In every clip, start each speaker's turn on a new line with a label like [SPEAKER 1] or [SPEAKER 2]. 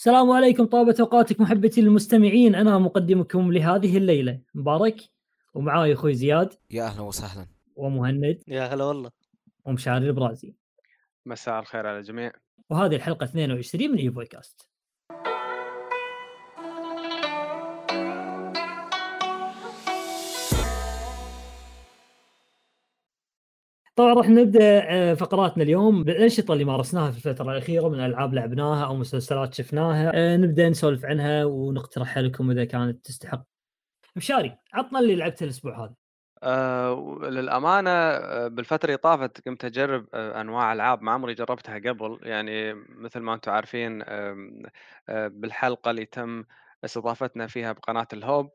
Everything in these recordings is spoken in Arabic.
[SPEAKER 1] السلام عليكم طابت أوقاتك محبتي المستمعين. أنا مقدمكم لهذه الليلة مبارك، ومعاي أخوي زياد
[SPEAKER 2] يا أهلا وسهلا.
[SPEAKER 1] ومهند
[SPEAKER 3] يا هلا والله.
[SPEAKER 1] ومشاري البرازي.
[SPEAKER 4] مساء الخير على الجميع.
[SPEAKER 1] وهذه الحلقة 22 من إيفوي كاست. طبعا راح نبدا فقراتنا اليوم بالانشطه اللي مارسناها في الفتره الاخيره من العاب لعبناها او مسلسلات شفناها. نبدا نسولف عنها ونقترح لكم اذا كانت تستحق. مشاري، عطنا اللي لعبته الاسبوع هذا.
[SPEAKER 4] للأمانة، بالفترة اللي طافت قمت أجرب أنواع ألعاب ما عمري جربتها قبل، يعني مثل ما أنتم عارفين. بالحلقة اللي تم استضافتنا فيها بقناة الهوب،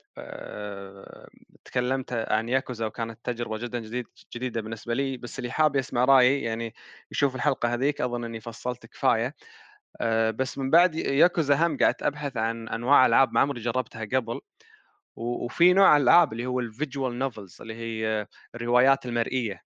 [SPEAKER 4] تكلمت عن ياكوزا وكانت تجربة جدا جديدة بالنسبة لي، بس اللي حاب يسمع رأيي يعني يشوف الحلقة هذيك، أظن أني فصلت كفاية. بس من بعد ياكوزا هم قعدت أبحث عن أنواع ألعاب ما عمري جربتها قبل. وفي نوع العاب اللي هو الفيجوال نوفلز، اللي هي الروايات المرئيه.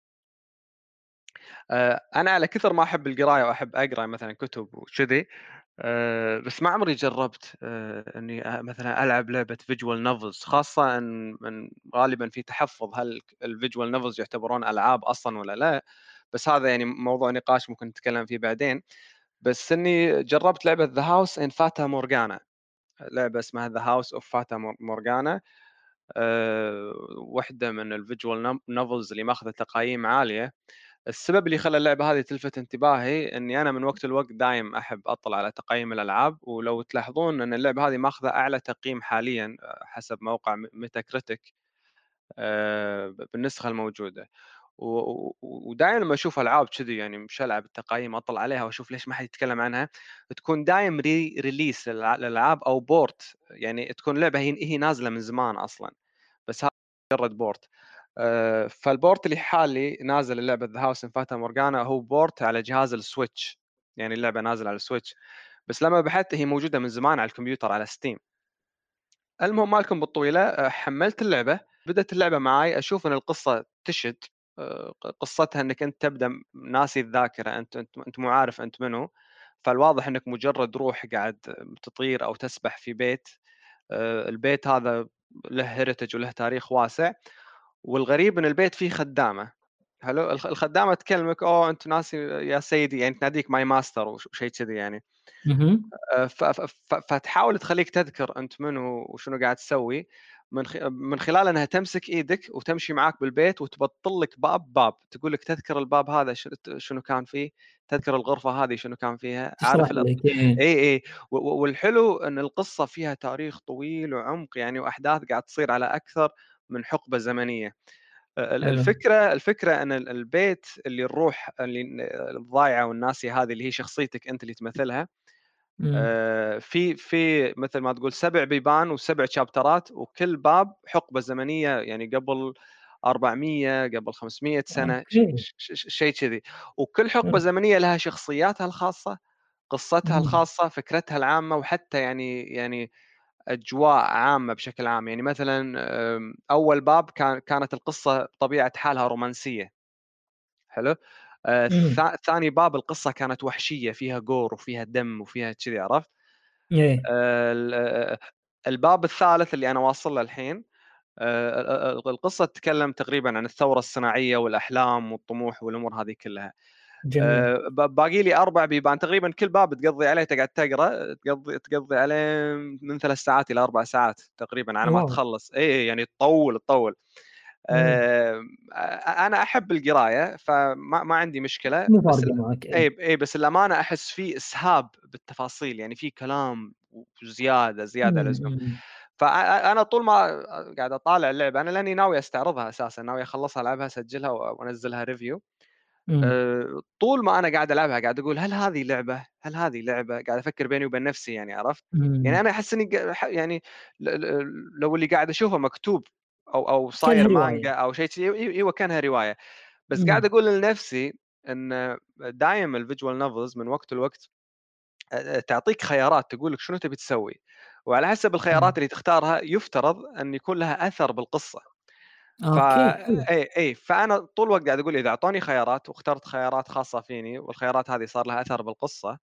[SPEAKER 4] انا على كثر ما احب القرايه واحب اقرا مثلا كتب وكذي. بس ما عمري جربت اني مثلا العب لعبه فيجوال نوفلز، خاصه ان غالبا في تحفظ هل الفيجوال نوفلز يعتبرون العاب اصلا ولا لا. بس هذا يعني موضوع نقاش ممكن نتكلم فيه بعدين. بس اني جربت لعبه ذا هاوس ان فاتا مورغانا، لعبه اسمها ذا هاوس اوف فاتا مورغانا. واحدة من الفيجوال نوفلز اللي ماخذة تقييم عالية. السبب اللي خلى اللعبة هذه تلفت انتباهي اني انا من وقت لوقت دايم احب اطلع على تقييم الالعاب، ولو تلاحظون ان اللعبة هذه ماخذة اعلى تقييم حاليا حسب موقع ميتا كريتيك بالنسخة الموجودة. ودائما لما اشوف العاب كذي، يعني مش العب التقييم اطلع عليها واشوف ليش ما حد يتكلم عنها. تكون دايم ريليس للالعاب او بورت، يعني تكون لعبه هي نازله من زمان اصلا، بس هذا مجرد بورت. فالبورت اللي حالي نازل اللعبه ذا هاوس ان فاتا مورغانا هو بورت على جهاز السويتش، يعني اللعبه نازله على السويتش. بس لما بحثت هي موجوده من زمان على الكمبيوتر على ستيم. المهم مالكم بالطويله، حملت اللعبه، بدأت اللعبه معي اشوف ان القصه تشد. قصتها انك انت تبدا ناسي الذاكره، انت مو عارف انت منو. فالواضح انك مجرد روح قاعد تطير او تسبح في بيت. البيت هذا له هيريتج وله تاريخ واسع. والغريب ان البيت فيه خدامه. حلو، الخدامه تكلمك اوه انت ناسي يا سيدي، يعني تناديك ماي ماستر وشيء كذي يعني. فتحاول تخليك تذكر انت منو وشنو قاعد تسوي، من خلال انها تمسك ايدك وتمشي معاك بالبيت وتبطل لك باب تقول لك تذكر الباب هذا شنو كان فيه، تذكر الغرفه هذه شنو كان فيها،
[SPEAKER 1] تشرح
[SPEAKER 4] عارف
[SPEAKER 1] لك إيه.
[SPEAKER 4] اي. والحلو ان القصه فيها تاريخ طويل وعمق، يعني واحداث قاعد تصير على اكثر من حقبه زمنيه.
[SPEAKER 1] حلو.
[SPEAKER 4] الفكره ان البيت اللي الروح اللي الضايعه والناسيه هذه اللي هي شخصيتك انت اللي تمثلها.
[SPEAKER 1] مم.
[SPEAKER 4] في مثل ما تقول 7 بيبان و7 شابترات، وكل باب حقبة زمنية، يعني قبل 400 قبل 500 سنة
[SPEAKER 1] اوكي.
[SPEAKER 4] شيء كذي. وكل حقبة
[SPEAKER 1] حلو.
[SPEAKER 4] زمنية لها شخصياتها الخاصة، قصتها
[SPEAKER 1] مم.
[SPEAKER 4] الخاصة، فكرتها العامة، وحتى يعني أجواء عامة بشكل عام. يعني مثلا أول باب كانت القصة بطبيعة حالها رومانسية. حلو.
[SPEAKER 1] مم.
[SPEAKER 4] ثاني باب القصة كانت وحشية، فيها جور وفيها دم وفيها كذي، عرفت.
[SPEAKER 1] ايه.
[SPEAKER 4] الباب الثالث اللي أنا واصل له الحين، القصة تتكلم تقريبا عن الثورة الصناعية والأحلام والطموح والأمور هذه كلها.
[SPEAKER 1] جميل.
[SPEAKER 4] باقي لي 4 بيبان تقريبا، كل باب تقضي عليه تقعد تقرا، تقضي عليه من 3 ساعات إلى 4 ساعات تقريبا على ما
[SPEAKER 1] واو.
[SPEAKER 4] تخلص. إي يعني تطول.
[SPEAKER 1] مم.
[SPEAKER 4] أنا أحب القراية فما عندي مشكلة،
[SPEAKER 1] مو
[SPEAKER 4] بس
[SPEAKER 1] فارقه معك ايه.
[SPEAKER 4] أي بس الأمانة أحس في إسهاب بالتفاصيل، يعني في كلام زيادة عن اللزوم.
[SPEAKER 1] مم.
[SPEAKER 4] فأنا طول ما قاعد أطالع اللعبة، أنا لاني ناوي أستعرضها أساسا، ناوي أخلصها ألعبها أسجلها وأنزلها ريفيو.
[SPEAKER 1] مم.
[SPEAKER 4] طول ما أنا قاعد ألعبها قاعد أقول هل هذه لعبة؟ هل هذه لعبة؟ قاعد أفكر بيني وبين نفسي، يعني عرفت؟ يعني
[SPEAKER 1] مم.
[SPEAKER 4] أنا أحس إني يعني لو اللي قاعد أشوفه مكتوب أو
[SPEAKER 1] كانها
[SPEAKER 4] صاير
[SPEAKER 1] روايه.
[SPEAKER 4] مانجا أو شيء شي، أيوه كانها رواية. بس قاعد
[SPEAKER 1] مم.
[SPEAKER 4] أقول لنفسي إن دايم الفيجوال نوفلز من وقت لوقت تعطيك خيارات تقول لك شنو تبي تسوي، وعلى حسب
[SPEAKER 1] مم.
[SPEAKER 4] الخيارات اللي تختارها يفترض أن يكون لها أثر بالقصة.
[SPEAKER 1] اوكي حلو.
[SPEAKER 4] اي فانا طول الوقت قاعد اقول اذا اعطوني خيارات واخترت خيارات خاصه فيني، والخيارات هذه صار لها اثر بالقصه،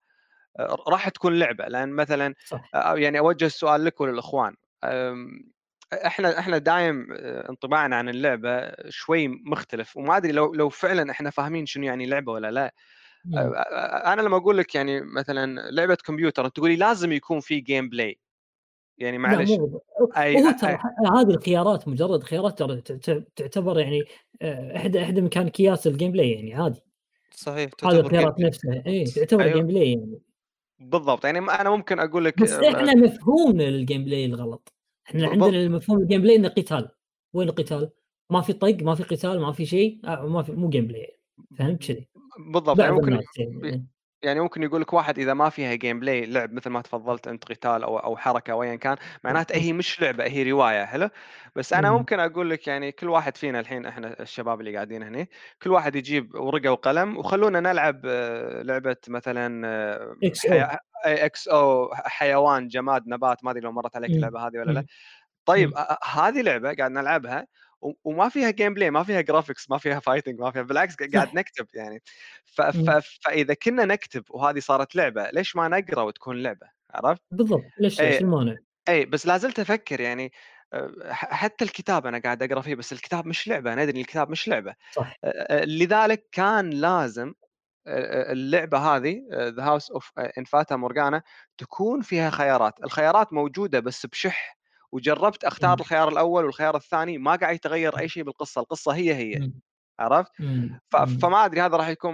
[SPEAKER 4] راح تكون لعبة، لأن مثلًا
[SPEAKER 1] صح.
[SPEAKER 4] يعني أوجه السؤال لك وللإخوان. آمم، إحنا دايم انطباعنا عن اللعبة شوي مختلف، وما أدري لو فعلًا إحنا فاهمين شنو يعني لعبة والّا لأ.
[SPEAKER 1] إمم.
[SPEAKER 4] أنا لمّا أقول لك يعني مثلًا لعبة كمبيوتر، أنت تقول لي لازم يكون في game play، يعني
[SPEAKER 1] لأ
[SPEAKER 4] معلش.
[SPEAKER 1] مو
[SPEAKER 4] أي
[SPEAKER 1] وهو
[SPEAKER 4] أ
[SPEAKER 1] ترى هذه الخيارات مجرد خيارات ترى تعتبر يعني إحدى ميكانيكيات الGameplay يعني عادي.
[SPEAKER 2] صحيح
[SPEAKER 1] هذه
[SPEAKER 2] تعتبر
[SPEAKER 1] الخيارات
[SPEAKER 2] gameplay
[SPEAKER 1] نفسها
[SPEAKER 2] بالضبط.
[SPEAKER 1] تعتبر
[SPEAKER 4] أيوه
[SPEAKER 1] Gameplay يعني.
[SPEAKER 4] بالضبط، يعني أنا ممكن أقول لك
[SPEAKER 1] بس إحنا مفهومنا للGameplay الغلط، إحنا
[SPEAKER 4] ب ب
[SPEAKER 1] عندنا المفهوم الGameplay إنه قتال. وين القتال؟ ما في طق، ما في قتال، ما في شيء، ما في مو Gameplay. فهمت كذي؟
[SPEAKER 4] بالضبط، يعني
[SPEAKER 1] بعض
[SPEAKER 4] ممكن
[SPEAKER 1] الناس يعني.
[SPEAKER 4] يعني ممكن يقول لك واحد إذا ما فيها game play لعب مثل ما تفضّلت أنت قتال أو حركة أو أيًا كان، معناته هي مش لعبة، هي رواية، حلو؟ بس أنا
[SPEAKER 1] إمم.
[SPEAKER 4] ممكن أقول لك يعني كل واحد فينا الحين إحنا الشباب اللي قاعدين هني، كل واحد يجيب ورقة وقلم وخلونا نلعب لعبة مثلًا
[SPEAKER 1] XO.
[SPEAKER 4] XO حيوان، جماد، نبات، ما أدري لو مرّت عليك
[SPEAKER 1] إمم.
[SPEAKER 4] اللعبة هذه والّا لأ.
[SPEAKER 1] إمم.
[SPEAKER 4] طيب
[SPEAKER 1] إمم.
[SPEAKER 4] هذه لعبة قاعد نلعبها وما فيها gameplay، ما فيها graphics، ما فيها fighting، ما فيها بالعكس قاعد
[SPEAKER 1] صح.
[SPEAKER 4] نكتب يعني. ف ف
[SPEAKER 1] إمم.
[SPEAKER 4] فإذا كنا نكتب وهذه صارت لعبة، ليش ما نقرا وتكون لعبة، عرفت؟
[SPEAKER 1] بالضبط، ليش لا،
[SPEAKER 4] إيه،
[SPEAKER 1] إيش المانع؟
[SPEAKER 4] بس لا زلت أفكر يعني حتى الكتاب أنا قاعد أقرا فيه، بس الكتاب مش لعبة، أنا أدري إن الكتاب مش لعبة.
[SPEAKER 1] صح.
[SPEAKER 4] لذلك كان لازم اللعبة هذه The House of in Fata Morgana تكون فيها خيارات، الخيارات موجودة بس بشِح، وجرّبت أختار
[SPEAKER 1] إمم.
[SPEAKER 4] الخيار الأول والخيار الثاني ما قاعد يتغيّر أي شيء بالقصة، القصة هي،
[SPEAKER 1] إمم.
[SPEAKER 4] عرفت؟
[SPEAKER 1] إمم. إمم.
[SPEAKER 4] فما أدري هذا راح يكون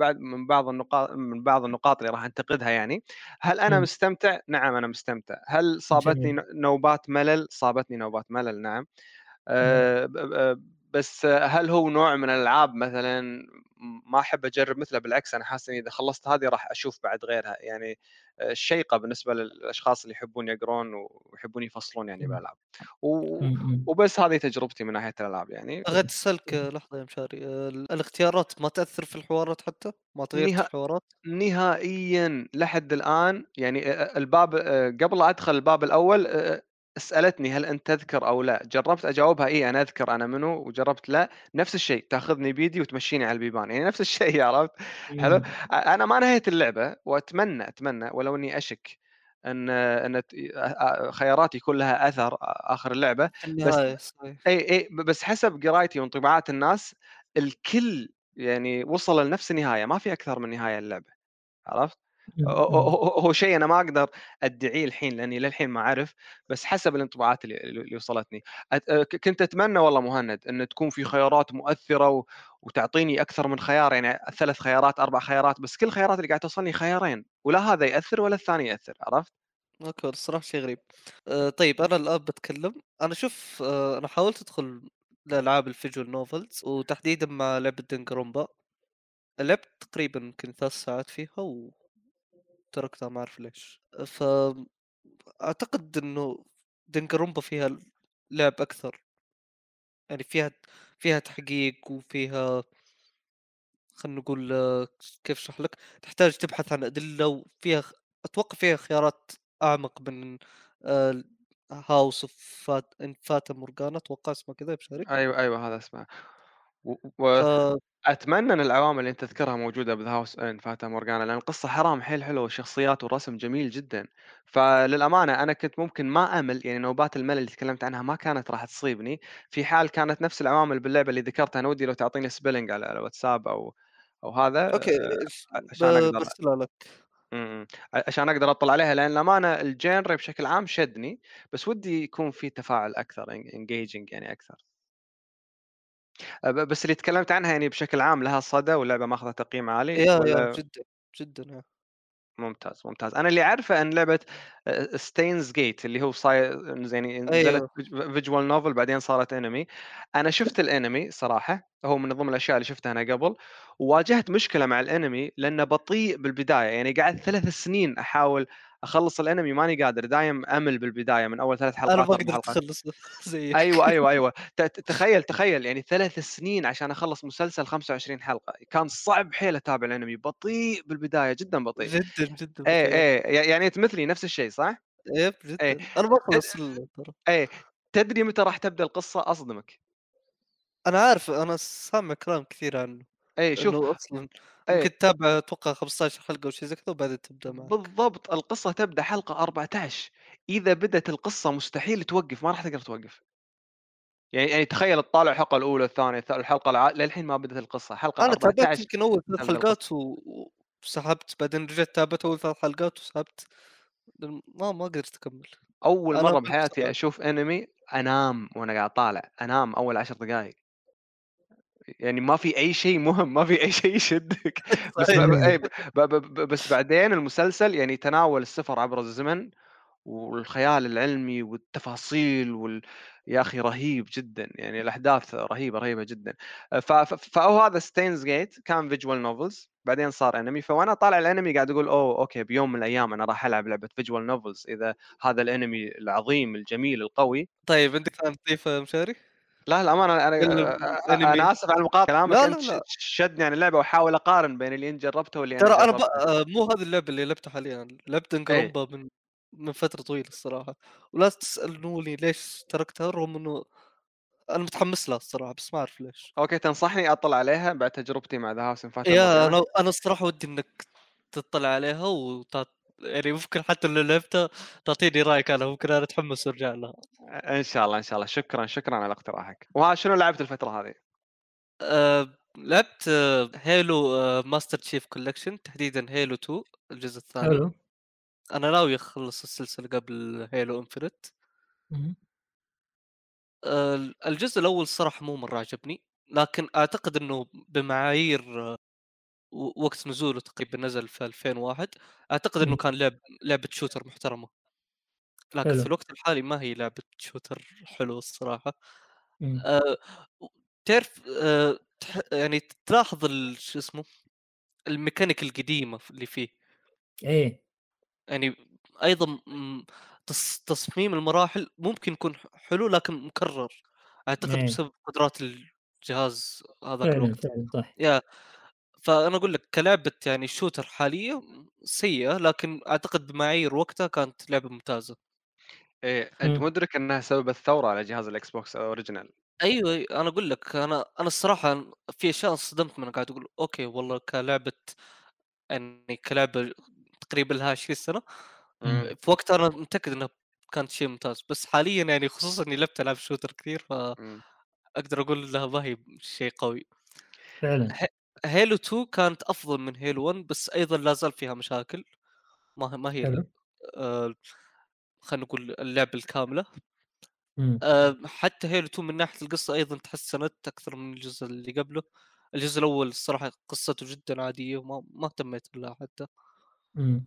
[SPEAKER 4] من بعض النقاط اللي راح أنتقدها يعني. هل أنا
[SPEAKER 1] إمم.
[SPEAKER 4] مستمتع؟ نعم أنا مستمتع. هل صابتني
[SPEAKER 1] جميل.
[SPEAKER 4] نوبات ملل؟ صابتني نوبات ملل نعم.
[SPEAKER 1] إمم.
[SPEAKER 4] ب ب بس هل هو نوع من الألعاب مثلًا ما أحب أجرّب مثله؟ بالعكس أنا حاسس إني إذا خلّصت هذه راح أشوف بعد غيرها، يعني شيقة بالنسبة للأشخاص اللي يحبون يقرون ويحبون يفصلون يعني
[SPEAKER 1] إمم.
[SPEAKER 4] بالألعاب. و
[SPEAKER 1] إمم. إمم.
[SPEAKER 4] وبس هذه تجربتي من ناحية الألعاب يعني.
[SPEAKER 2] بغيت أسألك لحظة يا مشاري، الاختيارات ما تأثّر في الحوارات حتى؟ ما تغيّرت في
[SPEAKER 4] نها
[SPEAKER 2] الحوارات؟
[SPEAKER 4] نهائيًا لحد الآن يعني الباب قبل لا أدخل الباب الأول سألتني: "هل أنت تذكر أو لأ؟" جرّبت أجاوبها إي أنا أذكر أنا منو، وجرّبت لأ، نفس الشيء تاخذني بيدي وتمشّيني على البيبان، يعني نفس الشيء عرفت؟ حلو؟
[SPEAKER 1] إمم.
[SPEAKER 4] أنا ما نهيت اللعبة وأتمنى ولو إني أشك إن خياراتي يكون لها أثر آخر اللعبة.
[SPEAKER 2] في
[SPEAKER 4] بس
[SPEAKER 2] النهاية صحيح.
[SPEAKER 4] أي بس حسب قرايتي وانطباعات الناس، الكل يعني وصل لنفس النهاية، ما في أكثر من نهاية للعبة. عرفت؟
[SPEAKER 1] إمم. إمم.
[SPEAKER 4] هو شيء أنا ما أقدر أدعيه الحين لأني للحين ما أعرف، بس حسب الانطباعات اللي وصلتني. أت كنت أتمنى والله مهند إن تكون في خيارات مؤثرة وتعطيني أكثر من خيار، يعني 3 خيارات، 4 خيارات، بس كل الخيارات اللي قاعدة توصلني خيارين، ولا هذا يأثر ولا الثاني يأثر، عرفت؟
[SPEAKER 2] أوكي الصراحة شيء غريب. طيب أنا الآن باتكلم، أنا شوف أنا حاولت أدخل لألعاب الvisual novels وتحديدًا مع لعبة Danganronpa. لعبت تقريبًا يمكن 3 ساعات فيها وتركتها ما أعرف ليش. أعتقد إنه Danganronpa فيها لعب أكثر، يعني فيها تحقيق وفيها خلّينا نقول كيف أشرح لك، تحتاج تبحث عن أدلة وفيها أتوقع فيها خيارات أعمق من آآ House of Fata Morgana أتوقع اسمه كذا يا بشاري؟
[SPEAKER 4] أيوه هذا اسمه. و
[SPEAKER 2] ف
[SPEAKER 4] وأتمنى إن العوامل اللي أنت تذكرها موجودة بThe House in Fata Morgana، لأن القصة حرام حيل حلوة والشخصيات والرسم جميل جدًا. فللأمانة أنا كنت ممكن ما أمل، يعني نوبات الملل اللي تكلمت عنها ما كانت راح تصيبني، في حال كانت نفس العوامل باللعبة اللي ذكرتها. أنا ودي لو تعطيني spelling على الواتساب أو هذا
[SPEAKER 2] أوكي
[SPEAKER 4] عشان أقدر
[SPEAKER 2] بارسلها لك.
[SPEAKER 4] عشان أقدر أطلع عليها، لأن الأمانة الgenre بشكل عام شدني، بس ودي يكون في تفاعل أكثر engaging يعني أكثر. بس اللي تكلمت عنها يعني بشكل عام لها صدى واللعبة ماخذة تقييم عالي
[SPEAKER 2] يا
[SPEAKER 4] والّا؟
[SPEAKER 2] جدًا، جدًا.
[SPEAKER 4] ممتاز. أنا اللي أعرفه أن لعبة Steins Gate اللي هو يعني نزلت
[SPEAKER 2] أيوه.
[SPEAKER 4] visual novel بعدين صارت anime. أنا شُفت الanime صراحة، هو من ضمن الأشياء اللي شُفتها أنا قبل، وواجهت مشكلة مع الanime لأنه بطيء بالبداية، يعني قعدت 3 سنين أحاول أخلّص الanime ماني قادر، دايم أمل بالبداية من أول 3
[SPEAKER 2] أنا
[SPEAKER 4] حلقات،
[SPEAKER 2] ما
[SPEAKER 4] 4
[SPEAKER 2] قدرت
[SPEAKER 4] حلقات.
[SPEAKER 2] أخلّصه زيك.
[SPEAKER 4] أيوه. تخيّل يعني 3 سنين عشان أخلّص مسلسل 25 حلقة، كان صعب حيل أتابع الanime، بطيء بالبداية، جدًا بطيء.
[SPEAKER 2] جدًا بطيء.
[SPEAKER 4] يعني أنت مثلي نفس الشيء صح؟
[SPEAKER 2] يب
[SPEAKER 4] إيه،
[SPEAKER 2] جدًا. أنا باوصل
[SPEAKER 4] ت
[SPEAKER 2] وصل ترى.
[SPEAKER 4] إيه، تدري متى راح تبدأ القصة؟ أصدمك.
[SPEAKER 2] أنا عارف، أنا سامع كلام كثير عنه.
[SPEAKER 4] اي شوف،
[SPEAKER 2] إنه أصلًا
[SPEAKER 4] اي
[SPEAKER 2] يمكن تتابع أتوقع 15 حلقة أو شيء زي كذا وبعدين تبدأ معك.
[SPEAKER 4] بالضبط، القصة تبدأ حلقة 14، إذا بدأت القصة مستحيل توقف، ما راح تقدر توقف. يعني تخيل تطالع الحلقة الأولى، الثانية، الحلقة للحين ما بدأت القصة، حلقة
[SPEAKER 2] أنا تابعت
[SPEAKER 4] 14
[SPEAKER 2] يمكن أول 3
[SPEAKER 4] تبدأ
[SPEAKER 2] حلقات
[SPEAKER 4] القصة.
[SPEAKER 2] وسحبت، بعدين رجعت تابعت أول 3 حلقات وسحبت، لأن ما قدرت أكمل.
[SPEAKER 4] أول
[SPEAKER 2] أنا
[SPEAKER 4] مرة
[SPEAKER 2] كنت
[SPEAKER 4] بحياتي أشوف أنمي أنام وأنا قاعد طالع، أنام أول 10 دقايق. يعني ما في أي شيء مهم، ما في أي شيء يشدك. بس ب ب
[SPEAKER 2] صحيح.
[SPEAKER 4] أي ب ب ب بس بعدين المسلسل يعني تناول السفر عبر الزمن والخيال العلمي والتفاصيل يا أخي رهيب جدًا، يعني الأحداث رهيبة، رهيبة جدًا. فهو هذا Steins Gate كان visual novels، بعدين صار أنمي. فوأنا طالع الأنمي قاعد أقول أوكي، بيوم من الأيام أنا راح ألعب لعبة visual novels إذا هذا الأنمي العظيم الجميل القوي.
[SPEAKER 2] طيب عندك كلام تضيفه يا مشاري؟
[SPEAKER 4] لا للأمانة
[SPEAKER 2] تتكلم
[SPEAKER 4] أنا
[SPEAKER 2] أنمي.
[SPEAKER 4] آسف على المقاطعة، كلامك
[SPEAKER 2] لا، لا،
[SPEAKER 4] أنت
[SPEAKER 2] لا.
[SPEAKER 4] شدني عن اللعبة وأحاول أقارن بين اللي أنت جربته واللي أنا
[SPEAKER 2] ترى أنا
[SPEAKER 4] جربته.
[SPEAKER 2] مو هذه اللعبة اللي لعبتها حاليًا، لعبت
[SPEAKER 4] إيه.
[SPEAKER 2] دنجرومبا من فترة طويلة الصراحة، ولا تسألوني ليش تركتها رغم إنه أنا متحمس لها الصراحة، بس ما أعرف ليش.
[SPEAKER 4] أوكي، تنصحني أطلع عليها بعد تجربتي مع The House Infinite الماضية؟
[SPEAKER 2] أنا الصراحة ودي إنك تطلع عليها يعني ممكن حتى لو لعبتها تعطيني رأيك أنا، ممكن أنا أتحمس وأرجع لها.
[SPEAKER 4] إن شاء الله، إن شاء الله. شكرًا، شكرًا على اقتراحك. شنو لعبت الفترة هذه؟
[SPEAKER 2] لعبت هيلو ماستر تشيف كولكشن، تحديدًا هيلو 2 الجزء الثاني.
[SPEAKER 1] حلو.
[SPEAKER 2] أنا ناوي أخلص السلسلة قبل هيلو انفينيت.
[SPEAKER 1] اهم.
[SPEAKER 2] الجزء الأول الصراحة مو مرة عجبني، لكن أعتقد إنه بمعايير وقت نزوله تقريبًا نزل في 2001، أعتقد إنه
[SPEAKER 1] إمم.
[SPEAKER 2] كان لعبة شوتر محترمة، لكن في
[SPEAKER 1] حلو.
[SPEAKER 2] الوقت الحالي ما هي لعبة شوتر حلوة الصراحة.
[SPEAKER 1] إمم.
[SPEAKER 2] آآ و تعرف يعني تلاحظ شو اسمه، الميكانيك القديمة اللي فيه،
[SPEAKER 1] إيه.
[SPEAKER 2] يعني أيضًا تصميم المراحل ممكن يكون حلو لكن مكرر، أعتقد
[SPEAKER 1] إيه.
[SPEAKER 2] بسبب قدرات الجهاز هذاك
[SPEAKER 1] فعلًا،
[SPEAKER 2] الوقت.
[SPEAKER 1] فعلًا صح.
[SPEAKER 2] يا فأنا أقول لك كلعبة يعني شوتر حالية سيئة، لكن أعتقد بمعايير وقتها كانت لعبة ممتازة.
[SPEAKER 4] إيه، أنت
[SPEAKER 1] إمم.
[SPEAKER 4] مدرك أنها سببت ثورة على جهاز الإكس بوكس أوريجينال.
[SPEAKER 2] أيوه، أنا أقول لك أنا الصراحة في أشياء انصدمت منها، قاعد أقول أوكي والله كلعبة، يعني كلعبة تقريبًا لها 20 سنة،
[SPEAKER 1] إمم.
[SPEAKER 4] إمم،
[SPEAKER 2] في وقتها أنا متأكد إنها كانت شيء ممتاز، بس حاليًا يعني خصوصًا إني لعبت ألعاب شوتر كثير،
[SPEAKER 4] إمم،
[SPEAKER 2] فأقدر أقول إنها ما هي شيء قوي.
[SPEAKER 1] فعلًا.
[SPEAKER 2] ه هيلو 2 كانت أفضل من هيلو 1، بس أيضًا لا زال فيها مشاكل، ما هي
[SPEAKER 1] حلو.
[SPEAKER 2] آآ خلينا نقول اللعبة الكاملة.
[SPEAKER 1] إمم.
[SPEAKER 2] حتى هيلو 2 من ناحية القصة أيضًا تحسنت أكثر من الجزء اللي قبله. الجزء الأول الصراحة قصته جدًا عادية وما اهتميت لها حتى.
[SPEAKER 1] إمم.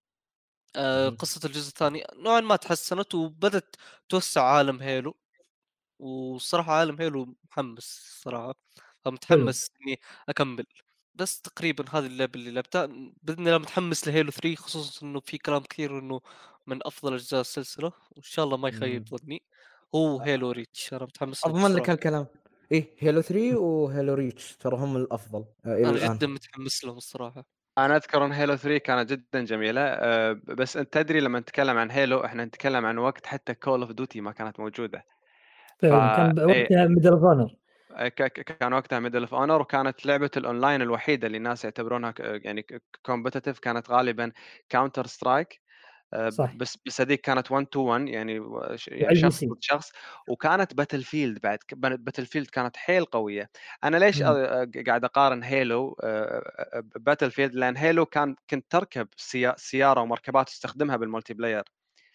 [SPEAKER 2] قصة الجزء الثاني نوعًا ما تحسنت وبدت توسّع عالم هيلو، والصراحة عالم هيلو محمس الصراحة،
[SPEAKER 1] حلو.
[SPEAKER 2] فمتحمس إني أكمل. بس تقريبًا هذه اللعبة اللي لعبتها، بإذن الله متحمس لهيلو 3، خصوصًا إنه في كلام كثير إنه من أفضل أجزاء السلسلة، وإن شاء الله ما يخيب
[SPEAKER 3] إمم.
[SPEAKER 2] ظني. هو هيلو ريتش أنا متحمس له
[SPEAKER 3] أضمن لك
[SPEAKER 2] الصراحة.
[SPEAKER 3] هالكلام. إيه هيلو 3 وهيلو ريتش ترى هم الأفضل إلى
[SPEAKER 2] أنا
[SPEAKER 3] الآن.
[SPEAKER 2] جدًا متحمس لهم الصراحة.
[SPEAKER 4] أنا أذكر إن هيلو 3 كانت جدًا جميلة. بس أنت تدري لمّا نتكلم عن هيلو إحنا نتكلم عن وقت حتى Call of Duty ما كانت موجودة. ف
[SPEAKER 1] فعلًا كان
[SPEAKER 4] إيه،
[SPEAKER 1] وقتها Medal of Honor.
[SPEAKER 4] كان وقتها Medal of Honor، وكانت لعبة الأونلاين الوحيدة اللي الناس يعتبرونها يعني competitive كانت غالبًا Counter Strike.
[SPEAKER 1] صح.
[SPEAKER 4] بس هذيك كانت one to one، يعني يعني
[SPEAKER 1] وعلى البي
[SPEAKER 4] شخص
[SPEAKER 1] سي.
[SPEAKER 4] ضد شخص. وكانت Battlefield بعد، Battlefield كانت حيل قوية. أنا ليش
[SPEAKER 1] إمم.
[SPEAKER 4] قاعد أقارن Halo بBattlefield؟ لأن Halo كنت تركب سيارة ومركبات تستخدمها بالمulti player،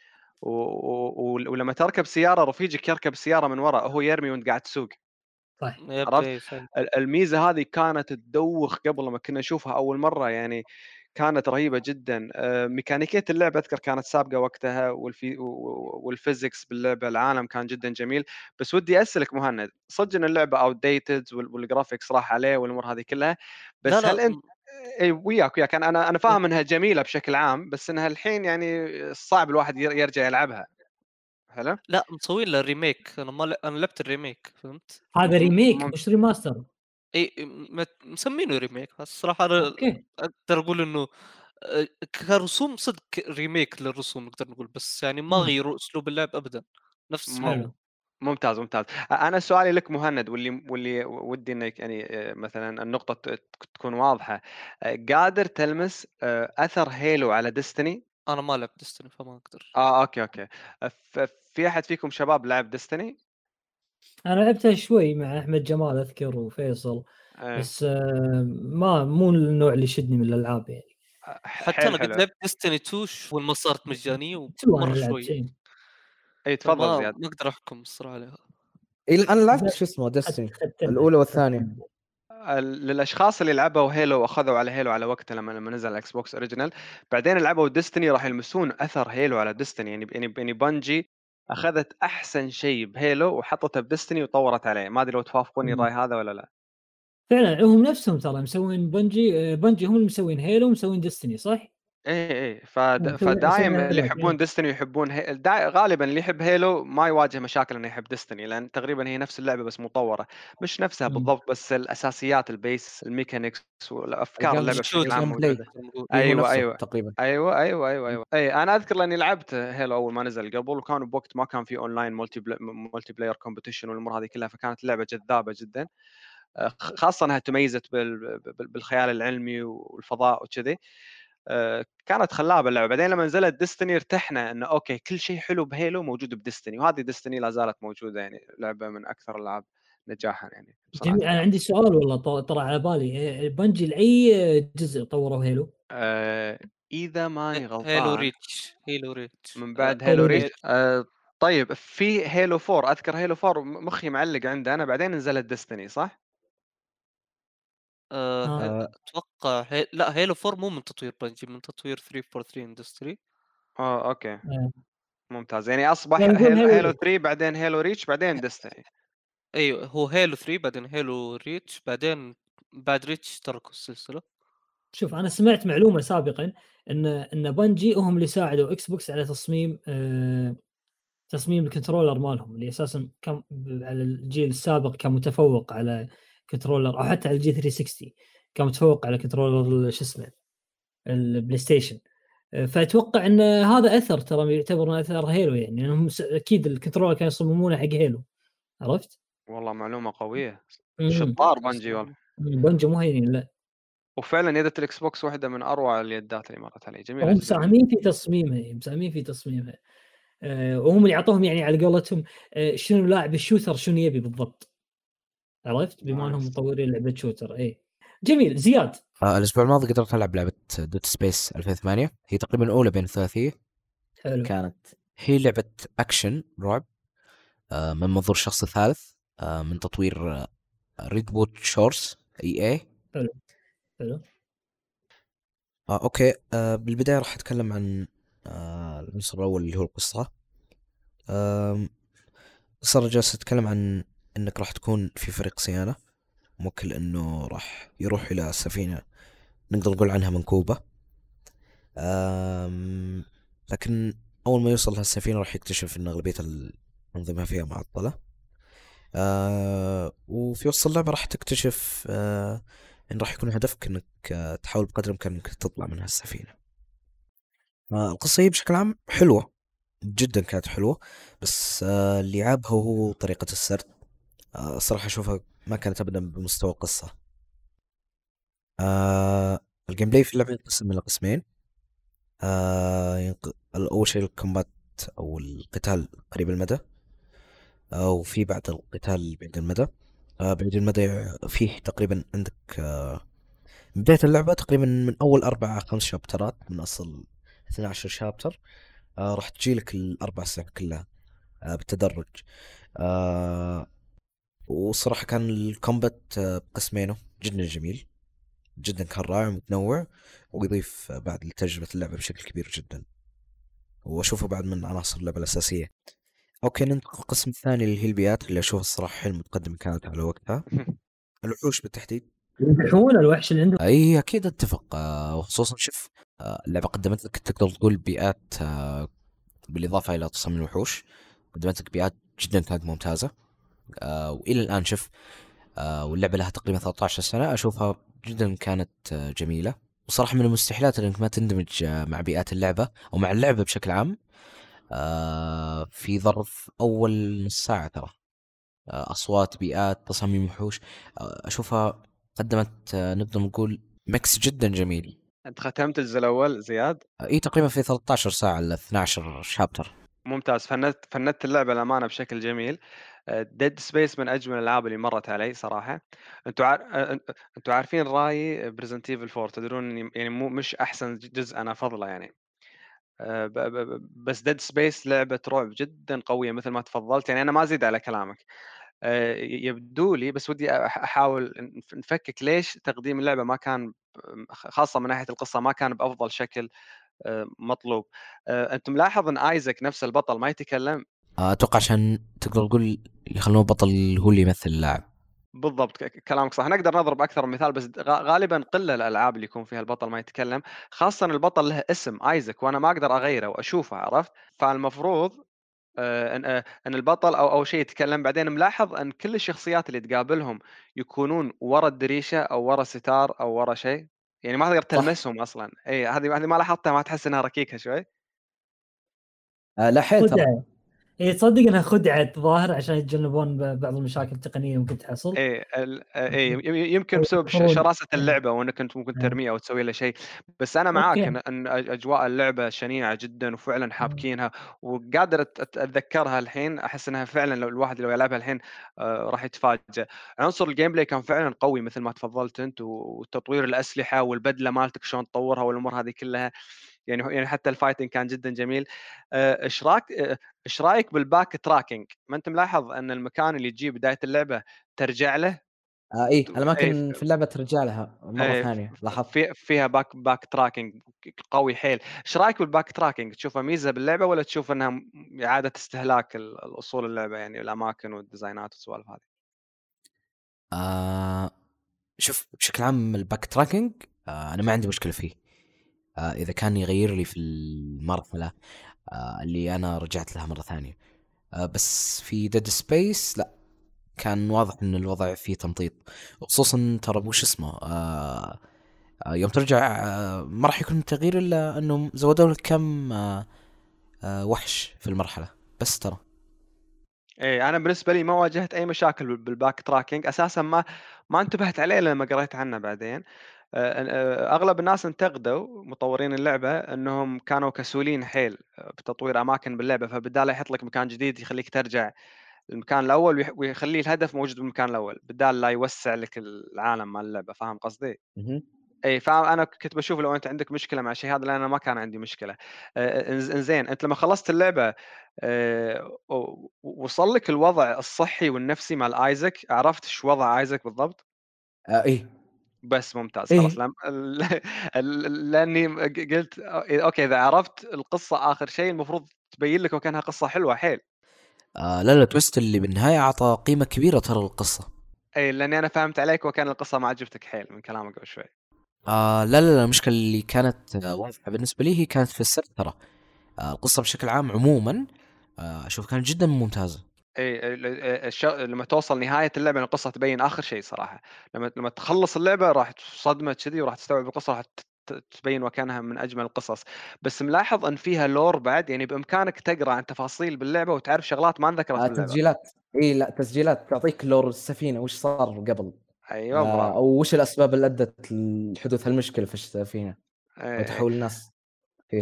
[SPEAKER 4] ولمّا تركب سيارة رفيجك يركب سيارة من وراء، هو يرمي وأنت قاعد تسوق.
[SPEAKER 1] صح.
[SPEAKER 4] عرفت؟
[SPEAKER 2] إيه صحيح.
[SPEAKER 4] الميزة هذه كانت تدوّخ قبل لمّا كنا نشوفها أول مرّة، يعني كانت رهيبة جدًا. ميكانيكية اللعبة أذكر كانت سابقة وقتها، والphysics باللعبة، العالم كان جدًا جميل. بس ودي أسألك مهند، صدق إن اللعبة outdated والgraphics راح عليه والأمور هذه كلها،
[SPEAKER 2] لا،
[SPEAKER 4] بس
[SPEAKER 2] لا،
[SPEAKER 4] هل أنت وياك أنا فاهم إنها جميلة بشكل عام، بس إنها الحين يعني صعب الواحد يرجع يلعبها. حلو؟
[SPEAKER 2] لأ مسوين له remake. أنا ما ل أنا لعبت الremake فهمت؟
[SPEAKER 1] هذا
[SPEAKER 4] م
[SPEAKER 1] ريميك
[SPEAKER 4] م
[SPEAKER 1] مش ريماستر.
[SPEAKER 2] مسمينه remake، بس الصراحة أنا
[SPEAKER 1] أوكي.
[SPEAKER 2] أقدر أقول إنه كرسوم صدق remake للرسوم نقدر نقول، بس يعني ما
[SPEAKER 1] إمم.
[SPEAKER 2] غيّروا أسلوب اللعب أبدًا، نفس ما
[SPEAKER 4] م
[SPEAKER 2] هو.
[SPEAKER 1] حلو.
[SPEAKER 4] ممتاز. انا سؤالي لك مهند، واللي ودي انك يعني مثلا النقطه تكون واضحه. قادر تلمس اثر هيلو على ديستني؟
[SPEAKER 2] انا ما لعب ديستني فما اقدر.
[SPEAKER 4] اوكي. في احد فيكم شباب لعب ديستني؟
[SPEAKER 1] انا لعبتها شوي مع احمد جمال اذكر وفيصل، بس ما مو النوع اللي يشدني من الالعاب يعني.
[SPEAKER 2] حتى انا قد لعبت ديستني 2 والما صارت مجانيه ومره شوي.
[SPEAKER 4] اي تفضل زياد.
[SPEAKER 2] ما اقدر احكم الصراحه عليها.
[SPEAKER 3] انا لعبت شو اسمه ديستني الاولى والثانيه.
[SPEAKER 4] للاشخاص اللي لعبوا هيلو واخذوا على هيلو على وقته لما نزل الاكس بوكس اوريجينال، بعدين لعبوا ديستني راح يلمسون اثر هيلو على ديستني. يعني بنجي اخذت احسن شيء بهيلو وحطته بديستني وطورت عليه. ما ادري لو توافقوني الراي هذا ولا لا.
[SPEAKER 1] فعلا هم نفسهم ترى مسوين بنجي هم اللي مسوين هيلو ومسوين ديستني صح؟
[SPEAKER 4] ايه فدايم اللي يحبون ديستني ويحبون غالبا اللي يحب هيلو ما يواجه مشاكل انه يحب ديستني، لان تقريبا هي نفس اللعبه بس مطوره، مش نفسها بالضبط بس الاساسيات البيس الميكانيكس والافكار اللعبه بشكل عام موجوده. ايوه
[SPEAKER 3] تقريبا.
[SPEAKER 4] ايوه اي انا اذكر لاني لعبت هيلو اول ما نزل قبل، وكان بوقت ما كان في اونلاين مولتي بلاير كومبيتيشن والامور هذه كلها، فكانت اللعبه جذابه جدا، خاصه انها تميزت بالخيال العلمي والفضاء وكذي. كانت خلابه اللعبه. بعدين لما نزلت ديستني ارتحنا انه اوكي كل شيء حلو بهيلو موجود بديستني، وهذه ديستني لا زالت موجوده، يعني لعبه من اكثر الالعاب نجاحا يعني بصراحه.
[SPEAKER 1] جميل. انا عندي سؤال والله طرى على بالي، بنجي لاي جزء طوروا هيلو؟
[SPEAKER 4] اذا ماني غلطان
[SPEAKER 2] هيلو ريتش
[SPEAKER 4] من بعد هيلو ريتش. طيب في هيلو 4 اذكر هيلو 4 مخي معلق عنده انا، بعدين نزلت ديستني صح؟
[SPEAKER 2] اتوقع لا هيلو 4 مو من تطوير بنجي، من تطوير 343 اندستري.
[SPEAKER 4] اوكي ممتاز. يعني اصبح هيلو 3 بعدين هيلو ريتش بعدين ديستني.
[SPEAKER 2] ايوه هو هيلو 3 بعدين هيلو ريتش بعدين بعد ريتش تركوا السلسله.
[SPEAKER 1] شوف انا سمعت معلومه سابقا ان بنجي هم اللي ساعدوا اكس بوكس على تصميم الكنترولر مالهم، اللي اساسا كان على الجيل السابق كان متفوق على كنترولر، او حتى على الجي 360 كان متفوق على كنترولر شو اسمه البلاي ستيشن. فاتوقع ان هذا اثر، ترى يعتبر اثر هيلو، يعني انهم اكيد الكنترولر كانوا يصممونه حق هيلو. عرفت؟
[SPEAKER 4] والله معلومه قويه. شطار بنجي والله.
[SPEAKER 1] بنجي مو هين لا.
[SPEAKER 4] وفعلا يدة الاكس بوكس واحده من اروع اليدات اللي مرت علي. جميله.
[SPEAKER 1] هم مساهمين في تصميمها، وهم اللي يعطوهم يعني على قولتهم شنو لاعب الشوتر شنو يبي بالضبط. عرفت؟ بما انهم مطورين لعبه شوتر. اي جميل. زياد
[SPEAKER 5] الاسبوع الماضي قدرت العب لعبه دوت سبيس 2008، هي تقريبا الاولى بين الثلاثيه.
[SPEAKER 1] حلو.
[SPEAKER 5] كانت هي لعبه اكشن رعب من منظور الشخص الثالث، من تطوير ريد بوت شورس اي.
[SPEAKER 1] حلو.
[SPEAKER 5] اوكي. بالبدايه راح اتكلم عن العنصر الاول اللي هو القصه. القصه جالسه تتكلم عن انك راح تكون في فريق صيانه موكل انه راح يروح الى سفينه نقدر نقول عنها منكوبه، لكن اول ما يوصل لهالسفينه راح يكتشف ان اغلبيه الانظمه فيها معطله. وفي وسط اللعبه راح تكتشف ان راح يكون هدفك انك تحاول بقدر الامكان انك تطلع من هالسفينه. القصه هي بشكل عام حلوه جدا، كانت حلوه، بس اللي عابها هو طريقه السرد. الصراحه اشوفها ما كانت ابدا بمستوى القصه. الجيم بلاي في اللعبه ينقسم الى قسمين. اول شيء الكومبات او القتال قريب المدى، وفي بعد القتال بعيد المدى. بعيد المدى فيه تقريبا عندك بداية اللعبة تقريبا من أول 4-5 شابترات من أصل 12 شابتر، راح تجيلك الأربع ساعات كلها بالتدرج. وصراحة كان الكومبات بقسمينه جدا جميل، جدا كان رائع ومتنوع، ويضيف بعد لتجربة اللعبة بشكل كبير جدا، وأشوفه بعد من عناصر اللعبة الأساسية. اوكي ننتقل القسم الثاني اللي هي البيئات، اللي اشوف الصراحه حيل متقدم كانت على وقتها. الوحوش بالتحديد
[SPEAKER 1] يذبحون الوحش اللي عندهم.
[SPEAKER 5] اي اكيد اتفق، وخصوصا شوف اللعبه قدمت لك تقدر تقول بيئات، بالاضافه الى تصميم الوحوش قدمت لك بيئات جدا كانت ممتازه. والى الان شوف واللعبه لها تقريبا 13 سنه، اشوفها جدا كانت جميله. وصراحه من المستحيلات انك ما تندمج مع بيئات اللعبه او مع اللعبه بشكل عام في ظرف اول نص ساعه ترى اصوات، بيئات، تصاميم وحوش، اشوفها قدمت نقدر نقول ميكس جدا جميل.
[SPEAKER 4] انت ختمت الجزء الاول زياد؟
[SPEAKER 5] اي تقريبا في 13 ساعه ل 12 شابتر.
[SPEAKER 4] ممتاز، فندت اللعبه الامانه بشكل جميل. ديد سبيس من اجمل الالعاب اللي مرت علي صراحه. انتوا عارفين رايي بريزنت ايفل 4، تدرون يعني مو مش احسن جزء انا افضله يعني. بس ديد سبيس لعبه رعب جدا قويه مثل ما تفضلت، يعني انا ما ازيد على كلامك. يبدو لي، بس ودي احاول نفكك ليش تقديم اللعبه ما كان، خاصه من ناحيه القصه، ما كان بافضل شكل مطلوب. انت ملاحظ ان ايزاك نفس البطل ما يتكلم؟
[SPEAKER 5] اتوقع عشان تقدر تقول يخلونه بطل هو اللي يمثل اللاعب.
[SPEAKER 4] بالضبط، كلامك صح. نقدر نضرب اكثر من مثال، بس غالبا قله الالعاب اللي يكون فيها البطل ما يتكلم، خاصه البطل له اسم ايزاك وانا ما اقدر اغيره واشوفه، عرفت؟ فالمفروض ان البطل او شيء يتكلم. بعدين ملاحظ ان كل الشخصيات اللي تقابلهم يكونون ورا الدريشه او ورا ستار او ورا شيء، يعني ما تقدر
[SPEAKER 3] صح.
[SPEAKER 4] تلمسهم اصلا. اي هذه ما لاحظتها، ما تحس انها ركيكه شوي؟
[SPEAKER 3] لا حيل ترى.
[SPEAKER 1] خدعه. هي تصدق انها خدعه ظاهر عشان يتجنبون بعض المشاكل التقنيه ممكن تحصل.
[SPEAKER 4] ايه يمكن بسبب
[SPEAKER 1] يوفرون.
[SPEAKER 4] شراسه اللعبه، وانك انت ممكن ترميه او تسوي له شيء. بس انا معاك
[SPEAKER 1] اوكي.
[SPEAKER 4] ان اجواء اللعبه شنيعه جدا وفعلا حابكينها، وقادر اتذكرها الحين. احس انها فعلا لو الواحد لو يلعبها الحين راح يتفاجئ. عنصر الجيم بلاي كان فعلا قوي مثل ما تفضلت انت، وتطوير الاسلحه والبدله مالتك شلون تطورها والامور هذه كلها. يعني حتى الفايتنج كان جدا جميل. ايش رايك ايش رايك بالباك تراكنج؟ ما انت ملاحظ ان المكان اللي تجي بدايه اللعبه ترجع له؟
[SPEAKER 3] ايه
[SPEAKER 4] اي
[SPEAKER 3] الاماكن في اللعبه ترجع لها مره
[SPEAKER 4] اي
[SPEAKER 3] ثانيه، لاحظت.
[SPEAKER 4] فيها باك تراكنج قوي حيل. ايش رايك بالباك تراكنج؟ تشوفها ميزه باللعبه ولا تشوف انها اعاده استهلاك الاصول اللعبه، يعني الاماكن والديزاينات والسوالف هذه؟
[SPEAKER 5] شوف بشكل عام الباك تراكنج انا ما عندي مشكله فيه اذا كان يغير لي في المرحله اللي انا رجعت لها مره ثانيه. بس في ديد سبيس لا، كان واضح ان الوضع فيه تمطيط، وخصوصا ترى وش اسمه يوم ترجع ما راح يكون تغيير الا انهم زودوا لك كم وحش في المرحله بس ترى.
[SPEAKER 4] ايه انا بالنسبه لي ما واجهت اي مشاكل بالباك تراكنج اساسا، ما انتبهت عليه لما قريت عنه بعدين. اغلب الناس انتقدوا مطورين اللعبه انهم كانوا كسولين حيل بتطوير اماكن باللعبه، فبدال يحط لك مكان جديد يخليك ترجع المكان الاول ويخلي الهدف موجود بالمكان الاول بدال لا يوسع لك العالم مال اللعبه. فاهم قصدي؟ اي فانا كنت بشوف لو انت عندك مشكله مع الشيء هذا، لان انا ما كان عندي مشكله. انزين، انت لما خلصت اللعبه وصل لك الوضع الصحي والنفسي مال ايزك؟ عرفت شو وضع ايزك بالضبط؟
[SPEAKER 3] ايه
[SPEAKER 4] بس ممتاز
[SPEAKER 3] ايه
[SPEAKER 4] خلاص. لاني قلت اوكي اذا عرفت القصه اخر شيء المفروض تبين لك وكانها قصه حلوه حيل.
[SPEAKER 5] لا تويست اللي بالنهايه اعطى قيمه كبيره ترى القصه.
[SPEAKER 4] اي لاني انا فهمت عليك وكان القصه ما عجبتك حيل من كلامك قبل شوي.
[SPEAKER 5] لا المشكله اللي كانت واضحه بالنسبه لي هي كانت في السرد ترى. القصه بشكل عام عموما اشوف كانت جدا ممتازه.
[SPEAKER 4] اي لما توصل نهايه اللعبه القصه تبين اخر شيء صراحه. لما تخلص اللعبه راح تصدمك كذي وراح تستوعب القصه، راح تبين وكانها من اجمل القصص. بس ملاحظ ان فيها لور بعد، يعني بامكانك تقرا عن تفاصيل باللعبه وتعرف شغلات ما انذكرت باللعبه.
[SPEAKER 3] تسجيلات. اي لا تسجيلات تعطيك لور السفينه وش صار قبل،
[SPEAKER 4] ايوه برافو.
[SPEAKER 3] او وش الاسباب اللي ادت لحدوث المشكله في السفينه
[SPEAKER 4] أي.
[SPEAKER 3] وتحول الناس فيه.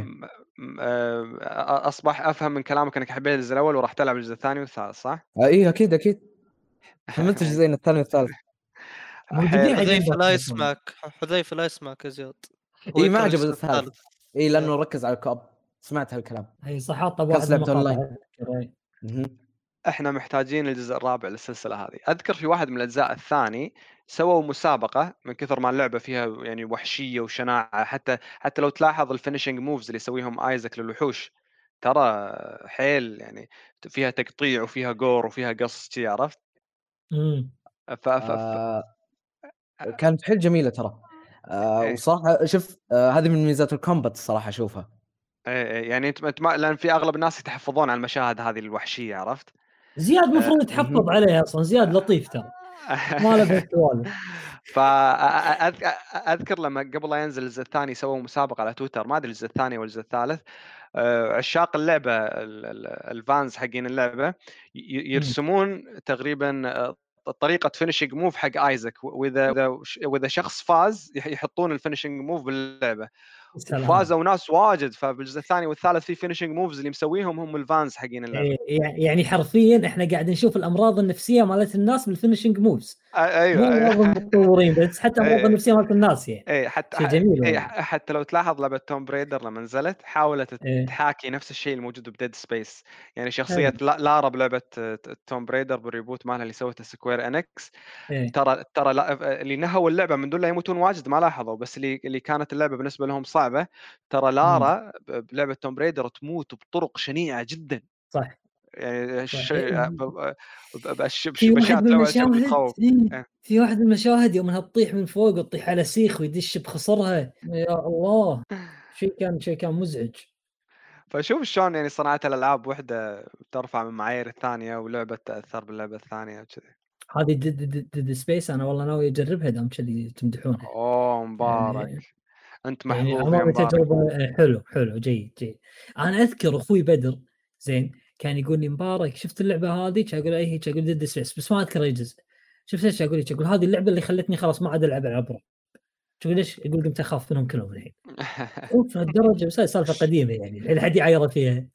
[SPEAKER 4] اصبح افهم من كلامك انك حبيت الجزء الاول وراح تلعب الجزء الثاني والثالث، صح؟
[SPEAKER 3] ايه اكيد اكيد، حملت الجزئين الثاني والثالث.
[SPEAKER 1] موجودين
[SPEAKER 4] حيل.
[SPEAKER 1] على جيم
[SPEAKER 2] حذيفه
[SPEAKER 1] باس
[SPEAKER 2] لا
[SPEAKER 1] أصلاً.
[SPEAKER 2] يسمعك، حذيفه لا يسمعك يا زياد. هو
[SPEAKER 3] اي ما
[SPEAKER 2] يكره
[SPEAKER 3] عجب
[SPEAKER 2] الجزء
[SPEAKER 3] الثالث. اي
[SPEAKER 2] إيه.
[SPEAKER 3] لانه ركز على الكوب، سمعت هالكلام.
[SPEAKER 1] هي صح حاطه
[SPEAKER 3] كان
[SPEAKER 1] واحد
[SPEAKER 3] لعبة
[SPEAKER 1] المقاطع
[SPEAKER 3] أونلاين.
[SPEAKER 1] أذكر، إيه.
[SPEAKER 4] احنا محتاجين الجزء الرابع للسلسله هذه. اذكر في واحد من الاجزاء الثاني سووا مسابقه من كثر ما اللعبه فيها يعني وحشيه وشناعه، حتى لو تلاحظ الفينيشنج موفز اللي يسويهم ايزك للوحوش ترى حيل، يعني فيها تقطيع وفيها جور وفيها قص كذي، عرفت؟
[SPEAKER 1] امم
[SPEAKER 4] ف ف ف
[SPEAKER 3] كانت حيل جميله ترى.
[SPEAKER 4] إيه.
[SPEAKER 3] وصراحه شوف هذه من ميزات الكومبات الصراحه اشوفها.
[SPEAKER 4] إيه. يعني انت لان في اغلب الناس يتحفظون على المشاهد هذه الوحشيه، عرفت؟
[SPEAKER 1] زياد مفروض يتحفظ عليه اصلا، زياد لطيف ترى. ما له بالسوالف.
[SPEAKER 4] فاذكر لما قبل لا ينزل الجزء الثاني سووا مسابقه على تويتر، ما ادري الجزء الثاني ولا الجزء الثالث، عشاق اللعبه الفانز حقين اللعبه يرسمون تقريبا طريقه فينيشنج موف حق ايزك، واذا شخص فاز يحطون الفينيشنج موف باللعبه، وفازوا ناس واجد. فبالجزء الثاني والثالث في فينيشنج موفز اللي مسويهم هم الفانز حقين اللعبه.
[SPEAKER 1] يعني حرفيا احنا قاعد نشوف الامراض النفسيه مالت الناس بالفينيشنج موفز.
[SPEAKER 4] ايوه
[SPEAKER 1] مو امراض المتطورين بس، حتى امراض النفسيه مالت الناس يعني.
[SPEAKER 4] اي
[SPEAKER 1] شيء جميل والله.
[SPEAKER 4] حتى لو تلاحظ لعبه توم بريدر لما نزلت حاولت تحاكي نفس الشيء الموجود بديد سبيس. يعني شخصيه لارا بلعبه توم بريدر بالريبوت مالها اللي سوته سكوير انكس، ترى اللي نهوا اللعبه من دون لا يموتون واجد ما لاحظوا، بس اللي كانت اللعبه بالنسبه لهم صعبه، ترى لارا بلعبه توم بريدر تموت بطرق شنيعه جدا.
[SPEAKER 1] صح.
[SPEAKER 4] يعني
[SPEAKER 1] في واحد من المشاهد في واحد من المشاهد يوم انها تطيح من فوق وتطيح على سيخ ويدش بخصرها، يا الله شيء كان مزعج.
[SPEAKER 4] فشوف شلون يعني صناعة الالعاب وحده ترفع من معايير الثانيه، ولعبه تاثر باللعبه الثانيه وكذا.
[SPEAKER 1] هذه ديد سبيس انا والله ناوي اجربها دام كذي تمدحونها.
[SPEAKER 4] اوه مبارك انت محظوظ
[SPEAKER 1] يعني
[SPEAKER 4] يا مبارك.
[SPEAKER 1] تجربه حلو جيد. انا اذكر اخوي بدر زين كان يقول لي مبارك شفت اللعبه هذه؟ اقول له اي، اقول ديد سبيس بس ما اذكر اي جزء. شفت ايش اقول لك؟ اقول هذه اللعبه اللي خلتني خلاص ما عاد العب العبره. تقول ليش؟ يقول قمت اخاف منهم كلهم الحين. اوف هالدرجه، بس هاي سالفه قديمه يعني الحين حد يعاير فيها.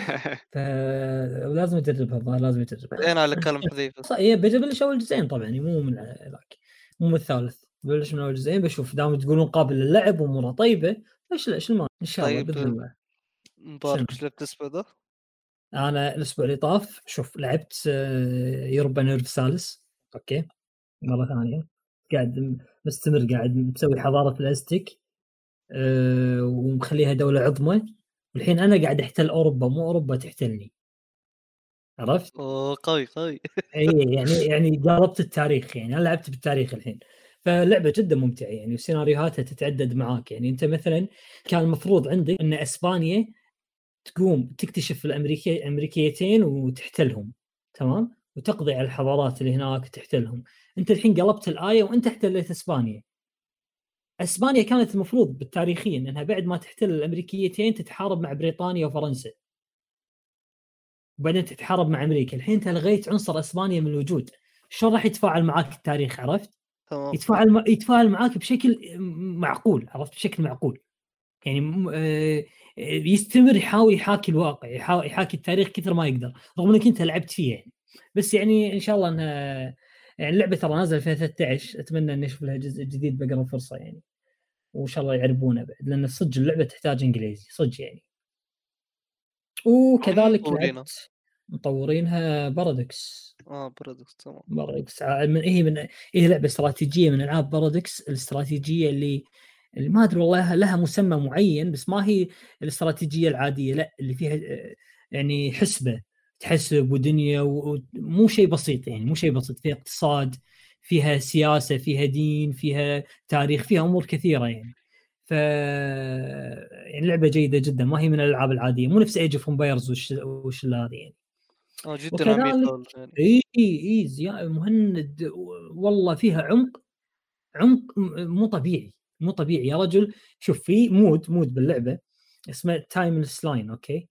[SPEAKER 1] فلازم اجربها، لازم اجربها.
[SPEAKER 2] انا على كلام حذيفه
[SPEAKER 1] صح. بجرب اول جزئين طبعا، يعني مو من ذاك، مو من الثالث. بلش من اول جزئين بشوف دام تقولون قابل للعب واموره طيبه، ايش ما ان شاء الله باذن الله.
[SPEAKER 2] مبارك ايش لعبت الاسبوع ذا؟
[SPEAKER 1] انا الاسبوع اللي طاف شوف لعبت يوروبا نيرف سالس. اوكي مره ثانيه قاعد مستمر، قاعد مسوي حضاره الاستيك ومخليها دوله عظمى. والحين انا قاعد احتل اوروبا، مو اوروبا تحتلني، عرفت؟
[SPEAKER 2] قوي
[SPEAKER 1] اي يعني قربت التاريخ، يعني انا لعبت بالتاريخ الحين. فلعبه جدا ممتعه يعني، وسيناريوهاتها تتعدد معاك. يعني انت مثلا كان المفروض عندك ان اسبانيا تقوم تكتشف الامريكيتين وتحتلهم، تمام، وتقضي على الحضارات اللي هناك وتحتلهم. انت الحين قلبت الايه وانت احتليت اسبانيا. اسبانيا كانت المفروض بالتاريخيا انها بعد ما تحتل الامريكيتين تتحارب مع بريطانيا وفرنسا، وبعدين تتحارب مع امريكا. الحين انت لغيت عنصر اسبانيا من الوجود، شلون راح يتفاعل معاك التاريخ؟ عرفت؟
[SPEAKER 2] تمام.
[SPEAKER 1] يتفاعل معاك بشكل معقول، عرفت؟ بشكل معقول يعني. يستمر يحاول يحاكي الواقع، يحاكي التاريخ كثر ما يقدر، رغم انك انت لعبت فيه يعني. بس يعني ان شاء الله انها يعني اللعبه ترى نازله في 13، اتمنى ان نشوف لها جزء جديد بقرب فرصه يعني، وان شاء الله يعربونه بعد، لان صدق اللعبه تحتاج انجليزي صدق يعني. وكذلك لعبت مطورينها بارادوكس.
[SPEAKER 2] بارادوكس تمام.
[SPEAKER 1] بارادوكس هي لعبه استراتيجيه من العاب بارادوكس الاستراتيجيه اللي ما ادري والله لها مسمى معين، بس ما هي الاستراتيجيه العاديه، لا اللي فيها يعني حسبه، تحسب ودنيا، ومو شيء بسيط يعني، مو شيء بسيط. فيها اقتصاد، فيها سياسه، فيها دين، فيها تاريخ، فيها امور كثيره يعني. يعني لعبه جيده جدا، ما هي من الالعاب العاديه، مو نفس ايج اوف امبايرز وش هذه يعني.
[SPEAKER 2] جدا عميقه
[SPEAKER 1] يعني. اي مهند والله فيها عمق مو طبيعي يا رجل. شوف في مود باللعبه اسمه تايمليس لاين. اوكي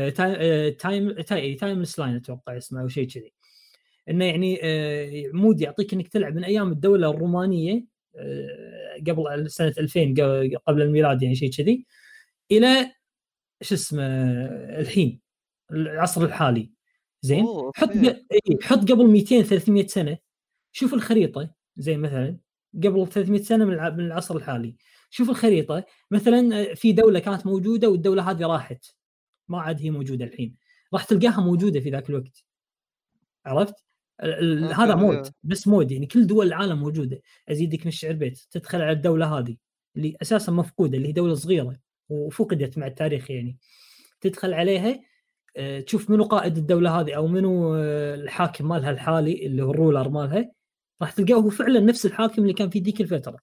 [SPEAKER 1] تايمليس لاين اتوقع اسمه او شيء كذي. انه يعني مود يعطيك انك تلعب من ايام الدوله الرومانيه قبل سنه 2000 قبل الميلاد يعني شيء كذي، الى شو اسمه الحين العصر الحالي. زين حط قبل 200 300 سنه، شوف الخريطه زين مثلا قبل 300 سنه من العصر الحالي. شوف الخريطه مثلا في دوله كانت موجوده والدوله هذه راحت، ما عاد هي موجوده الحين، راح تلقاها موجوده في ذاك الوقت، عرفت؟ هذا مود، بس مود يعني كل دول العالم موجوده. ازيدك من الشعر بيت، تدخل على الدوله هذه اللي اساسا مفقوده، اللي هي دوله صغيره وفقدت مع التاريخ يعني، تدخل عليها تشوف منو قائد الدوله هذه او منو الحاكم مالها الحالي اللي هو الرولر مالها، راح تلقاه هو فعلا نفس الحاكم اللي كان في ذيك الفتره.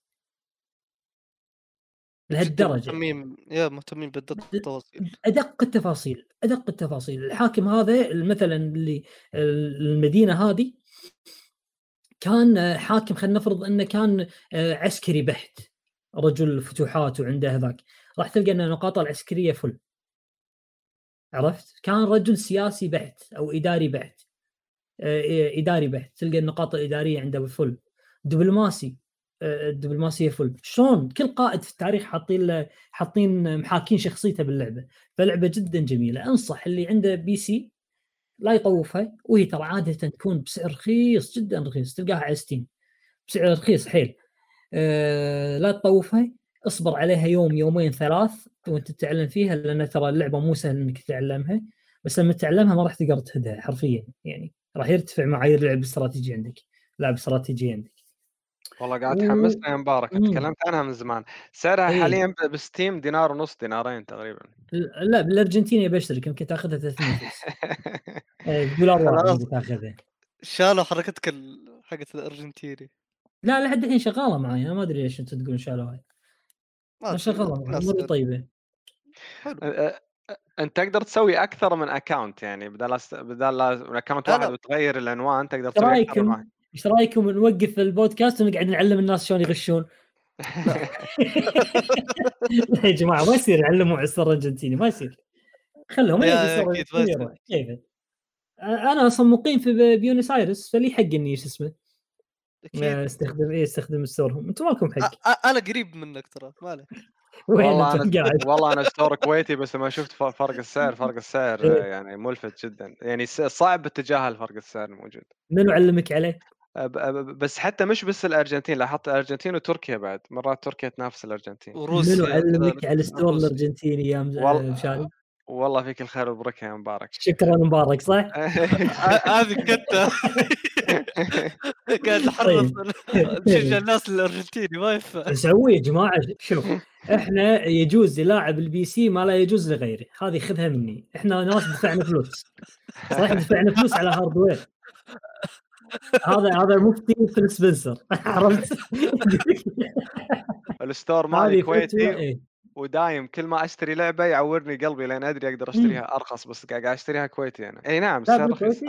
[SPEAKER 1] لهالدرجه
[SPEAKER 2] مهتمين بدقة التفاصيل،
[SPEAKER 1] ادق التفاصيل. الحاكم هذا مثلا اللي المدينه هذه كان حاكم، خلينا نفرض انه كان عسكري بحت، رجل فتوحات وعنده هذاك، راح تلقى ان نقاطه العسكريه فل. عرفت؟ كان رجل سياسي بحت او اداري بحت، اداري بحت، تلقى النقاط الاداريه عنده فل. دبلوماسي، الدبلوماسيه فل. شلون كل قائد في التاريخ حاطين محاكين شخصيته باللعبه. فلعبه جدا جميله، انصح اللي عنده بي سي لا يطوفها، وهي ترى عاده تكون بسعر رخيص جدا، رخيص، تلقاها على ستيم بسعر رخيص حيل. لا تطوفها، اصبر عليها يوم يومين ثلاث وانت تتعلم فيها، لان ترى اللعبه مو سهل انك تتعلمها، بس لما تتعلمها ما راح تقدر تهدها حرفيا، يعني راح يرتفع معايير اللعب الاستراتيجي عندك، لعب استراتيجي عندك.
[SPEAKER 4] والله قاعد تحمسنا يا مبارك، تكلمت عنها من زمان. سعرها حاليا بستيم دينار ونص، دينارين تقريبا.
[SPEAKER 1] لا بالارجنتيني بشترك، يمكن تاخذها 300 فلس. دولار واحد تاخذها.
[SPEAKER 2] شالوا حركتك حقت الارجنتيني.
[SPEAKER 1] لا لحد الحين شغاله معي، انا ما ادري ليش انت تقول شالوها. ما شغاله معي، اموري طيبه.
[SPEAKER 4] انت تقدر تسوي اكثر من اكاونت، يعني بدل اكاونت واحد وتغير العنوان، تقدر تسوي اكثر من واحد.
[SPEAKER 1] ايش رايكم نوقف البودكاست ونقعد نعلم الناس شلون يغشون؟ لا يا جماعه ما يصير يعلموا عصر الارجنتيني، ما يصير، خلهم يروح كيف. انا اصلا مقيم في بيونس ايرس، فلي حق اني ايش اسمه استخدم ستورهم. انتم مالكم حق.
[SPEAKER 2] انا قريب منك ترى، مالك.
[SPEAKER 4] والله انا ستور كويتي، بس ما شفت فرق السعر يعني ملفت جدا، يعني صعب تتجاهل فرق السعر الموجود.
[SPEAKER 1] منو علمك عليه؟
[SPEAKER 4] بس حتى مش بس الارجنتين، لاحظت الارجنتين وتركيا بعد مرات تركيا تنافس الارجنتين.
[SPEAKER 2] وروسيا.
[SPEAKER 1] منو علمك على الستور الارجنتيني يا مشاري؟
[SPEAKER 4] والله فيك الخير والبركه يا مبارك.
[SPEAKER 1] شكرا مبارك. صح
[SPEAKER 2] هذه كنت قاعد احرص تشجع الناس الارجنتيني، ما ينفع
[SPEAKER 1] نسوي يا جماعه. شوف احنا يجوز للاعب البي سي ما لا يجوز لغيره، هذه خذها مني، احنا ناس دفعنا فلوس، صحيح دفعنا فلوس على هاردوير. هذا مفتي في سبنسر، عرفت؟
[SPEAKER 4] الستور مالي كويتي ودايم كل ما اشتري لعبه يعورني قلبي، لان ادري اقدر اشتريها ارخص، بس قاعد اشتريها كويتي انا. اي نعم السعر رخيص.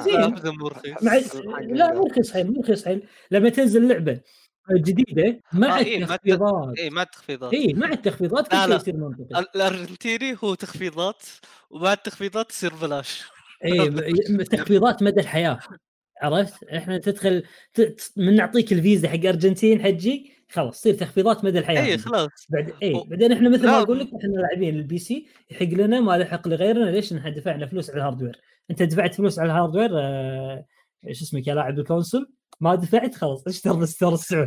[SPEAKER 1] لا مو رخيص حيل لما تنزل لعبه جديده مع التخفيضات.
[SPEAKER 2] مع التخفيضات.
[SPEAKER 1] مع التخفيضات كل شيء يصير منطقي.
[SPEAKER 2] الارجنتيني هو تخفيضات، ومع التخفيضات يصير بلاش.
[SPEAKER 1] تخفيضات مدى الحياه، عرفت؟ احنا تدخل من نعطيك الفيزا حق ارجنتين حجي، خلاص تصير تخفيضات مدى الحياه.
[SPEAKER 2] خلاص
[SPEAKER 1] بعدين احنا مثل ما اقول لك، احنا لاعبين البي سي يحق لنا ما يحق لغيرنا. ليش؟ نحن دفعنا فلوس على الهاردوير. انت دفعت فلوس على الهاردوير، ايش اسمك يا لاعب الكونسول؟ ما دفعت، خلاص اشتري الستور السعودي.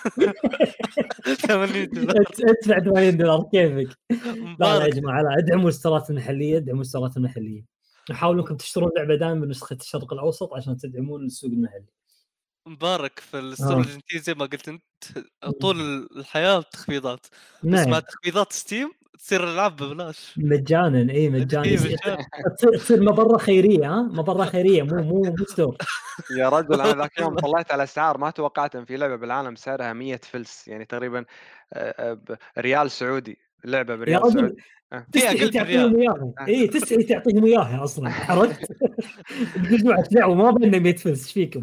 [SPEAKER 1] ادفع $80 كيفك. لا يا جماعه لا، ادعموا الستورات المحليه، ادعموا الستورات المحليه. حاولوا انكم تشترون لعبه دائما بنسخه الشرق الاوسط عشان تدعمون السوق المحلي.
[SPEAKER 2] مبارك في الستور الارجنتيني زي ما قلت انت، طول الحياه تخفيضات، بس مع تخفيضات ستيم تصير الالعاب ببلاش
[SPEAKER 1] مجانا. مجانا. تصير مبره خيريه. مبره خيريه، مو ستور.
[SPEAKER 4] يا رجل انا ذاك يوم طلعت على اسعار ما توقعت ان في لعبه بالعالم سعرها 100 فلس، يعني تقريبا ريال سعودي، اللعبه بريال سعودي.
[SPEAKER 1] تستحي تعطيهم اياها. تستحي تعطيهم اياها اصلا، عرفت؟ تقول لا ما بيننا 100 فلس، ايش فيكم؟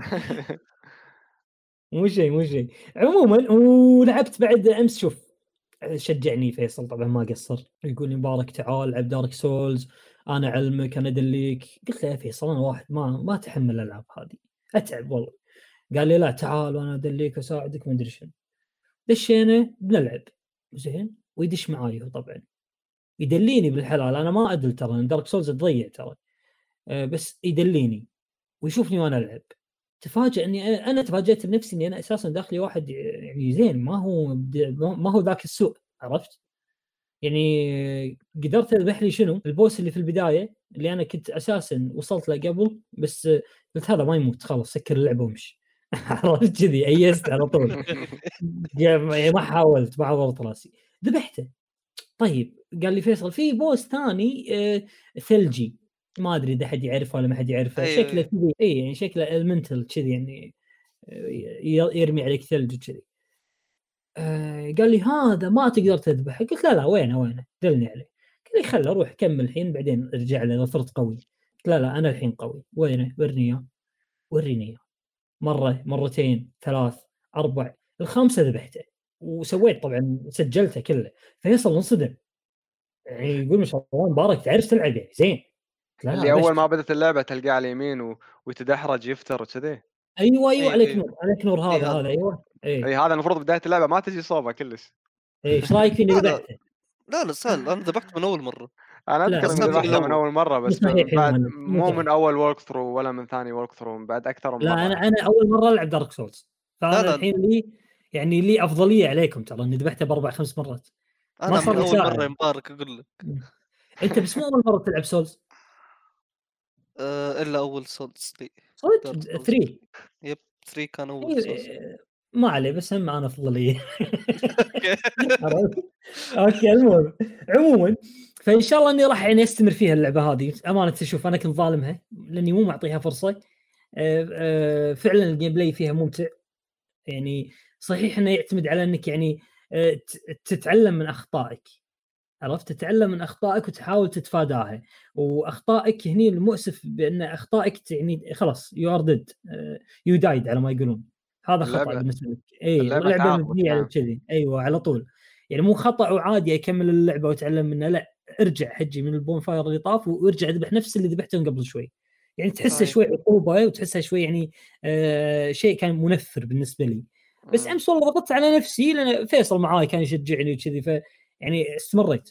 [SPEAKER 1] مو شيء. عموما ولعبت بعد امس. شوف شجعني فيصل طبعا ما قصر، يقول لي مبارك تعال العب دارك سولز، انا اعلمك انا ادليك. قلت له يا فيصل انا واحد ما اتحمل الالعاب هذه، اتعب والله. قال لي لا تعال وانا ادليك واساعدك ما ادري شنو. دشينا بنلعب زين، ويدش معاي هو طبعا يدليني بالحلال. انا ما ادل ترى، دارك سولز تضيع ترى، بس يدليني ويشوفني وانا العب. تفاجئ اني انا تفاجأت بنفسي اني انا اساسا داخلي واحد يعني زين، ما هو ذاك السوء، عرفت؟ يعني قدرت اذبح لي شنو البوس اللي في البدايه، اللي انا كنت اساسا وصلت له قبل، بس قلت هذا ما يموت خلاص سكر اللعبه وامشي. عرفت كذي، ايست على طول. ما حاولت، ما عورت راسي، ذبحته. طيب قال لي فيصل في بوس ثاني ثلجي، ما ادري اذا حد يعرفه ولا ما حد يعرفه. شكله كذي يعني شكله المنتل كذي، يعني يرمي عليك ثلج وكذي. قال لي هذا ما تقدر تذبحه. قلت لا وينه دلني عليه. قال لي خله اروح كمل الحين بعدين ارجع له اذا صرت قوي. قلت لا انا الحين قوي. وينه؟ وريني اياه. مره مرتين 3 4 الخامسه ذبحته وسويت طبعا سجلته كله. فيصل انصدم يعني يقول ما شاء الله مبارك تعرف تلعب يعني زين. لا
[SPEAKER 4] اللي اول
[SPEAKER 1] بشت.
[SPEAKER 4] ما بدت اللعبه تلقاه على اليمين ويتدحرج يفتر وكذي.
[SPEAKER 1] ايوه
[SPEAKER 2] أيوة،
[SPEAKER 1] عليك
[SPEAKER 2] أيوة.
[SPEAKER 1] نور عليك نور
[SPEAKER 2] إيه
[SPEAKER 1] هذا
[SPEAKER 2] هذا.
[SPEAKER 1] ايوه
[SPEAKER 4] اي هذا المفروض بدايه اللعبه ما تجي صوبه كلش.
[SPEAKER 1] ايش رايك فيني
[SPEAKER 2] لا، لا.
[SPEAKER 1] ذبحته؟
[SPEAKER 2] لا سهل، انا ذبحت من اول مره.
[SPEAKER 4] انا
[SPEAKER 1] لا
[SPEAKER 4] اذكر اني
[SPEAKER 2] حسابي من
[SPEAKER 4] ذبحتها من
[SPEAKER 2] الأول.
[SPEAKER 4] اول مره،
[SPEAKER 1] مو
[SPEAKER 4] بس
[SPEAKER 1] صحيح يا
[SPEAKER 4] بعد
[SPEAKER 1] مهند، مو
[SPEAKER 4] مو
[SPEAKER 1] صحيح.
[SPEAKER 4] من اول ورك ثرو ولا من ثاني ورك ثرو، من بعد اكثر من
[SPEAKER 1] لا
[SPEAKER 4] مره.
[SPEAKER 1] انا اول مره العب دارك سولز،
[SPEAKER 2] لا،
[SPEAKER 1] فانا
[SPEAKER 2] لا.
[SPEAKER 1] الحين لي افضليه عليكم، ترى اني ذبحته ب4 5 مرات. ما
[SPEAKER 2] انا
[SPEAKER 1] صار
[SPEAKER 2] من
[SPEAKER 1] لي
[SPEAKER 2] اول
[SPEAKER 1] ساعة.
[SPEAKER 2] مره يا مبارك اقول لك.
[SPEAKER 1] انت بس مو اول مره تلعب سولز
[SPEAKER 2] الا اول سولز لي.
[SPEAKER 1] صدق
[SPEAKER 2] Dark Souls.
[SPEAKER 1] 3.
[SPEAKER 2] يب 3 كان اول سولز.
[SPEAKER 1] ما عليه بس هم انا افضليه.
[SPEAKER 2] اوكي.
[SPEAKER 1] عرفت؟ اوكي المهم عموما فان شاء الله اني راح يعني استمر فيها اللعبه هذه امانه. تشوف انا كنت ظالمها لاني مو معطيها فرصه. فعلا الجيم بلاي فيها ممتع يعني. صحيح انه يعتمد على انك يعني تتعلم من اخطائك، عرفت؟ تتعلم من اخطائك وتحاول تتفاداها. واخطائك هني المؤسف بان اخطائك يعني خلاص يو ار ديد، يو دايد على ما يقولون. هذا خطا
[SPEAKER 4] اللعبة-
[SPEAKER 1] بالنسبه لك. اي
[SPEAKER 4] اللعبة
[SPEAKER 1] اللعبه
[SPEAKER 4] تعاقبك،
[SPEAKER 1] مبنيه على
[SPEAKER 4] نعم.
[SPEAKER 1] كذي. ايوه على طول يعني مو خطا وعادي اكمل اللعبه واتعلم منه، لا ارجع حجي من البون فاير اللي طاف وارجع ذبح نفس اللي ذبحته قبل شوي. يعني تحسه
[SPEAKER 2] صحيح.
[SPEAKER 1] شوي عقوبه وتحسها شوي يعني شيء كان منفر بالنسبه لي. بس امس والله ضغطت على نفسي لان فيصل معاي كان يشجعني وكذي، ف يعني استمريت.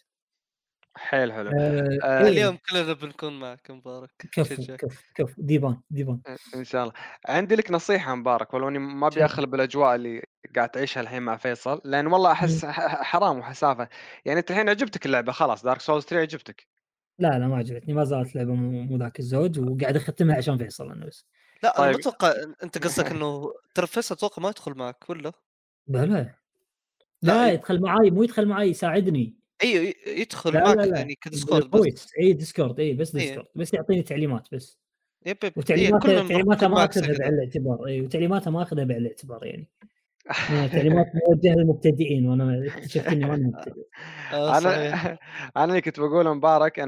[SPEAKER 4] حيل حلو.
[SPEAKER 1] إيه.
[SPEAKER 2] اليوم كلنا بنكون معك مبارك.
[SPEAKER 1] كفو
[SPEAKER 2] شجعك.
[SPEAKER 1] كفو ديبان
[SPEAKER 4] ان شاء الله. عندي لك نصيحه مبارك، ولو اني ما ابي اخل بالاجواء اللي قاعد تعيشها الحين مع فيصل، لان والله احس حرام وحسافه. يعني انت الحين عجبتك اللعبه خلاص، دارك سولز 3 عجبتك.
[SPEAKER 1] لا ما عجبتني، ما زالت لعبه مو ذاك الزود، وقاعد اختمها عشان فيصل انا بس.
[SPEAKER 2] لا انا
[SPEAKER 4] طيب.
[SPEAKER 2] بتوقع انت قصدك انه ترى فيصل اتوقع ما يدخل معك ولا؟
[SPEAKER 1] لا
[SPEAKER 2] لا،
[SPEAKER 1] يدخل معاي، مو يدخل معاي يساعدني.
[SPEAKER 2] ايوه يدخل
[SPEAKER 1] لا
[SPEAKER 2] معك يعني كديسكورد بس.
[SPEAKER 1] فويس اي ديسكورد، اي بس
[SPEAKER 2] إيه.
[SPEAKER 1] ديسكورد بس يعطيني تعليمات بس.
[SPEAKER 2] يب
[SPEAKER 1] وتعليماته
[SPEAKER 2] كلنا
[SPEAKER 1] تعليماته
[SPEAKER 2] بنكون
[SPEAKER 1] ما
[SPEAKER 2] معك
[SPEAKER 1] اخذها
[SPEAKER 2] زي كذا.
[SPEAKER 1] بعين الاعتبار. اي وتعليماته ما اخذها بعين الاعتبار يعني. تعليمات موجهه للمبتدئين، وانا اكتشفت اني ما مبتدئ.
[SPEAKER 2] صحيح.
[SPEAKER 4] انا اللي كنت بقوله مبارك،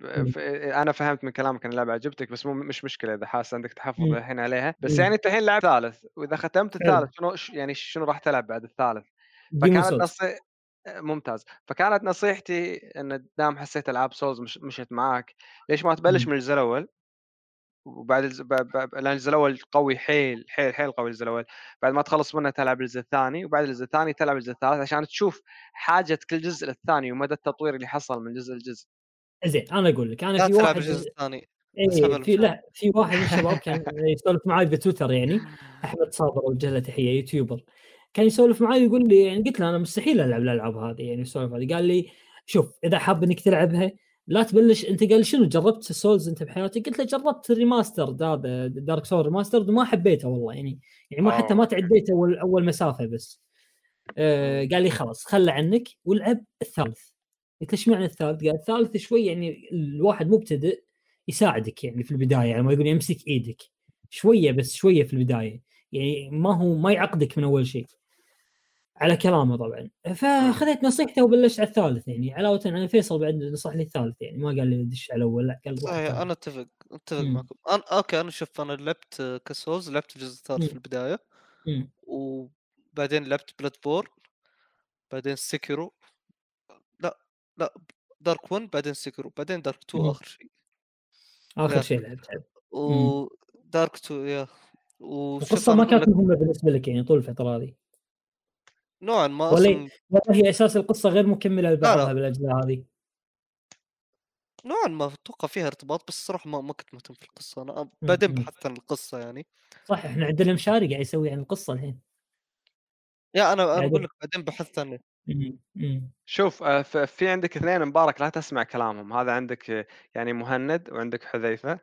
[SPEAKER 4] انا فهمت من كلامك ان اللعبه عجبتك، بس مش مشكله اذا حاسس عندك تحفظ الحين عليها. بس يعني انت الحين لعب ثالث، واذا ختمت الثالث شنو راح تلعب بعد الثالث؟ فكانت ممتاز. فكانت نصيحتي ان دام حسيت العاب سولز مشت معك، ليش ما تبلش من الجزء الاول؟ وبعد لان الجزء الاول قوي حيل حيل حيل قوي. الجزء الاول بعد ما تخلص منه تلعب الجزء الثاني، وبعد الجزء الثاني تلعب الجزء الثالث عشان تشوف حاجه كل جزء للثاني ومدى التطوير اللي حصل من جزء لجزء.
[SPEAKER 1] زين انا اقول لك، انا
[SPEAKER 2] لا
[SPEAKER 1] في
[SPEAKER 2] تلعب
[SPEAKER 1] واحد
[SPEAKER 2] الجزء الثاني.
[SPEAKER 1] في واحد من الشباب كان يسولف معي بتويتر يعني، احمد صابر وجه له تحيه، يوتيوبر. كان يسولف معي يقول لي يعني، قلت له انا مستحيل العب الالعاب هذه يعني السولف هذه. قال لي شوف اذا حاب انك تلعبها لا تبلش انت. قال شنو جربت السولز انت بحياتك؟ قلت له جربت الريماستر هذا دارك سول ريماستر وما حبيته والله يعني ما حتى ما تعديت اول مسافه بس. قال لي خلاص خله عنك والعب الثالث. قلت له ايش معنى الثالث؟ قال الثالث شوي يعني الواحد مبتدئ يساعدك يعني في البدايه، يعني ما يقول يمسك ايدك شويه بس شويه في البدايه، يعني ما يعقدك من اول شيء على كلامه طبعا. فاخذت نصيحته وبلشت على الثالث يعني علاوه عن فيصل بعد نصح لي الثالث يعني ما قال لي دش على الاول، لا قال
[SPEAKER 2] صحيح. انا اتفق معكم. انا اوكي انا شوف انا لعبت كسولز، لعبت الجزء الثالث في البدايه وبعدين لعبت بلاد بور، بعدين سيكيرو، لا دارك 1 بعدين سيكيرو بعدين دارك 2 اخر شيء
[SPEAKER 1] لعبت
[SPEAKER 2] ودارك 2 يا
[SPEAKER 1] القصه ما كانت مهمه بالنسبه لك يعني طول الفتره هذه
[SPEAKER 2] نوعا ما
[SPEAKER 1] ولا هي اساس القصه غير مكمله لبعضها بالاجزاء هذه؟
[SPEAKER 2] نوعا ما اتوقع فيها ارتباط، بس الصراحه ما كنت مهتم في القصه. انا بعدين بحثت عن القصه يعني.
[SPEAKER 1] صح احنا عندنا مشاري قاعد يسوي عن القصه الحين.
[SPEAKER 2] يا انا اقول لك بعدين بحثت عنه.
[SPEAKER 4] شوف في عندك اثنين مبارك لا تسمع كلامهم. هذا عندك يعني مهند وعندك حذيفه.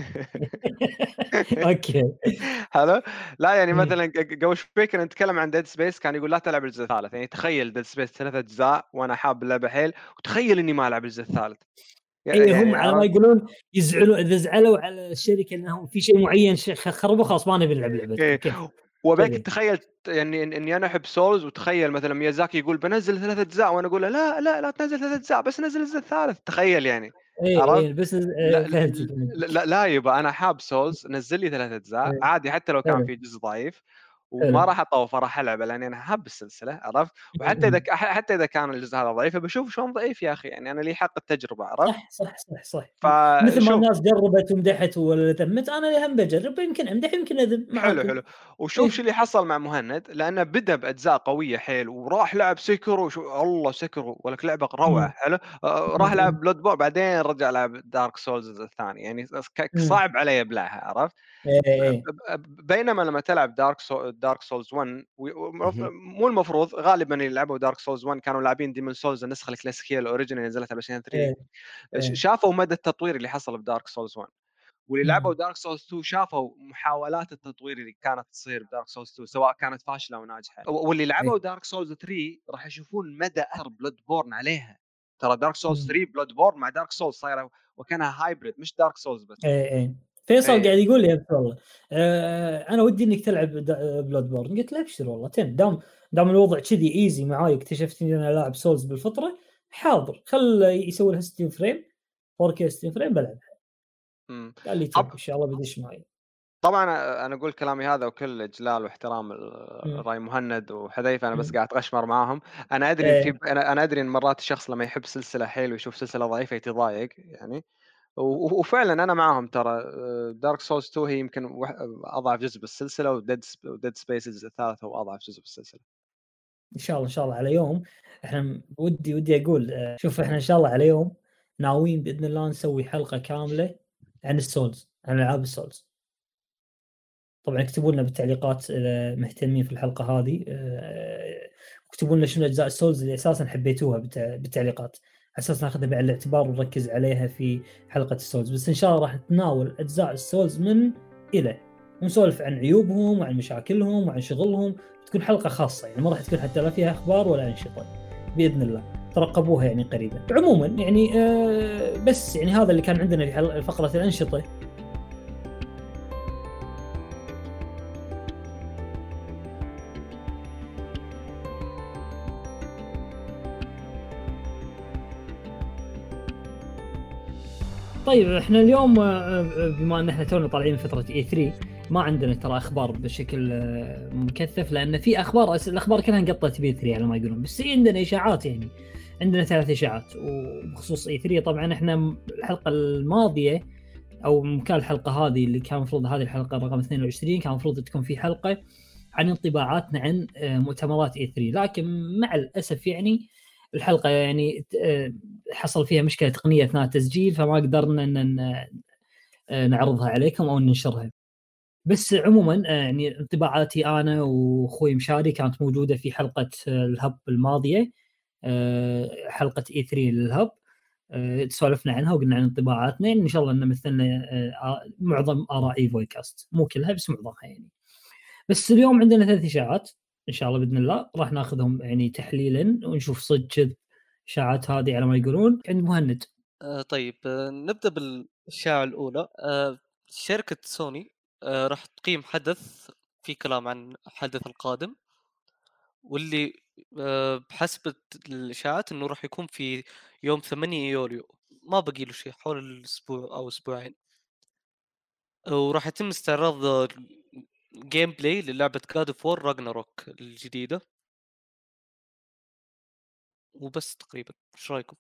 [SPEAKER 1] اوكي
[SPEAKER 4] حلو. لا يعني مثلا قبل شوي كنا نتكلم عن ديد سبيس، كان يقول لا تلعب الجزء الثالث. يعني تخيل ديد سبيس 3 أجزاء وانا حاب اللعبه حيل، وتخيل اني ما العب الجزء الثالث.
[SPEAKER 1] يعني هم على ما يقولون يزعلوا اذا زعلوا على الشركه انهم في شيء معين خربوا خلاص ما نبي نلعب لعبتكم.
[SPEAKER 4] وبيك
[SPEAKER 1] كذي.
[SPEAKER 4] تخيل يعني اني انا احب سولز، وتخيل مثلا ميازاكي يقول بنزل 3 اجزاء وانا اقول له لا تنزل 3 اجزاء بس نزل الجزء الثالث، تخيل يعني. عرفت؟
[SPEAKER 1] بس
[SPEAKER 4] لا
[SPEAKER 1] فهمتك.
[SPEAKER 4] لا يبا انا حاب سولز، نزل لي 3 اجزاء
[SPEAKER 1] إيه.
[SPEAKER 4] عادي حتى لو كان
[SPEAKER 1] حلو.
[SPEAKER 4] في جزء ضعيف، وما
[SPEAKER 1] حلو.
[SPEAKER 4] راح اطوف، راح العبه لاني انا حاب السلسله. عرفت؟ وحتى اذا حتى اذا كان الجزء هذا ضعيف بشوف شلون ضعيف يا اخي، يعني انا لي حق التجربه. عرفت؟
[SPEAKER 1] صح. مثل ما
[SPEAKER 4] فشوف
[SPEAKER 1] الناس جربت ومدحت ولا ذمت، انا هم بجرب، يمكن امدح يمكن اذم معاكم.
[SPEAKER 4] حلو وشوف
[SPEAKER 1] إيه.
[SPEAKER 4] شو اللي حصل مع مهند، لانه بدا باجزاء قويه حيل وراح لعب سيكرو، الله سيكرو ولك لعبه روعه. حلو. راح لعب بلود بور، بعدين رجع لعب دارك سولز الثاني، يعني صعب علي يبلعها. عرفت؟
[SPEAKER 1] إيه.
[SPEAKER 4] بينما لما تلعب دارك سولز 1 مو المفروض غالبا اللي لعبوا دارك سولز 1 كانوا لاعبين ديمون سولز النسخه الكلاسيكيه الاوريجينال اللي نزلتها ب 2003. شافوا مدى التطوير اللي حصل بدارك سولز 1، واللي لعبوا دارك سولز 2 شافوا محاولات التطوير اللي كانت تصير بدارك سولز 2 سواء كانت فاشله او ناجحه، واللي لعبوا دارك سولز 3 راح يشوفون مدى اثر بلود بورن عليها. ترى دارك سولز 3 بلود بورن مع دارك سولز صايره وكانها هايبريد، مش دارك سولز بس.
[SPEAKER 1] فيصل قاعد يقول لي والله انا ودي انك تلعب بلود بورن. قلت له ابشر والله دام الوضع كذي ايزي معاي، اكتشفت اني انا لاعب سولز بالفطره، حاضر خل يسوي لها 60 فريم 4K 60 فريم بلعب. قال لي ان شاء الله بدش معي.
[SPEAKER 4] طبعا انا اقول كلامي هذا وكل اجلال واحترام راي مهند وحذيفه، انا بس قاعد اتغشمر معاهم. انا ادري انا ادري ان مرات الشخص لما يحب سلسله حيل ويشوف سلسله ضعيفه يتضايق يعني، وفعلا انا معاهم. ترى دارك سولز 2 هي يمكن اضعف جزء بالسلسله، وديد سبيسز الثالث هو اضعف جزء بالسلسله.
[SPEAKER 1] ان شاء الله على يوم احنا ودي اقول شوف احنا ان شاء الله على يوم ناويين باذن الله نسوي حلقه كامله عن السولز، عن العاب السولز. طبعا اكتبوا لنا بالتعليقات اذا مهتمين في الحلقه هذه، اكتبوا لنا شنو اجزاء السولز اللي اساسا حبيتوها بالتعليقات، اساس ناخذها بعين الاعتبار ونركز عليها في حلقه السولز. بس ان شاء الله راح نتناول اجزاء السولز من الى، ونسولف عن عيوبهم وعن مشاكلهم وعن شغلهم. تكون حلقه خاصه يعني، ما راح تكون حتى لا فيها اخبار ولا انشطه باذن الله، ترقبوها يعني قريبا. عموما يعني بس يعني هذا اللي كان عندنا في فقره الانشطه. طيب احنا اليوم بما ان احنا تونا طالعين من فتره E3 ما عندنا ترى اخبار بشكل مكثف، لان في الاخبار كلها انقطت ب E3 على ما يقولون. بس عندنا اشاعات، يعني عندنا 3 اشاعات وبخصوص E3. طبعا احنا الحلقه الماضيه او مكان الحلقه هذه اللي كان المفروض هذه الحلقه رقم 22 كان المفروض تكون في حلقه عن انطباعاتنا عن مؤتمرات E3، لكن مع الاسف يعني الحلقه يعني حصل فيها مشكله تقنيه اثناء التسجيل، فما قدرنا ان نعرضها عليكم او ننشرها. بس عموما يعني انطباعاتي انا واخوي مشاري كانت موجوده في حلقه الهب الماضيه، حلقه E3 للهب. سولفنا عنها وقلنا عن انطباعاتنا، ان شاء الله ان مثلنا معظم اراء ايفويكاست، مو كلها بس معظمها يعني. بس اليوم عندنا 3 اشاعات ان شاء الله باذن الله راح ناخذهم يعني تحليلا ونشوف صدق كذب الاشاعات هذه على ما يقولون. عند مهند.
[SPEAKER 2] طيب نبدا بالاشاعه الاولى. شركه سوني راح تقيم حدث في كلام عن الحدث القادم، واللي بحسب الاشاعات انه راح يكون في يوم 8 يوليو، ما بقي له شيء حول الاسبوع او اسبوعين. وراح يتم استعراض جيم بلاي للعبه God of War Ragnarok الجديده. وبس تقريبا. ايش رايكم؟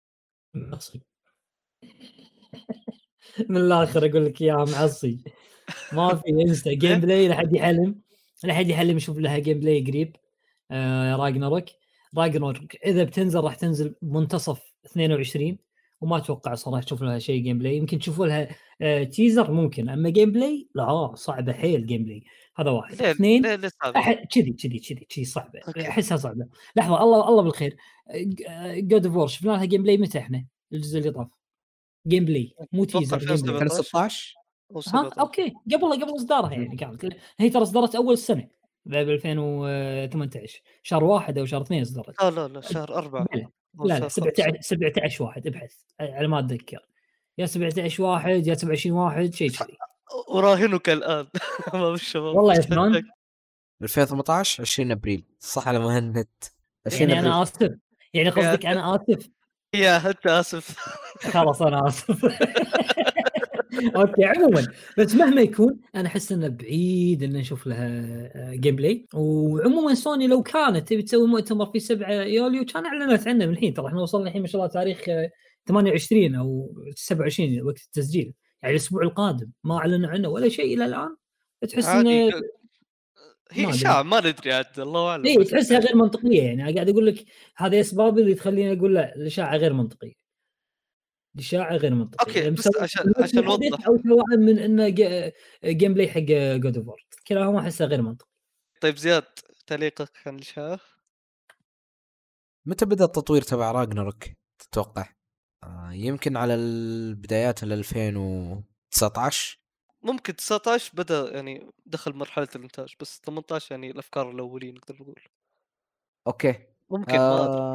[SPEAKER 1] من الاخر اقول لك يا معصي، ما في انستا جيم بلاي لحد يحلم يشوف لها جيم بلاي قريب. راجناروك اذا بتنزل راح تنزل منتصف 22، وما اتوقع صراحه تشوف لها شيء جيم بلاي. يمكن تشوفوا لها تيزر ممكن، اما جيم بلاي لا، صعبه حيل جيم بلاي. هذا واحد. اثنين كذي صعبه، احسها صعبه. لحظه، الله بالخير. جود اوف وور شفنا لها جيم بلاي متى احنا الجزء اللي طاف؟ جيم بلاي مو تيزر، جيم بلاي
[SPEAKER 3] 2016.
[SPEAKER 1] اوكي قبل اصدارها يعني. كانت هي ترى اصدرت اول السنه ب 2018 شهر 1 او شهر 2 اصدرت.
[SPEAKER 2] لا شهر 4.
[SPEAKER 1] لا 17 واحد، ابحث على ما اتذكر، يا 17 واحد يا 27 واحد شيء كذي.
[SPEAKER 2] وراهنك الان. ما بالشباب
[SPEAKER 1] والله يا فنان
[SPEAKER 5] 2018 20 ابريل صح على ما النت
[SPEAKER 3] 20
[SPEAKER 1] يعني
[SPEAKER 3] ابريل.
[SPEAKER 1] انا اسف، يعني قصدك انا اسف.
[SPEAKER 2] يا انت اسف.
[SPEAKER 1] خلاص انا اسف. اوكي عموما، بس مهما يكون انا احس انه بعيد ان نشوف لها جيم بلاي. وعموما سوني لو كانت تبي تسوي مؤتمر في 7 يوليو كان اعلنت عنه من الحين. ترى احنا وصلنا الحين ما شاء الله تاريخ 28 او 27 وقت التسجيل، يعني الاسبوع القادم ما اعلنوا عنه ولا شيء الى الان. تحس
[SPEAKER 2] عادي
[SPEAKER 1] انه
[SPEAKER 2] هي
[SPEAKER 1] ما
[SPEAKER 2] اشاعه
[SPEAKER 1] ادري،
[SPEAKER 2] ما ندري عاد الله اعلم.
[SPEAKER 1] اي تحسها غير منطقيه. يعني أنا قاعد اقول لك هذه اسباب اللي تخليني اقول لا، الاشاعه غير منطقيه، الاشاعه غير منطقيه.
[SPEAKER 2] اوكي بس
[SPEAKER 1] مسوي
[SPEAKER 2] عشان
[SPEAKER 1] حديث
[SPEAKER 2] نوضح.
[SPEAKER 1] او سواء من انه جيم بلاي حق جود اوف وور، كلاهما احسها غير منطقي.
[SPEAKER 2] طيب زياد تعليقك عن الاشاعه؟
[SPEAKER 5] متى بدأ التطوير تبع راجناروك تتوقع؟ يمكن على البدايات 2019.
[SPEAKER 2] ممكن 19 بدا يعني دخل مرحله الانتاج، بس 18 يعني الافكار الاولين نقدر نقول.
[SPEAKER 3] اوكي
[SPEAKER 2] ممكن ما ادري.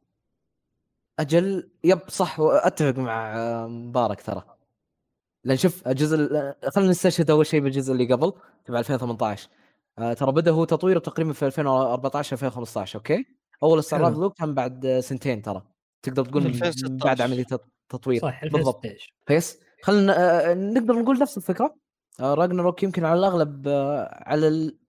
[SPEAKER 3] اجل يب صح، واتفق مع مبارك ترى. لان شوف الجزء خلينا نستشهد اول شيء بالجزء اللي قبل تبع 2018. ترى بدا هو تطويره تقريبا في 2014 2015. اوكي، اول استعراض
[SPEAKER 1] حلو.
[SPEAKER 3] له كان بعد سنتين ترى، تقدر تقول من بعد
[SPEAKER 2] 2016
[SPEAKER 3] عمليه التطوير
[SPEAKER 1] صح
[SPEAKER 3] بالضبط.
[SPEAKER 1] 2016.
[SPEAKER 3] فيس خلينا نقدر نقول نفس الفكره. راجناروك يمكن على الاغلب على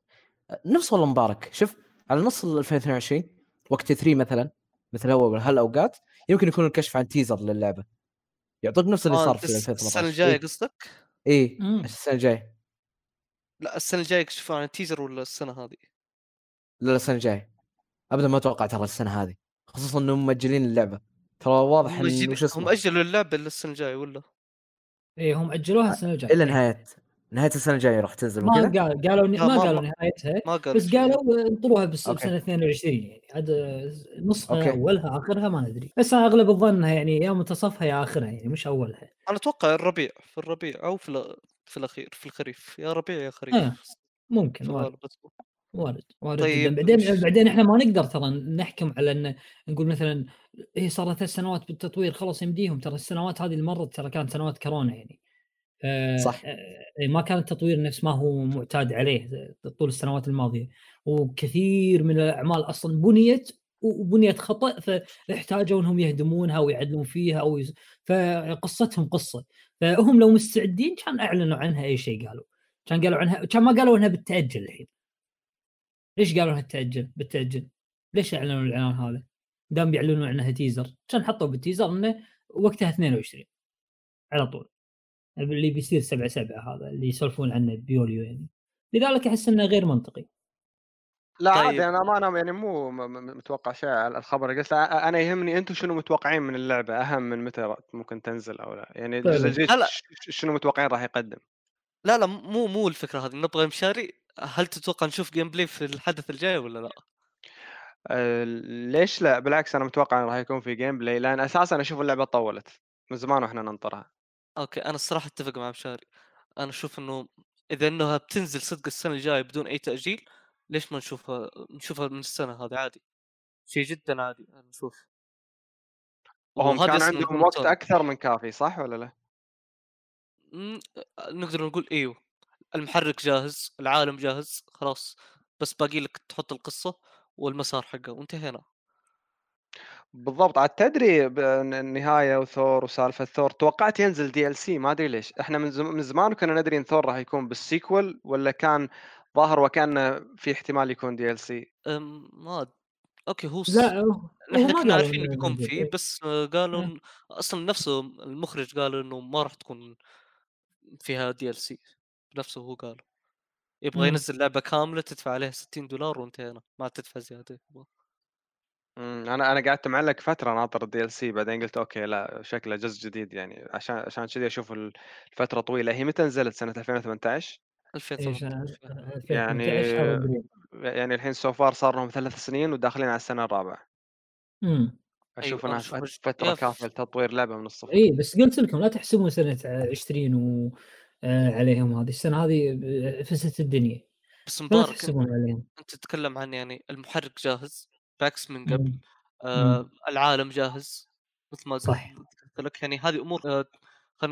[SPEAKER 3] نفس والله مبارك. شوف على نص 2022 وقت 3 مثلا، مثل اول هالاوقات يمكن يكون الكشف عن تيزر للعبه، يعطيك نفس اللي صار في
[SPEAKER 2] السنه
[SPEAKER 3] 2018.
[SPEAKER 2] الجايه قصدك؟
[SPEAKER 3] ايه
[SPEAKER 1] امم
[SPEAKER 3] السنه الجايه.
[SPEAKER 2] لا السنه الجايه يكشفون عن التيزر ولا السنه هذه؟
[SPEAKER 3] لا السنه الجايه ابدا ما اتوقع ترى السنه هذه، خصوصا انهم مؤجلين اللعبه. ترى واضح ان وش
[SPEAKER 2] هم
[SPEAKER 3] اسمه
[SPEAKER 2] اجلوا اللعبه للسنه الجايه ولا؟
[SPEAKER 1] ايه هم اجلوها السنه الجايه.
[SPEAKER 3] الى
[SPEAKER 1] إيه.
[SPEAKER 3] نهايه السنه الجايه راح تنزل
[SPEAKER 1] ما
[SPEAKER 3] وكذا.
[SPEAKER 1] قالوا
[SPEAKER 2] لا
[SPEAKER 1] ما قالوا نهايتها،
[SPEAKER 2] ما قالوا
[SPEAKER 1] بس
[SPEAKER 2] شيء.
[SPEAKER 1] قالوا انطروها
[SPEAKER 3] اوكي
[SPEAKER 1] بسنه 22. يعني عاد نصها
[SPEAKER 3] اوكي
[SPEAKER 1] اولها اخرها ما ندري، بس انا اغلب الظن انها يعني يا منتصفها يا اخرها، يعني مش اولها.
[SPEAKER 2] انا اتوقع الربيع، في الربيع او في الاخير في الخريف، يا ربيع يا خريف
[SPEAKER 1] ممكن
[SPEAKER 2] في
[SPEAKER 1] وارد.
[SPEAKER 2] الغالب. بس
[SPEAKER 1] وارد جدا.
[SPEAKER 2] طيب
[SPEAKER 1] بعدين احنا ما نقدر ترى نحكم على ان نقول مثلا ايه صار 3 سنوات بالتطوير خلاص يمديهم. ترى السنوات هذه اللي مرت ترى كانت سنوات كورونا يعني.
[SPEAKER 3] صح
[SPEAKER 1] ما كان التطوير نفس ما هو معتاد عليه طول السنوات الماضيه، وكثير من الاعمال اصلا بنيت خطا، فاحتاجوا انهم يهدمونها ويعدلون فيها فقصتهم قصه. فهم لو مستعدين كان اعلنوا عنها اي شيء قالوا. كان قالوا عنها، كان ما قالوا انها بتتاجل الحين. ليش قالوا انها بتتاجل؟ ليش اعلنوا الاعلان هذا؟ دام بيعلنوا عنها تيزر كان حطوا بالتيزر انه وقتها 22 على طول، اللي بيصير 7/7 هذا اللي يسولفون عنه بيوليو يعني. لذلك احس انه غير منطقي.
[SPEAKER 4] لا
[SPEAKER 2] طيب
[SPEAKER 4] عادي، انا يعني مو متوقع شيء على الخبر اللي قلت. انا يهمني انتم شنو متوقعين من اللعبه، اهم من متى ممكن تنزل او لا. يعني الجزء الجديد
[SPEAKER 2] لا
[SPEAKER 4] شنو متوقعين راح يقدم؟
[SPEAKER 2] لا مو الفكره هذه. نبغى مشاري. هل تتوقع نشوف جيم بلاي في الحدث الجاي ولا لا؟
[SPEAKER 4] ليش لا؟ بالعكس انا متوقع انه راح يكون في جيم بلاي، لان اساسا اشوف اللعبه طولت من زمان واحنا ننطرها.
[SPEAKER 2] اوكي انا الصراحه اتفق مع مشاري. انا اشوف انه اذا انها بتنزل صدق السنه الجايه بدون اي تاجيل، ليش ما نشوفها من السنه هذه عادي. شيء جدا عادي انا اشوف.
[SPEAKER 4] وهم
[SPEAKER 2] وهذه
[SPEAKER 4] كان
[SPEAKER 2] اصلا
[SPEAKER 4] عندهم
[SPEAKER 2] نقول
[SPEAKER 4] وقت اكثر من كافي، صح ولا لا؟
[SPEAKER 2] نقدر نقول ايوه. المحرك جاهز، العالم جاهز خلاص، بس باقي لك تحط القصه والمسار حقه وانتهينا.
[SPEAKER 4] بالضبط. عاد تدري النهايه وثور وسالفه ثور توقعت ينزل دي ال سي، ما ادري ليش. احنا من زمان كنا ندري ان ثور راح يكون بالسيكول، ولا كان ظاهر وكان في احتمال يكون دي ال سي.
[SPEAKER 2] ما اوكي
[SPEAKER 1] لا هو
[SPEAKER 2] نحن
[SPEAKER 1] ما
[SPEAKER 2] كنا
[SPEAKER 1] قالوا
[SPEAKER 2] عارفين
[SPEAKER 1] انه
[SPEAKER 2] بيكون
[SPEAKER 1] بينزل.
[SPEAKER 2] فيه، بس قالوا
[SPEAKER 1] إيه.
[SPEAKER 2] اصلا نفسه المخرج قال انه ما راح تكون فيها دي ال سي. بنفسه هو قال يبغى
[SPEAKER 1] مم.
[SPEAKER 2] ينزل لعبه كامله تدفع عليها $60 وانتهينا، ما تدفع زياده.
[SPEAKER 4] انا قعدت معلق فتره ناطر الدي ال سي، بعدين قلت اوكي لا شكله جزء جديد يعني، عشان كذي اشوف الفتره طويله. هي متى نزلت؟ سنه 2018
[SPEAKER 1] ايش
[SPEAKER 2] 2018
[SPEAKER 4] يعني.
[SPEAKER 1] 2018 شهر ابريل.
[SPEAKER 4] يعني الحين سوفار صار لهم 3 سنين وداخلين على السنه الرابعه.
[SPEAKER 1] امم
[SPEAKER 2] ايوه
[SPEAKER 4] اشوف
[SPEAKER 2] انا
[SPEAKER 4] انها
[SPEAKER 2] اشوف
[SPEAKER 4] فتره كافيه لتطوير لعبه من الصفر.
[SPEAKER 1] اي بس قلت لكم لا تحسبون سنه 20 عليهم هذه السنه هذه فسدت الدنيا،
[SPEAKER 2] بس
[SPEAKER 1] فلا
[SPEAKER 2] مبارك
[SPEAKER 1] تحسبون عليهم.
[SPEAKER 2] انت تتكلم عن يعني المحرك جاهز باكس من قبل.
[SPEAKER 1] مم. مم.
[SPEAKER 2] العالم جاهز مثل ما
[SPEAKER 1] صح.
[SPEAKER 2] قلت لك. يعني هذه امور خلينا نقول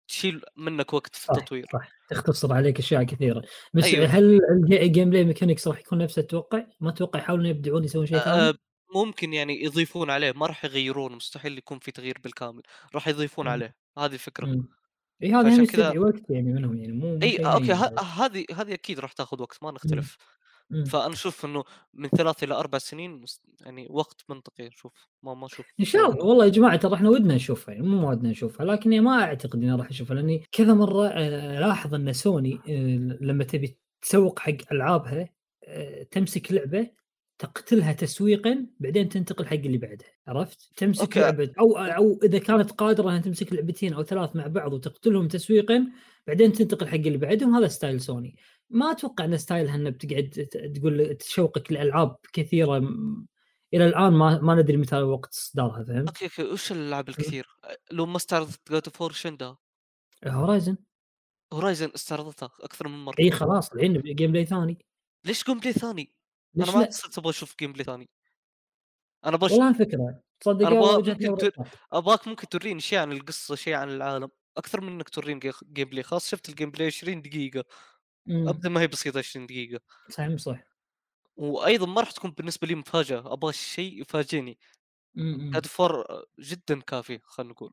[SPEAKER 2] تشيل منك وقت في
[SPEAKER 1] صح
[SPEAKER 2] التطوير.
[SPEAKER 1] صح تختصر عليك اشياء كثيره. بس
[SPEAKER 2] ايوه
[SPEAKER 1] هل الجيم بلاي ميكانكس راح يكون نفس التوقع؟ ما اتوقع يحاولون يبدعون يسوون شيء ثاني.
[SPEAKER 2] ممكن يعني يضيفون عليه، ما راح يغيرون، مستحيل يكون في تغيير بالكامل، راح يضيفون
[SPEAKER 1] مم.
[SPEAKER 2] عليه، هذه الفكره.
[SPEAKER 1] اي هذا يعني
[SPEAKER 2] فعشان كذا
[SPEAKER 1] يستدعي وقت يعني منهم، يعني مو
[SPEAKER 2] اي
[SPEAKER 1] شيء
[SPEAKER 2] اوكي
[SPEAKER 1] هين.
[SPEAKER 2] هذه اكيد راح تاخذ وقت، ما
[SPEAKER 1] مم.
[SPEAKER 2] نختلف.
[SPEAKER 1] مم.
[SPEAKER 2] فانا اشوف انه من 3 إلى 4 سنين يعني وقت منطقي. شوف ما اشوف
[SPEAKER 1] ان شاء الله والله يا جماعه، ترى احنا ودنا نشوفها، يعني مو ودنا نشوفها، لكن يعني ما اعتقد اني راح اشوفها، لاني كذا مره لاحظ ان سوني لما تبي تسوق حق العابها تمسك لعبه تقتلها تسويقا، بعدين تنتقل حق اللي بعدها، عرفت؟ تمسك
[SPEAKER 2] أوكي.
[SPEAKER 1] لعبه او اذا كانت قادره انها تمسك لعبتين او ثلاث مع بعض وتقتلهم تسويقا، بعدين تنتقل حق اللي بعدهم. هذا ستايل سوني. ما اتوقع ان ستايلها انها بتقعد تقول تشوقك لالعاب كثيره الى الان ما ندري متى وقت اصدارها، فهمت؟
[SPEAKER 2] اوكي وش الالعاب الكثير؟ لو ما استعرضت جاد اوف شندا،
[SPEAKER 1] هورايزن.
[SPEAKER 2] هورايزن استعرضتها اكثر من مره.
[SPEAKER 1] اي خلاص الحين جيم بلاي ثاني.
[SPEAKER 2] ليش جيم بلاي ثاني؟ انا
[SPEAKER 1] ليش
[SPEAKER 2] ما
[SPEAKER 1] لا؟
[SPEAKER 2] صرت ابغى اشوف جيم بلاي ثاني. انا بش
[SPEAKER 1] والله فكره تصدق،
[SPEAKER 2] انا
[SPEAKER 1] والله
[SPEAKER 2] ابغى
[SPEAKER 1] وجهه
[SPEAKER 2] ممكن
[SPEAKER 1] نظر صح.
[SPEAKER 2] ابغاك ممكن توريني شيء عن القصه، شيء عن العالم، اكثر من انك توريني جيم بلاي. خاص شفت الجيم بلاي 20 دقيقه، ابدا ما هي بسيطه 20 دقيقه.
[SPEAKER 1] صح صح.
[SPEAKER 2] وايضا ما راح تكون بالنسبه لي مفاجاه، ابغى شيء يفاجئني.
[SPEAKER 1] ان
[SPEAKER 2] هذا فور جدا كافي، خلينا نقول.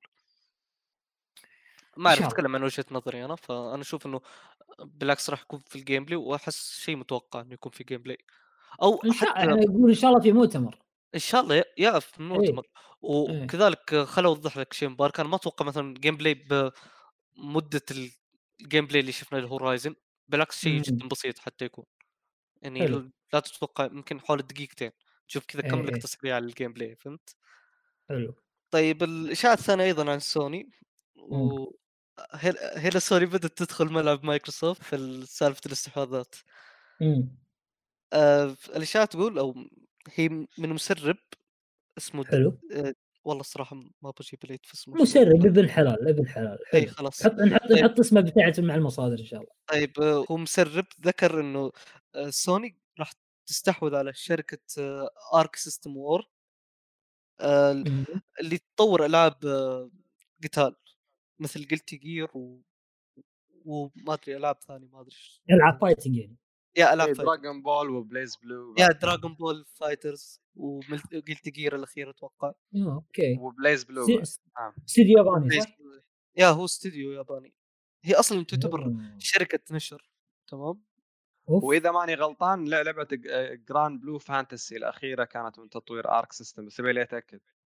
[SPEAKER 2] ما اعرف
[SPEAKER 1] شاء الله.
[SPEAKER 2] اتكلم عن وجهه نظري انا، فانا اشوف انه بالعكس راح يكون في الجيم بلاي، واحس شيء متوقع انه يكون في جيم بلاي، او
[SPEAKER 1] ان شاء
[SPEAKER 2] حتى
[SPEAKER 1] الله، انا اقول ان شاء الله في مؤتمر.
[SPEAKER 2] ان شاء الله في
[SPEAKER 1] ايه
[SPEAKER 2] المؤتمر.
[SPEAKER 1] ايه.
[SPEAKER 2] وكذلك خل اوضح لك شيء مبارك، انا ما اتوقع مثلا جيم بلاي بمده الجيم بلاي اللي شفنا الهورايزن، بالعكس شيء
[SPEAKER 1] امم
[SPEAKER 2] جدا بسيط حتى يكون. يعني
[SPEAKER 1] حلو.
[SPEAKER 2] لا تتوقع، يمكن حول الدقيقتين تشوف كذا
[SPEAKER 1] ايه
[SPEAKER 2] كم لك
[SPEAKER 1] ايه
[SPEAKER 2] تسريع على الجيم بلاي، فهمت؟
[SPEAKER 1] حلو.
[SPEAKER 2] طيب الاشاعه الثانيه ايضا عن سوني،
[SPEAKER 1] امم
[SPEAKER 2] و هنا سوني بدأت تدخل ملعب مايكروسوفت في سالفة الاستحواذات.
[SPEAKER 1] امم
[SPEAKER 2] الإشاعة تقول، أو هي من مسرب اسمه
[SPEAKER 1] حلو.
[SPEAKER 2] والله الصراحة ما بجيب ليت في اسمه شوي.
[SPEAKER 1] مسرب ابن حلال ابن حلال.
[SPEAKER 2] أي
[SPEAKER 1] حلو.
[SPEAKER 2] خلاص. طيب
[SPEAKER 1] نحط اسمه بتاعت مع المصادر ان شاء الله.
[SPEAKER 2] طيب هو مسرب ذكر إنه سوني راح تستحوذ على شركة آرك سيستم وور،
[SPEAKER 1] امم
[SPEAKER 2] اللي تطور ألعاب قتال مثل قلتي جير وما أدري ألعاب ثانية ما أدري
[SPEAKER 1] يلعب فايتنج يعني.
[SPEAKER 2] يا ألعاب فايتنج.
[SPEAKER 4] دراجون بول وبليز بلو
[SPEAKER 2] يا دراغون بول فايترز وقلت جير الاخير اتوقع.
[SPEAKER 1] اوكي.
[SPEAKER 4] وبليز بلو بعد.
[SPEAKER 1] استديو ياباني
[SPEAKER 2] وبليز
[SPEAKER 1] صح؟
[SPEAKER 2] يا هو استوديو ياباني، هي اصلا تعتبر
[SPEAKER 1] أوه.
[SPEAKER 2] شركه نشر. تمام.
[SPEAKER 1] اوف.
[SPEAKER 4] واذا ماني غلطان لعبه جراند بلو فانتسي الاخيره كانت من تطوير ارك سيستم، بس ابي اتاكد.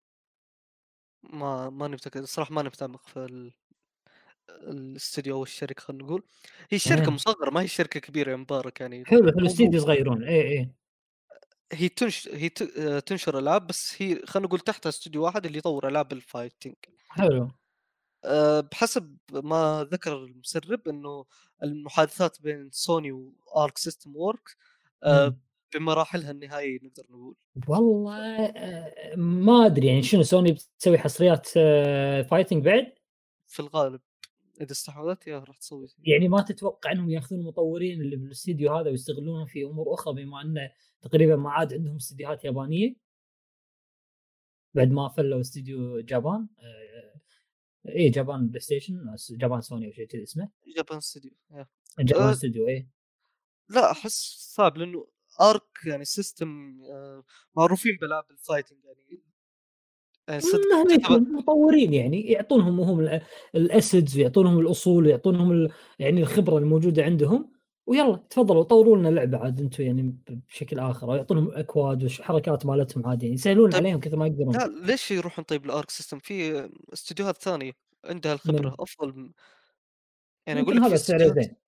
[SPEAKER 2] ماني متاكد الصراحه، ماني متعمق في الاستوديو او الشركه، خلينا نقول هي شركه
[SPEAKER 1] آه.
[SPEAKER 2] مصغره، ما هي شركه كبيره يا مبارك يعني.
[SPEAKER 1] حلو حلو،
[SPEAKER 2] مو
[SPEAKER 1] استديو صغيرون. ايه ايه.
[SPEAKER 2] هي تنشر العاب، بس هي خلينا نقول تحتها استوديو واحد اللي يطور العاب الفايتنج.
[SPEAKER 1] حلو.
[SPEAKER 2] بحسب ما ذكر المسرب انه المحادثات بين سوني وارك سيستم وورك
[SPEAKER 1] مم.
[SPEAKER 2] بمراحلها النهائيه نقدر نقول.
[SPEAKER 1] والله ما ادري يعني شنو سوني بتسوي حصريات فايتنج بعد.
[SPEAKER 2] في الغالب اذا استحوذت يا راح تسوي
[SPEAKER 1] يعني ما تتوقع انهم ياخذون المطورين اللي بالاستديو هذا ويستغلونهم في امور اخرى، بما انه تقريبا ما عاد عندهم استديوهات يابانيه بعد ما فلوا استديو جابان. ايه جابان بلاي ستيشن، جابان سوني او شيء كذا اسمه.
[SPEAKER 2] جابان ستوديو
[SPEAKER 1] جابان استديو ايه.
[SPEAKER 2] لا احس صعب، لانه ارك يعني سيستم معروفين بالعاب الفايتنج يعني صدق
[SPEAKER 1] مهما
[SPEAKER 2] تعتبر.
[SPEAKER 1] يكون مطورين يعني يعطونهم هم الاسيدز ويعطونهم الاصول ويعطونهم يعني الخبره الموجوده عندهم، ويلا تفضلوا طوروا لنا لعبه عاد انتم يعني بشكل اخر، او يعطونهم اكواد وحركات مالتهم عادي يعني يسهلون
[SPEAKER 2] طيب
[SPEAKER 1] عليهم كثر ما يقدرون.
[SPEAKER 2] لا ليش يروحون طيب الارك سيستم؟ في استديوهات ثانيه عندها
[SPEAKER 1] من
[SPEAKER 2] الخبره افضل يعني اقول
[SPEAKER 1] يمكن
[SPEAKER 2] لك في
[SPEAKER 1] هذا سعره
[SPEAKER 2] استديوهات.
[SPEAKER 1] زين.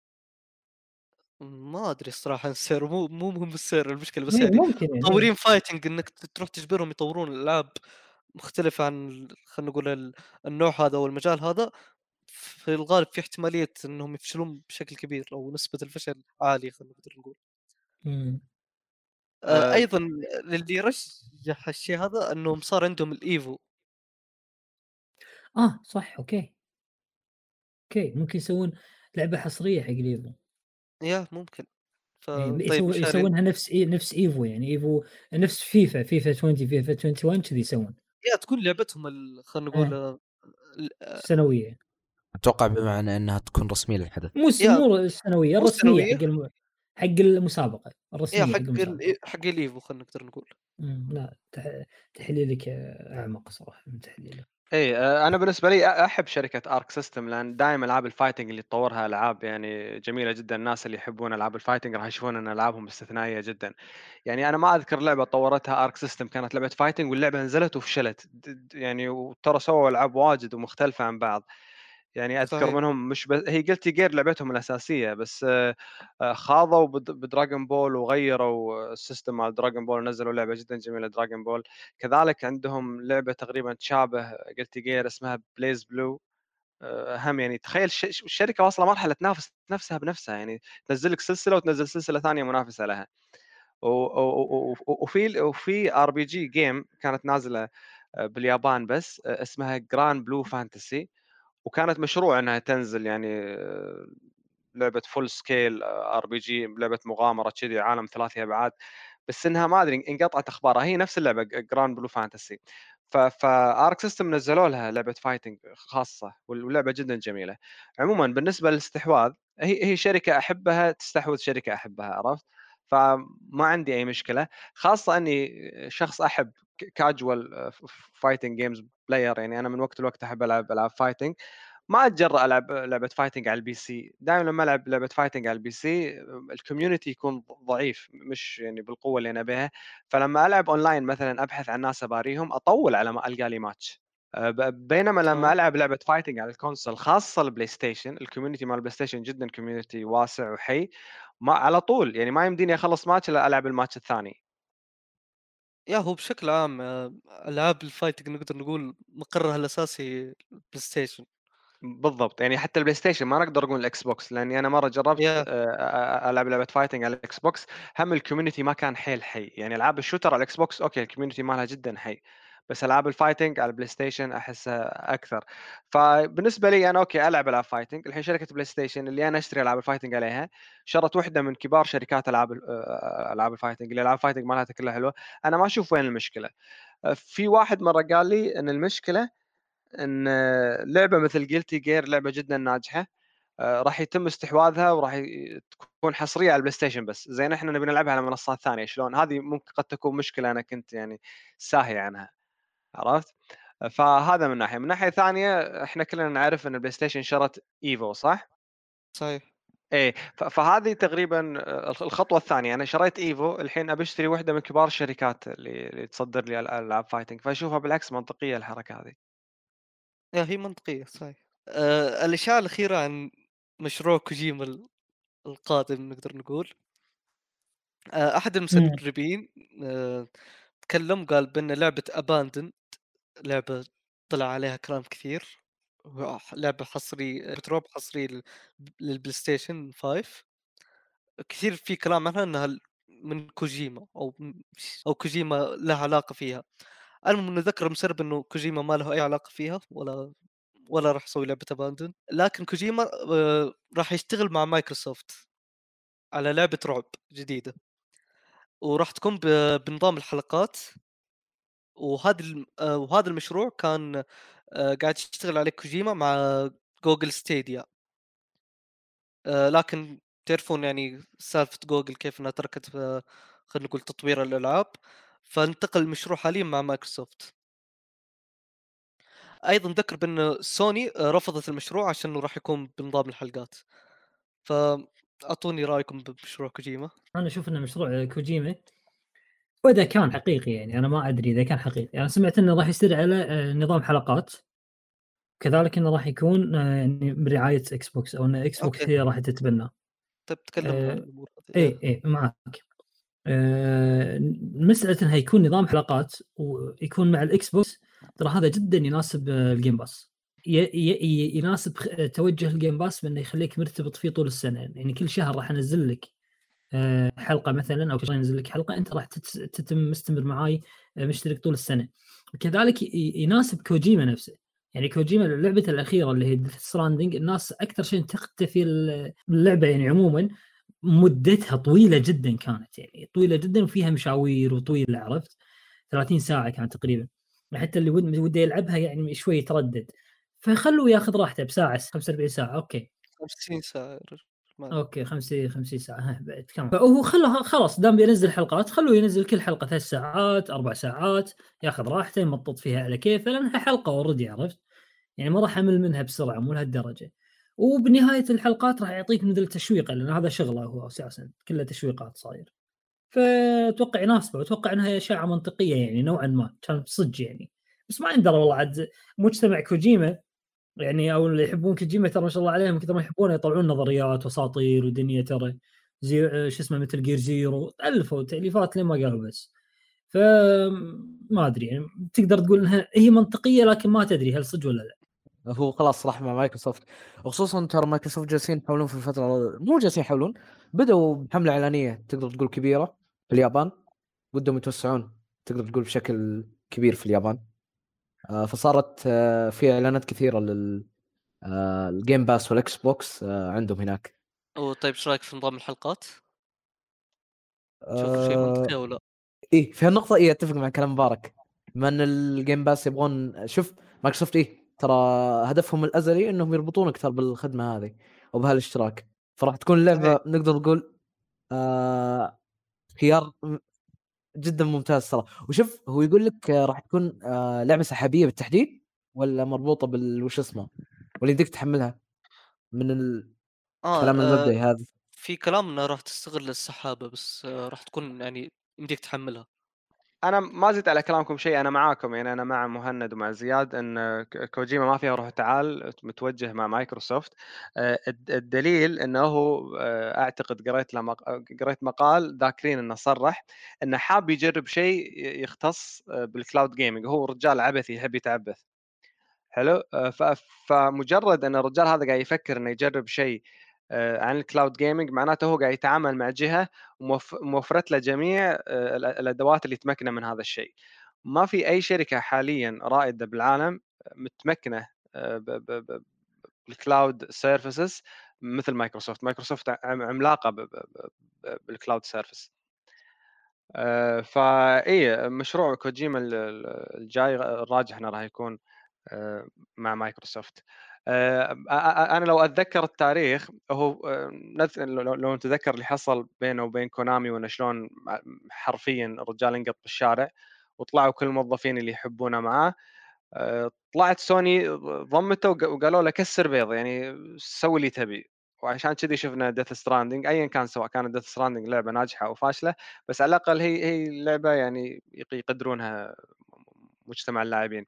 [SPEAKER 2] ما ادري الصراحه السعر، مو مهم السعر المشكله، بس
[SPEAKER 1] إيه
[SPEAKER 2] يعني
[SPEAKER 1] ممكن يعني إيه.
[SPEAKER 2] مطورين فايتنج انك تروح تجبرهم يطورون الالعاب مختلفه عن خلينا نقول النوع هذا او المجال هذا، في الغالب في احتماليه انهم يفشلون بشكل كبير، او نسبه الفشل عاليه خلينا نقول.
[SPEAKER 1] مم.
[SPEAKER 4] أه
[SPEAKER 2] ايضا اللي يرجح الشيء هذا انهم صار عندهم الايفو.
[SPEAKER 1] صح اوكي. اوكي ممكن يسوون لعبه حصريه حق ليفو.
[SPEAKER 2] يا ممكن.
[SPEAKER 1] يعني
[SPEAKER 2] طيب مشارين
[SPEAKER 1] يسوونها نفس ايفو، يعني ايفو نفس فيفا 20 فيفا 21 كذي يسوون.
[SPEAKER 2] يا تكون لعبتهم خلينا نقول
[SPEAKER 1] سنويه.
[SPEAKER 5] اتوقع بمعنى انها تكون رسميه للحدث.
[SPEAKER 1] مو السنويه،
[SPEAKER 2] مو
[SPEAKER 1] الرسميه
[SPEAKER 2] السنوية.
[SPEAKER 1] حق المسابقه
[SPEAKER 2] يا
[SPEAKER 1] الرسميه حق المسابقه.
[SPEAKER 2] حق الإيفو خلينا نقدر نقول.
[SPEAKER 1] لا تحليلك اعمق صراحه من تحليله.
[SPEAKER 4] اي انا بالنسبه لي احب شركه ارك سيستم، لان دائما العاب الفايتنج اللي تطورها العاب يعني جميله جدا. الناس اللي يحبون العاب الفايتنج راح يشوفون ان العابهم استثنائيه جدا. يعني انا ما اذكر لعبه طورتها ارك سيستم كانت لعبه فايتنج واللعبه نزلت وفشلت، يعني وترى سووا العاب واجد ومختلفه عن بعض. يعني اذكر
[SPEAKER 2] صحيح.
[SPEAKER 4] منهم مش هي قلتي جير لعبتهم الاساسيه، بس خاضوا بدراغون بول وغيروا السيستم مع دراغون بول ونزلوا لعبه جدا جميله دراغون بول. كذلك عندهم لعبه تقريبا تشابه قلتي جير اسمها بليز بلو. هم يعني تخيل الشركه واصله مرحله تنافس نفسها بنفسها، يعني تنزل لك سلسله وتنزل سلسله ثانيه منافسه لها. وفي ار بي جي جيم كانت نازله باليابان بس اسمها جران بلو فانتسي، وكانت مشروع انها تنزل يعني لعبه فول سكيل ار بي جي، لعبه مغامره كذي عالم ثلاثي ابعاد، بس انها ما ادري انقطعت اخبارها. هي نفس اللعبه جراند بلو فانتسي. فارك سيستم نزلوا لها لعبه فايتنج خاصه واللعبه جدا جميله. عموما بالنسبه للاستحواذ، هي شركه احبها تستحوذ شركه احبها، عرفت؟ فما عندي اي مشكله، خاصه اني شخص احب كاجوال فايتنج جيمز بلاير. يعني انا من وقت لوقت احب العب فايتنج، ما اتجرأ العب لعبه فايتنج على البي سي. دائما لما العب لعبه فايتنج على البي سي الكوميونتي يكون ضعيف، مش يعني بالقوه اللي انا بها. فلما العب اونلاين مثلا ابحث عن ناس اباريهم اطول على ما القى لي ماتش. بينما لما العب لعبه فايتنج على الكونسول خاصه البلاي ستيشن، الكوميونتي مال البلاي ستيشن جدا كوميونتي واسع وحي، ما على طول يعني ما يمديني اخلص ماتش الا العب الماتش الثاني.
[SPEAKER 2] يا هو بشكل عام العاب الفايتنج نقدر نقول مقرها الاساسي بلاي ستيشن.
[SPEAKER 4] بالضبط، يعني حتى البلاي ستيشن ما نقدر نقول الاكس بوكس، لاني انا مره جربت
[SPEAKER 2] يا
[SPEAKER 4] العب لعبه فايتنج على الاكس بوكس، هم الكوميونتي ما كان حيل حي. يعني العاب الشوتر على الاكس بوكس اوكي الكوميونتي مالها جدا حي، بس العاب الفايتنج على البلاي ستيشن احسها اكثر. فبالنسبه لي انا اوكي العب العاب فايتنج. الحين شركه بلاي ستيشن اللي انا اشتري العاب الفايتنج عليها شرت واحده من كبار شركات العاب الفايتنج، اللي العاب الفايتنج مالها كلها حلوه. انا ما اشوف وين المشكله. في واحد مره قال لي ان المشكله ان لعبه مثل جيلتي جير لعبه جدا ناجحه، راح يتم استحواذها وراح تكون حصريه على البلاي ستيشن بس، زين احنا نبي نلعبها على منصات ثانيه. شلون هذه ممكن قد تكون مشكله انا كنت يعني ساهي عنها، عرفت؟ فهذا من ناحيه. من ناحيه ثانيه احنا كلنا نعرف ان البلاي ستيشن شرت ايفو، صح؟
[SPEAKER 2] صحيح.
[SPEAKER 4] ايه فهذه تقريبا الخطوه الثانيه. انا شريت ايفو، الحين ابي اشتري واحده من كبار الشركات اللي تصدر لي العاب فايتنج، فاشوفها بالعكس منطقيه الحركه هذه.
[SPEAKER 2] يا هي منطقية صحيح. الإشاعة الأخيرة عن مشروع كوجيما القادم نقدر نقول، أحد المسربين تكلم قال بأن لعبة أباندن لعبة طلع عليها كلام كثير، لعبة بتروب حصري للبلاي ستيشن 5. كثير في كلام عنها انها من كوجيما او كوجيما له علاقة فيها. المهم ذكر المسرب انه كوجيما ما له اي علاقة فيها ولا راح يسوي لعبة اباندن، لكن كوجيما راح يشتغل مع مايكروسوفت على لعبة رعب جديدة، وراح تكون بنظام الحلقات. وهذا المشروع كان قاعد يشتغل عليه كوجيما مع جوجل ستيديا. لكن تعرفون يعني سالفة جوجل كيف انها تركت خلينا نقول تطوير الالعاب، فانتقل المشروع حاليا مع مايكروسوفت. ايضا ذكر بان سوني رفضت المشروع عشان انه راح يكون بنظام الحلقات. فاعطوني رايكم بمشروع كوجيما.
[SPEAKER 1] انا اشوف ان مشروع كوجيما واذا كان حقيقي، يعني انا ما ادري اذا كان حقيقي، انا سمعت انه راح يصير على نظام حلقات، كذلك انه راح يكون يعني برعايه اكس بوكس، او ان اكس بوكس
[SPEAKER 2] أوكي.
[SPEAKER 1] هي راح تتبناه.
[SPEAKER 2] طيب تكلمنا عن الامور هذه.
[SPEAKER 1] اي معك. مسألة انه يكون نظام حلقات ويكون مع الاكس بوكس، ترى هذا جدا يناسب الجيم باس، يناسب توجه الجيم باس بانه يخليك مرتبط فيه طول السنه. يعني كل شهر راح انزل لك حلقه مثلا، او كل شهر ينزل لك حلقه، انت راح تتم مستمر معاي مشترك طول السنه. وكذلك يناسب كوجيما نفسه. يعني كوجيما لعبته الاخيره اللي هي ديث ستراندنج، الناس اكثر شيء تختفي اللعبه يعني عموما مدتها طويله جدا، كانت يعني طويله جدا وفيها مشاوير وطويله، عرفت؟ 30 ساعه كانت تقريبا، حتى اللي وده يلعبها يعني شوي يتردد. فخلوه ياخذ راحته بساعه 45 ساعه اوكي.
[SPEAKER 2] 50 ساعة يا رجل. ما عليك.
[SPEAKER 1] اوكي 50 ساعه ها بعد كم، فهو خلاص دام بينزل حلقات خلوه ينزل كل حلقه 3 ساعات 4 ساعات، ياخذ راحته يمطط فيها على كيفه لانها حلقه اوريدي، عرفت يعني ما راح امل منها بسرعه مو لهالدرجه. وبنهايه الحلقات راح يعطيك مثل تشويقه لان هذا شغله هو اساسا كله تشويقات صاير. فاتوقع يناسبه واتوقع انها اشاعه منطقيه يعني نوعا ما كان صدق يعني. بس ما يندرى والله عاد مجتمع كوجيما يعني او اللي يحبون كوجيما ترى ما شاء الله عليهم كثر ما يحبونه يطلعون نظريات واساطير ودنيا ترى زي شو اسمه مثل جير زيرو الفوا تاليفات لين ما قالوا بس. فما ادري يعني تقدر تقول انها هي منطقيه لكن ما تدري هل صدق ولا لا.
[SPEAKER 3] هو خلاص راح مع مايكروسوفت، وخصوصا ترى مايكروسوفت جالسين يحاولون في الفتره، مو جالسين يحاولون، بدأوا بحمله اعلانيه تقدر تقول كبيره في اليابان، بدهم يتوسعون تقدر تقول بشكل كبير في اليابان. فصارت في اعلانات كثيره لل الجيم باس والاكس بوكس عندهم هناك.
[SPEAKER 2] طيب ايش رايك في نظام الحلقات؟ تشوف شيء منطقي او لا؟
[SPEAKER 3] ايه في هالنقطه ايه اتفق مع كلام مبارك، بما ان الجيم باس يبغون، شوف مايكروسوفت ايه ترى هدفهم الازلي انهم يربطون اكثر بالخدمه هذه وبهالاشتراك، فراح تكون اللعبه نقدر نقول خيار جدا ممتاز صراحه. وشوف هو يقول لك راح تكون لعبه سحابيه بالتحديد ولا مربوطه بالوش اسمه واللي يديك تحملها من
[SPEAKER 2] اه,
[SPEAKER 3] الكلام المبدئي هذا.
[SPEAKER 2] في كلام انها راح تستغل السحابة بس راح تكون يعني يمديك تحملها.
[SPEAKER 4] انا ما زدت على كلامكم شيء، انا معاكم، يعني انا مع مهند ومع زياد ان كوجيما ما فيها روح تعال متوجه مع مايكروسوفت. الدليل انه هو اعتقد قريت مقال ذاكرين انه صرح انه حاب يجرب شيء يختص بالكلاود جيمنج. هو رجال عبثي يحب يتعبث. حلو. فمجرد ان الرجال هذا قاعد يفكر انه يجرب شيء عن الكلاود جيمنج، معناته هو قاعد يتعامل مع جهه موفرت له جميع الادوات اللي تمكنه من هذا الشيء. ما في اي شركه حاليا رائده بالعالم متمكنه بالكلاود سيرفيسز مثل مايكروسوفت. مايكروسوفت عملاقه بالكلاود سيرفيس. فاي مشروع كوجيما الجاي الراجح انه راح يكون مع مايكروسوفت. انا لو اتذكر التاريخ، هو لو نتذكر اللي حصل بينه وبين كونامي وانه شلون حرفيا الرجال انقط بالشارع وطلعوا كل الموظفين اللي يحبونه معاه. طلعت سوني ضمته وقالوا له كسر بيض، يعني سوي اللي تبي. وعشان كذي شفنا ديث ستراندنج ايا كان، سواء كانت ديث ستراندنج لعبه ناجحه او فاشله، بس على الاقل هي لعبه يعني يقدرونها مجتمع اللاعبين.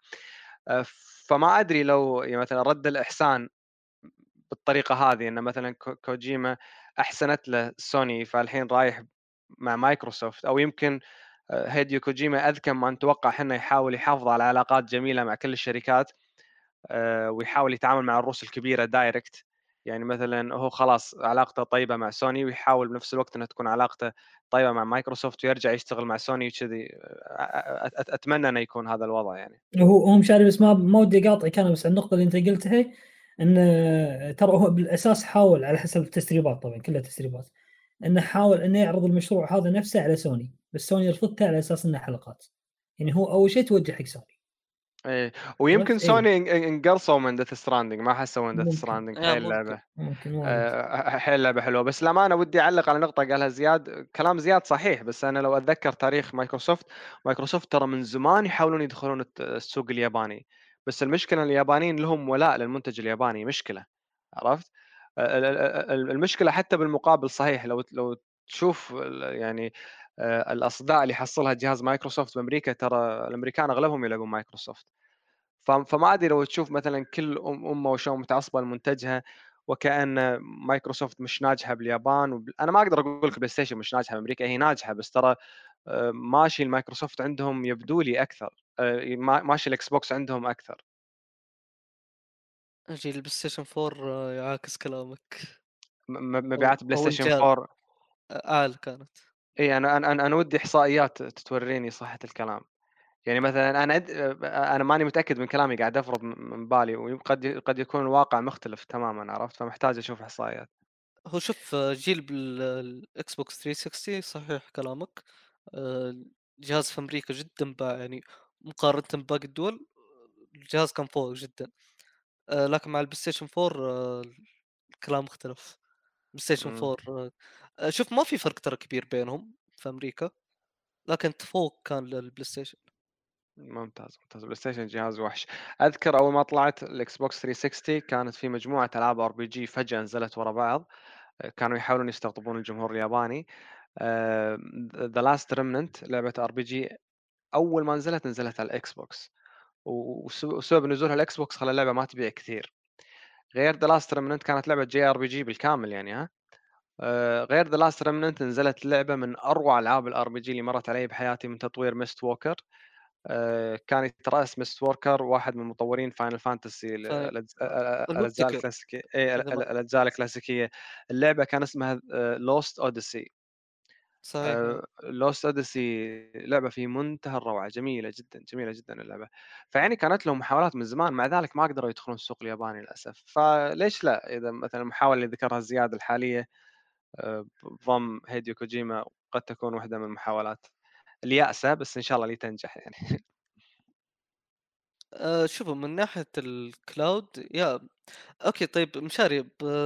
[SPEAKER 4] فما ادري لو يعني مثلا رد الاحسان بالطريقه هذه، ان مثلا كوجيما احسنت له سوني فالحين رايح مع مايكروسوفت، او يمكن هيديو كوجيما اذكى ما نتوقع احنا، يحاول يحافظ على علاقات جميله مع كل الشركات ويحاول يتعامل مع الروس الكبيره دايركت. يعني مثلا هو خلاص علاقته طيبه مع سوني، ويحاول بنفس الوقت انها تكون علاقته طيبه مع مايكروسوفت ويرجع يشتغل مع سوني وكذي. اتمنى انه يكون هذا الوضع يعني.
[SPEAKER 1] هو مشاري بس ما ودي اقاطعك انا بس على النقطه اللي انت قلتها ان ترى هو بالاساس حاول على حسب التسريبات طبعا كلها تسريبات انه حاول انه يعرض المشروع هذا نفسه على سوني بس سوني رفضته على اساس انه حلقات. يعني هو اول شيء توجه حق سوني.
[SPEAKER 4] ايه ويمكن
[SPEAKER 1] عرفت؟
[SPEAKER 4] سوني انقرصوا من ديث ستراندنج، ما حسوا من ديث
[SPEAKER 1] ممكن
[SPEAKER 4] ستراندنج.
[SPEAKER 2] يا
[SPEAKER 4] حيل
[SPEAKER 2] ممكن.
[SPEAKER 4] اللعبه
[SPEAKER 1] ممكن وارد.
[SPEAKER 4] حيل لعبه حلوه. بس للامانه ودي اعلق على نقطه قالها زياد. كلام زياد صحيح، بس انا لو اتذكر تاريخ مايكروسوفت ترى من زمان يحاولون يدخلون السوق الياباني، بس المشكله اليابانيين لهم ولاء للمنتج الياباني. مشكله، عرفت؟ المشكله حتى بالمقابل صحيح. لو تشوف يعني الاصداء اللي حصلها جهاز مايكروسوفت بامريكا، ترى الامريكان اغلبهم يلعبون مايكروسوفت. فما ادري لو تشوف مثلا كل امه وشلون متعصبه لمنتجها، وكأن مايكروسوفت مش ناجحه باليابان. انا ما اقدر اقول لك بلاي ستيشن مش ناجحه بامريكا، هي ناجحه، بس ترى ماشي المايكروسوفت عندهم يبدو لي اكثر، ماشي الاكس بوكس عندهم اكثر.
[SPEAKER 2] اجي البلاي ستيشن 4 يعاكس كلامك.
[SPEAKER 4] مبيعات بلاي
[SPEAKER 2] او
[SPEAKER 4] ستيشن
[SPEAKER 2] الجهاز
[SPEAKER 4] 4
[SPEAKER 2] اعلى كانت.
[SPEAKER 4] اي انا ودي احصائيات توريني صحه الكلام. يعني مثلا انا ماني متاكد من كلامي، قاعد افرض من بالي، وقد يكون الواقع مختلف تماما، عرفت؟ فمحتاج اشوف احصائيات.
[SPEAKER 2] هو شوف جيل بالاكس بوكس 360 صحيح كلامك. الجهاز في امريكا جدا باع يعني مقارنة بباقي الدول. الجهاز كان فوق جدا. لكن مع البلاي ستيشن 4 الكلام مختلف. بلاي ستيشن
[SPEAKER 4] إمم.
[SPEAKER 2] 4 شوف ما في فرق ترى كبير بينهم في أمريكا، لكن تفوق كان للبلاي ستيشن.
[SPEAKER 4] ممتاز، ممتاز. بلاي ستيشن جهاز وحش. أذكر أول ما طلعت الإكس بوكس 360 كانت في مجموعة ألعاب RPG فجأة نزلت ورا بعض، كانوا يحاولون يستقطبون الجمهور الياباني. The Last Remnant لعبة RPG أول ما نزلت على الإكس بوكس، وسبب نزولها الإكس بوكس خلى اللعبة ما تبيع كثير. غير The Last Remnant كانت لعبة JRPG بالكامل يعني ها. غير The Last Remnant نزلت لعبة من أروع ألعاب الRPG اللي مرت علي بحياتي من تطوير ميست ووكر. كان يترأس ميست ووركر واحد من مطورين فاينل فانتسي الأجزاء
[SPEAKER 2] المبتكر
[SPEAKER 4] الكلاسيكية،
[SPEAKER 2] إذا ما
[SPEAKER 4] الأجزاء الكلاسيكية. اللعبة كان اسمها لوست اوديسي.
[SPEAKER 2] صحيح إيه.
[SPEAKER 4] لوست اوديسي لعبة في منتهى الروعة، جميلة جدا، جميلة جدا اللعبة. فيعني كانت لهم محاولات من زمان، مع ذلك ما قدروا يدخلون السوق الياباني للأسف. فليش لا، إذا مثلا المحاولة اللي ذكرها زياد الحالية بضم هيديو كوجيما قد تكون واحدة من المحاولات اليائسة، بس إن شاء الله اللي تنجح يعني.
[SPEAKER 2] شوفوا من ناحية الكلاود اوكي طيب مشاري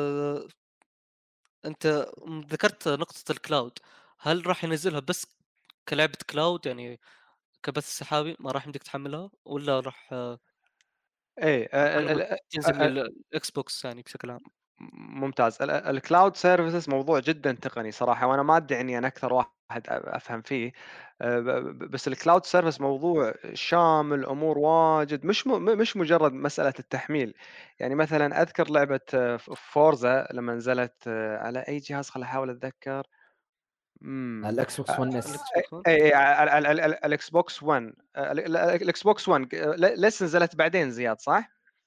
[SPEAKER 2] انت ذكرت نقطة الكلاود، هل راح ينزلها بس كلعبة كلاود يعني كبث سحابي ما راح يمديك تحملها، ولا راح
[SPEAKER 4] ايه
[SPEAKER 2] خلينا نقول تنزل للاكس بوكس يعني بشكل عام؟
[SPEAKER 4] ممتاز. الكلاود سيرفيسز موضوع جدا تقني صراحه، وانا ما ادعي اني انا اكثر واحد افهم فيه. بس الكلاود سيرفيس موضوع شامل امور واجد، مش مجرد مساله التحميل. يعني مثلا اذكر لعبه فورزا لما نزلت على اي جهاز، خل احاول اتذكر.
[SPEAKER 3] الاكس بوكس 1 اس.
[SPEAKER 2] الاكس بوكس 1
[SPEAKER 4] اي الاكس بوكس 1. الاكس بوكس 1 لسه نزلت بعدين زياد صح؟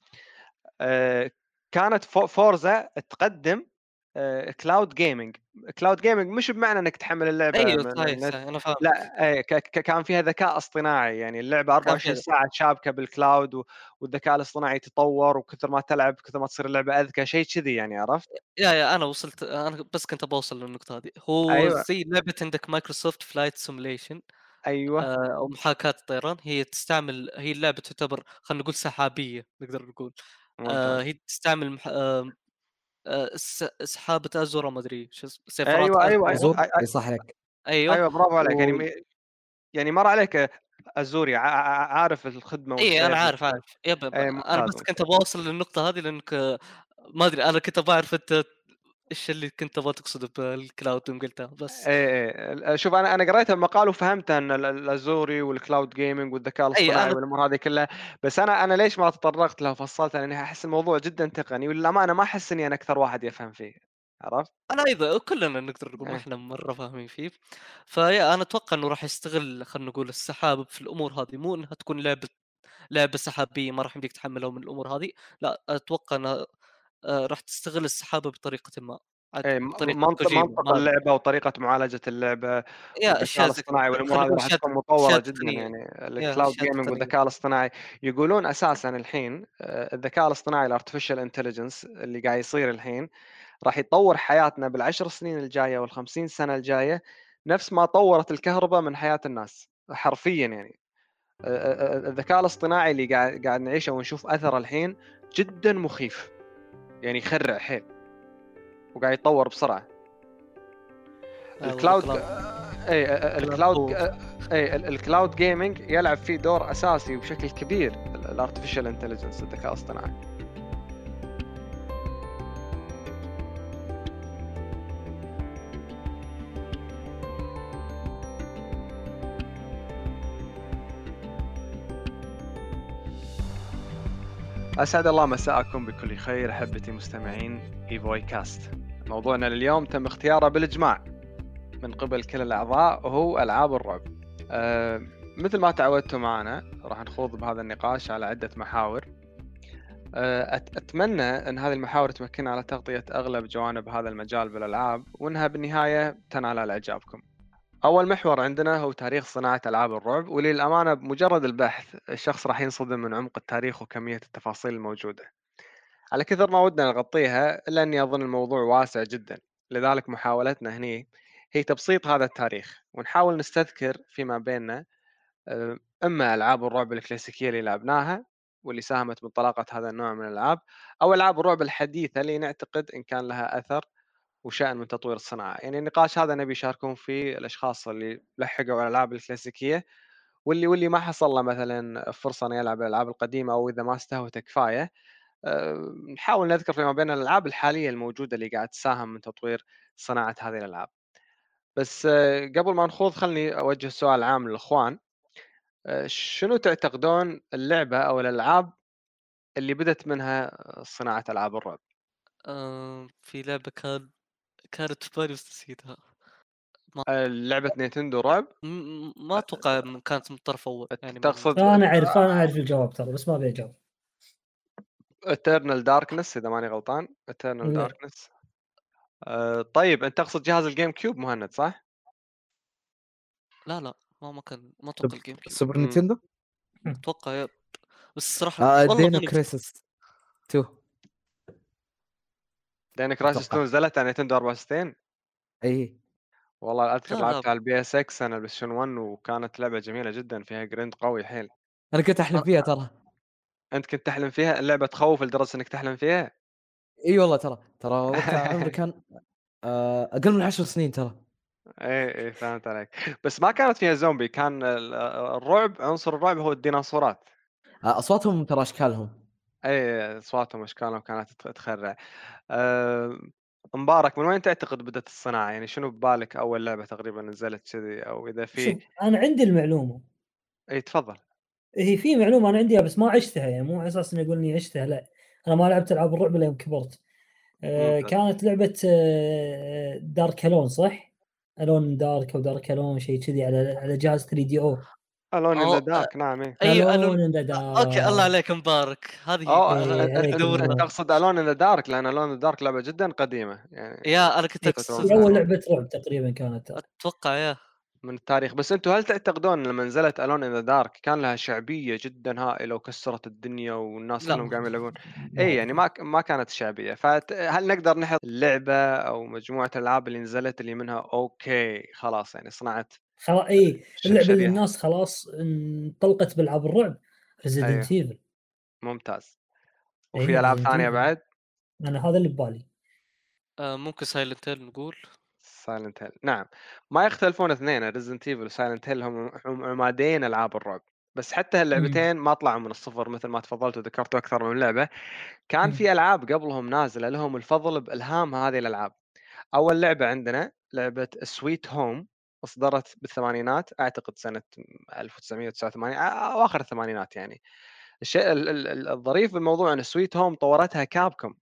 [SPEAKER 4] كانت فورزا تقدم كلاود جيمنج. كلاود جيمنج مش بمعنى انك تحمل اللعبه
[SPEAKER 2] ايوه
[SPEAKER 4] من
[SPEAKER 2] صحيح
[SPEAKER 4] النت،
[SPEAKER 2] صحيح انا فاهمك.
[SPEAKER 4] لا كان فيها ذكاء اصطناعي، يعني اللعبه
[SPEAKER 2] كان
[SPEAKER 4] 24
[SPEAKER 2] في
[SPEAKER 4] ساعه شابكه بالكلاود، والذكاء الاصطناعي يتطور، وكثر ما تلعب كثر ما تصير اللعبه اذكى، شيء كذي يعني، عرفت؟
[SPEAKER 2] يا انا وصلت، انا بس كنت بوصل للنقطة هذه. هو
[SPEAKER 4] ايوه
[SPEAKER 2] زي لعبة عندك مايكروسوفت فلايت سيموليشن
[SPEAKER 4] ايوه
[SPEAKER 2] او محاكاة الطيران، هي تستعمل، هي اللعبة تعتبر خلينا نقول سحابية نقدر نقول.
[SPEAKER 4] ممتاز.
[SPEAKER 2] هي تستعمل سحابة ازورا ما ادري شو سيفرات
[SPEAKER 4] ايوه ايوه
[SPEAKER 2] ازورا.
[SPEAKER 3] ازور يصح لك.
[SPEAKER 2] ايوه
[SPEAKER 4] ايوه برافو عليك.
[SPEAKER 2] و...
[SPEAKER 4] يعني مر عليك ازوري، عارف الخدمه
[SPEAKER 2] اي انا
[SPEAKER 4] والسيرفيس.
[SPEAKER 2] عارف
[SPEAKER 4] اي
[SPEAKER 2] انا
[SPEAKER 4] ممتاز
[SPEAKER 2] بس كنت
[SPEAKER 4] ممتاز.
[SPEAKER 2] بوصل للنقطة هذه لانك ما ادري، انا كنت بعرف انت ايش اللي كنت ابغى تقصده بالكلاود يوم قلتها بس.
[SPEAKER 4] شوف انا قريت المقال وفهمت ان الازوري والكلاود جيمنج والذكاء
[SPEAKER 2] اي
[SPEAKER 4] الاصطناعي
[SPEAKER 2] انا
[SPEAKER 4] والامور هذه كلها، بس انا ليش ما تطرقت لها وفصلتها؟ لاني احس الموضوع جدا تقني، وللامانه ما احس اني انا اكثر واحد يفهم فيه، عرفت؟
[SPEAKER 2] انا ايضا كلنا نقدر نقول ما
[SPEAKER 4] ايه
[SPEAKER 2] احنا مره فاهمين فيه. فيا انا اتوقع انه راح يستغل خلينا نقول السحاب في الامور هذه، مو انها تكون لعبه سحابيه ما راح يمديك تحملها من الامور هذه. لا اتوقع انها راح تستغل السحابه بطريقه ما، عاد
[SPEAKER 4] ايه
[SPEAKER 2] بطريقه كوجيما
[SPEAKER 4] منطق
[SPEAKER 2] ما ادري.
[SPEAKER 4] اللعبه وطريقه معالجه اللعبه
[SPEAKER 2] يا
[SPEAKER 4] والذكاء
[SPEAKER 2] اشياء زي
[SPEAKER 4] الاصطناعي والامور
[SPEAKER 2] خلينا
[SPEAKER 4] هذه
[SPEAKER 2] نقول
[SPEAKER 4] راح
[SPEAKER 2] اشياء
[SPEAKER 4] تكون
[SPEAKER 2] اشياء
[SPEAKER 4] مطوره جدا.
[SPEAKER 2] تقنيه.
[SPEAKER 4] يعني
[SPEAKER 2] يا
[SPEAKER 4] الكلاود
[SPEAKER 2] اشياء
[SPEAKER 4] جيمنج
[SPEAKER 2] تقنيه.
[SPEAKER 4] والذكاء الاصطناعي يقولون اساسا الحين الذكاء الاصطناعي الارتفيشال انتليجنس اللي قاعد يصير الحين راح يطور حياتنا بالعشر سنين الجايه والخمسين سنه الجايه، نفس ما طورت الكهرباء من حياه الناس حرفيا يعني. الذكاء الاصطناعي اللي قاعد نعيشه ونشوف اثره الحين جدا مخيف، يعني يخرع حيل، وقاعد يتطور بسرعه.
[SPEAKER 2] والله
[SPEAKER 4] الكلاود
[SPEAKER 2] كلام
[SPEAKER 4] اي
[SPEAKER 2] كلام
[SPEAKER 4] الكلاود
[SPEAKER 2] قوي.
[SPEAKER 4] الكلاود جيمنج يلعب فيه دور اساسي وبشكل كبير الارتفيشال انتليجنس، الذكاء الاصطناعي. أسعد الله مساءكم بكل خير أحبتي مستمعين إيفوي كاست. موضوعنا لليوم تم اختياره بالإجماع من قبل كل الأعضاء وهو ألعاب الرعب. مثل ما تعودتوا معنا راح نخوض بهذا النقاش على عدة محاور. أتمنى أن هذه المحاور تمكننا على تغطية أغلب جوانب هذا المجال بالألعاب، وأنها بالنهاية تنال على إعجابكم. أول محور عندنا هو تاريخ صناعة ألعاب الرعب، وللأمانة بمجرد البحث الشخص راح ينصدم من عمق التاريخ وكمية التفاصيل الموجودة. على كثر ما ودنا نغطيها إلا أني أظن الموضوع واسع جدا، لذلك محاولتنا هني هي تبسيط هذا التاريخ، ونحاول نستذكر فيما بيننا إما ألعاب الرعب الكلاسيكية اللي لعبناها، واللي ساهمت بانطلاقة هذا النوع من الألعاب، أو ألعاب الرعب الحديثة اللي نعتقد إن كان لها أثر وشأن من تطوير الصناعة. يعني النقاش هذا نبي يشاركون فيه الأشخاص اللي لحقوا على الألعاب الكلاسيكية، واللي ما حصل له مثلا فرصة إنه يلعب الألعاب القديمة، أو إذا ما استهوته كفاية. نحاول نذكر فيما بين الألعاب الحالية الموجودة اللي قاعد تساهم من تطوير صناعة هذه الألعاب. بس قبل ما نخوض خلني أوجه سؤال عام للإخوان. شنو تعتقدون اللعبة أو الألعاب اللي بدت منها صناعة ألعاب الرعب؟
[SPEAKER 2] في لعبة كانت في بالي بس نسيتها.
[SPEAKER 4] لعبة نينتندو رعب؟
[SPEAKER 2] ما اتوقع كانت من طرف اول، يعني
[SPEAKER 4] تقصد
[SPEAKER 1] انا اعرف الجواب ترى، بس ما ابي اجاوب.
[SPEAKER 4] Eternal Darkness اذا ماني غلطان. Eternal
[SPEAKER 1] لا.
[SPEAKER 4] Darkness. طيب انت تقصد جهاز الجيم كيوب مهند صح؟
[SPEAKER 2] لا ما كان، ما اتوقع الجيم كيوب،
[SPEAKER 3] سوبر نينتندو.
[SPEAKER 2] اتوقع بس الصراحة والله
[SPEAKER 3] دينو
[SPEAKER 2] ماني
[SPEAKER 3] كريسس 2.
[SPEAKER 4] دينا كرايسس
[SPEAKER 3] أتوقع.
[SPEAKER 4] 2 نزلت على نينتندو 64.
[SPEAKER 3] اي
[SPEAKER 4] والله اذكر
[SPEAKER 2] لا.
[SPEAKER 4] لعبتها على البي اس اكس انا البلايستيشن 1، وكانت لعبة جميلة جدا فيها جريند قوي حيل.
[SPEAKER 3] انا كنت احلم فيها ترى.
[SPEAKER 4] انت كنت تحلم فيها؟ اللعبة تخوف لدرجة انك تحلم فيها؟
[SPEAKER 3] اي والله ترى وقتها عمري كان اقل من 10 سنين ترى.
[SPEAKER 4] ايه فهمت عليك. بس ما كانت فيها زومبي، كان الرعب، عنصر الرعب هو الديناصورات.
[SPEAKER 3] اصواتهم ترى اشكالهم.
[SPEAKER 4] اي اصواتهم اشكالهم كانت تخرع. مبارك، من وين تعتقد بدأت الصناعة؟ يعني شنو ببالك أول لعبة تقريبا نزلت كذي، أو إذا في؟
[SPEAKER 1] شوف انا عندي المعلومه.
[SPEAKER 4] اي تفضل.
[SPEAKER 1] هي في معلومه انا عنديها بس ما عشتها، يعني مو على اساس اني اقول اني عشتها، لا. انا ما لعبت العاب الرعب الا يوم كبرت.
[SPEAKER 4] ممتاز.
[SPEAKER 1] كانت لعبه دارك الون، صح؟ الون دارك او دارك الون شيء كذي على جهاز 3 دي او.
[SPEAKER 4] الون ان ذا دارك. نعم
[SPEAKER 2] ايوه
[SPEAKER 1] الون ان ذا
[SPEAKER 2] اوكي، الله
[SPEAKER 1] دارك.
[SPEAKER 2] عليك مبارك. هذه
[SPEAKER 1] عليك
[SPEAKER 4] انت
[SPEAKER 1] النور.
[SPEAKER 4] تقصد الون ان ذا دارك، لأن الون ان ذا دارك لعبة جدا قديمة يعني.
[SPEAKER 2] يا انا كنت
[SPEAKER 1] هي اول لعبه رعب تقريبا كانت.
[SPEAKER 2] اتوقع يا
[SPEAKER 4] من التاريخ. بس انتم هل تعتقدون لما نزلت الون ان ذا دارك كان لها شعبية جدا هائلة وكسرت الدنيا والناس
[SPEAKER 2] لا.
[SPEAKER 4] كلهم قاعدين يلعبون؟
[SPEAKER 1] ما
[SPEAKER 4] اي يعني ما كانت شعبية. فهل نقدر نحط اللعبة او مجموعة الالعاب اللي نزلت اللي منها اوكي خلاص يعني صنعت
[SPEAKER 1] خلاص اي اللعبه اللي
[SPEAKER 4] شريحة؟
[SPEAKER 1] الناس خلاص انطلقت بالعاب الرعب، ريزيدنت
[SPEAKER 4] ايوه
[SPEAKER 1] ايفل.
[SPEAKER 4] ممتاز. وفي
[SPEAKER 1] اي
[SPEAKER 4] العاب
[SPEAKER 1] ريزيدنت
[SPEAKER 4] ثانية
[SPEAKER 1] ايفل،
[SPEAKER 4] بعد؟
[SPEAKER 1] انا هذا اللي ببالي.
[SPEAKER 2] ممكن سايلنت هيل نقول.
[SPEAKER 4] سايلنت هيل نعم. ما يختلفون اثنين، ريزنت ايفل وسايلنت هيل هم عمادين العاب الرعب. بس حتى هاللعبتين ما طلعوا من الصفر، مثل ما تفضلت وذكرتوا اكثر من لعبه. كان في العاب قبلهم نازله لهم الفضل بالهام هذه الالعاب. اول لعبه عندنا لعبه سويت هوم، اصدرت بالثمانينات اعتقد سنه 1989 اواخر الثمانينات يعني. الشيء الظريف بالموضوع ان سويت هوم طورتها كابكوم.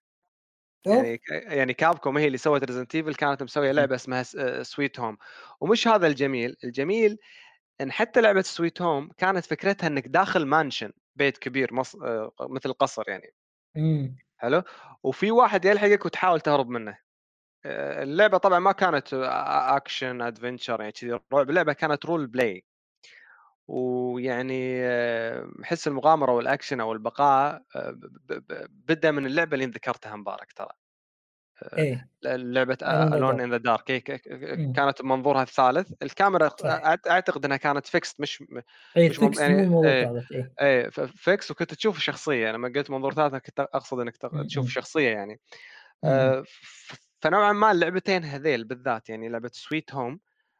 [SPEAKER 4] يعني كابكوم هي اللي سوت ريزنت ايفل، كانت مسويه لعبه اسمها سويت هوم. ومش هذا الجميل ان حتى لعبه سويت هوم كانت فكرتها انك داخل مانشن، بيت كبير مثل قصر يعني. حلو. وفي واحد يلحقك وتحاول تهرب منه. اللعبه طبعا ما كانت اكشن ادفنتشر يعني كذي رعب، اللعبه كانت رول بلاي. ويعني حس المغامره والاكشن او البقاء بدا من اللعبه اللي ذكرتها مبارك ترى.
[SPEAKER 1] ايه
[SPEAKER 4] لعبه
[SPEAKER 1] Alone in the
[SPEAKER 4] الون
[SPEAKER 1] Dark.
[SPEAKER 4] ان ذا دارك كانت بمنظورها الثالث. الكاميرا
[SPEAKER 1] صح.
[SPEAKER 4] اعتقد انها كانت فيكست، مش
[SPEAKER 1] اي
[SPEAKER 4] مش
[SPEAKER 1] فيكس
[SPEAKER 4] يعني
[SPEAKER 1] مو الموضوع ثالث. ايه
[SPEAKER 4] فيكس. وكنت تشوف الشخصيه. انا لما قلت منظور ثالث كنت اقصد انك تشوف شخصيه يعني. فنوعا ما اللعبتين هذيل بالذات يعني لعبه سويت هوم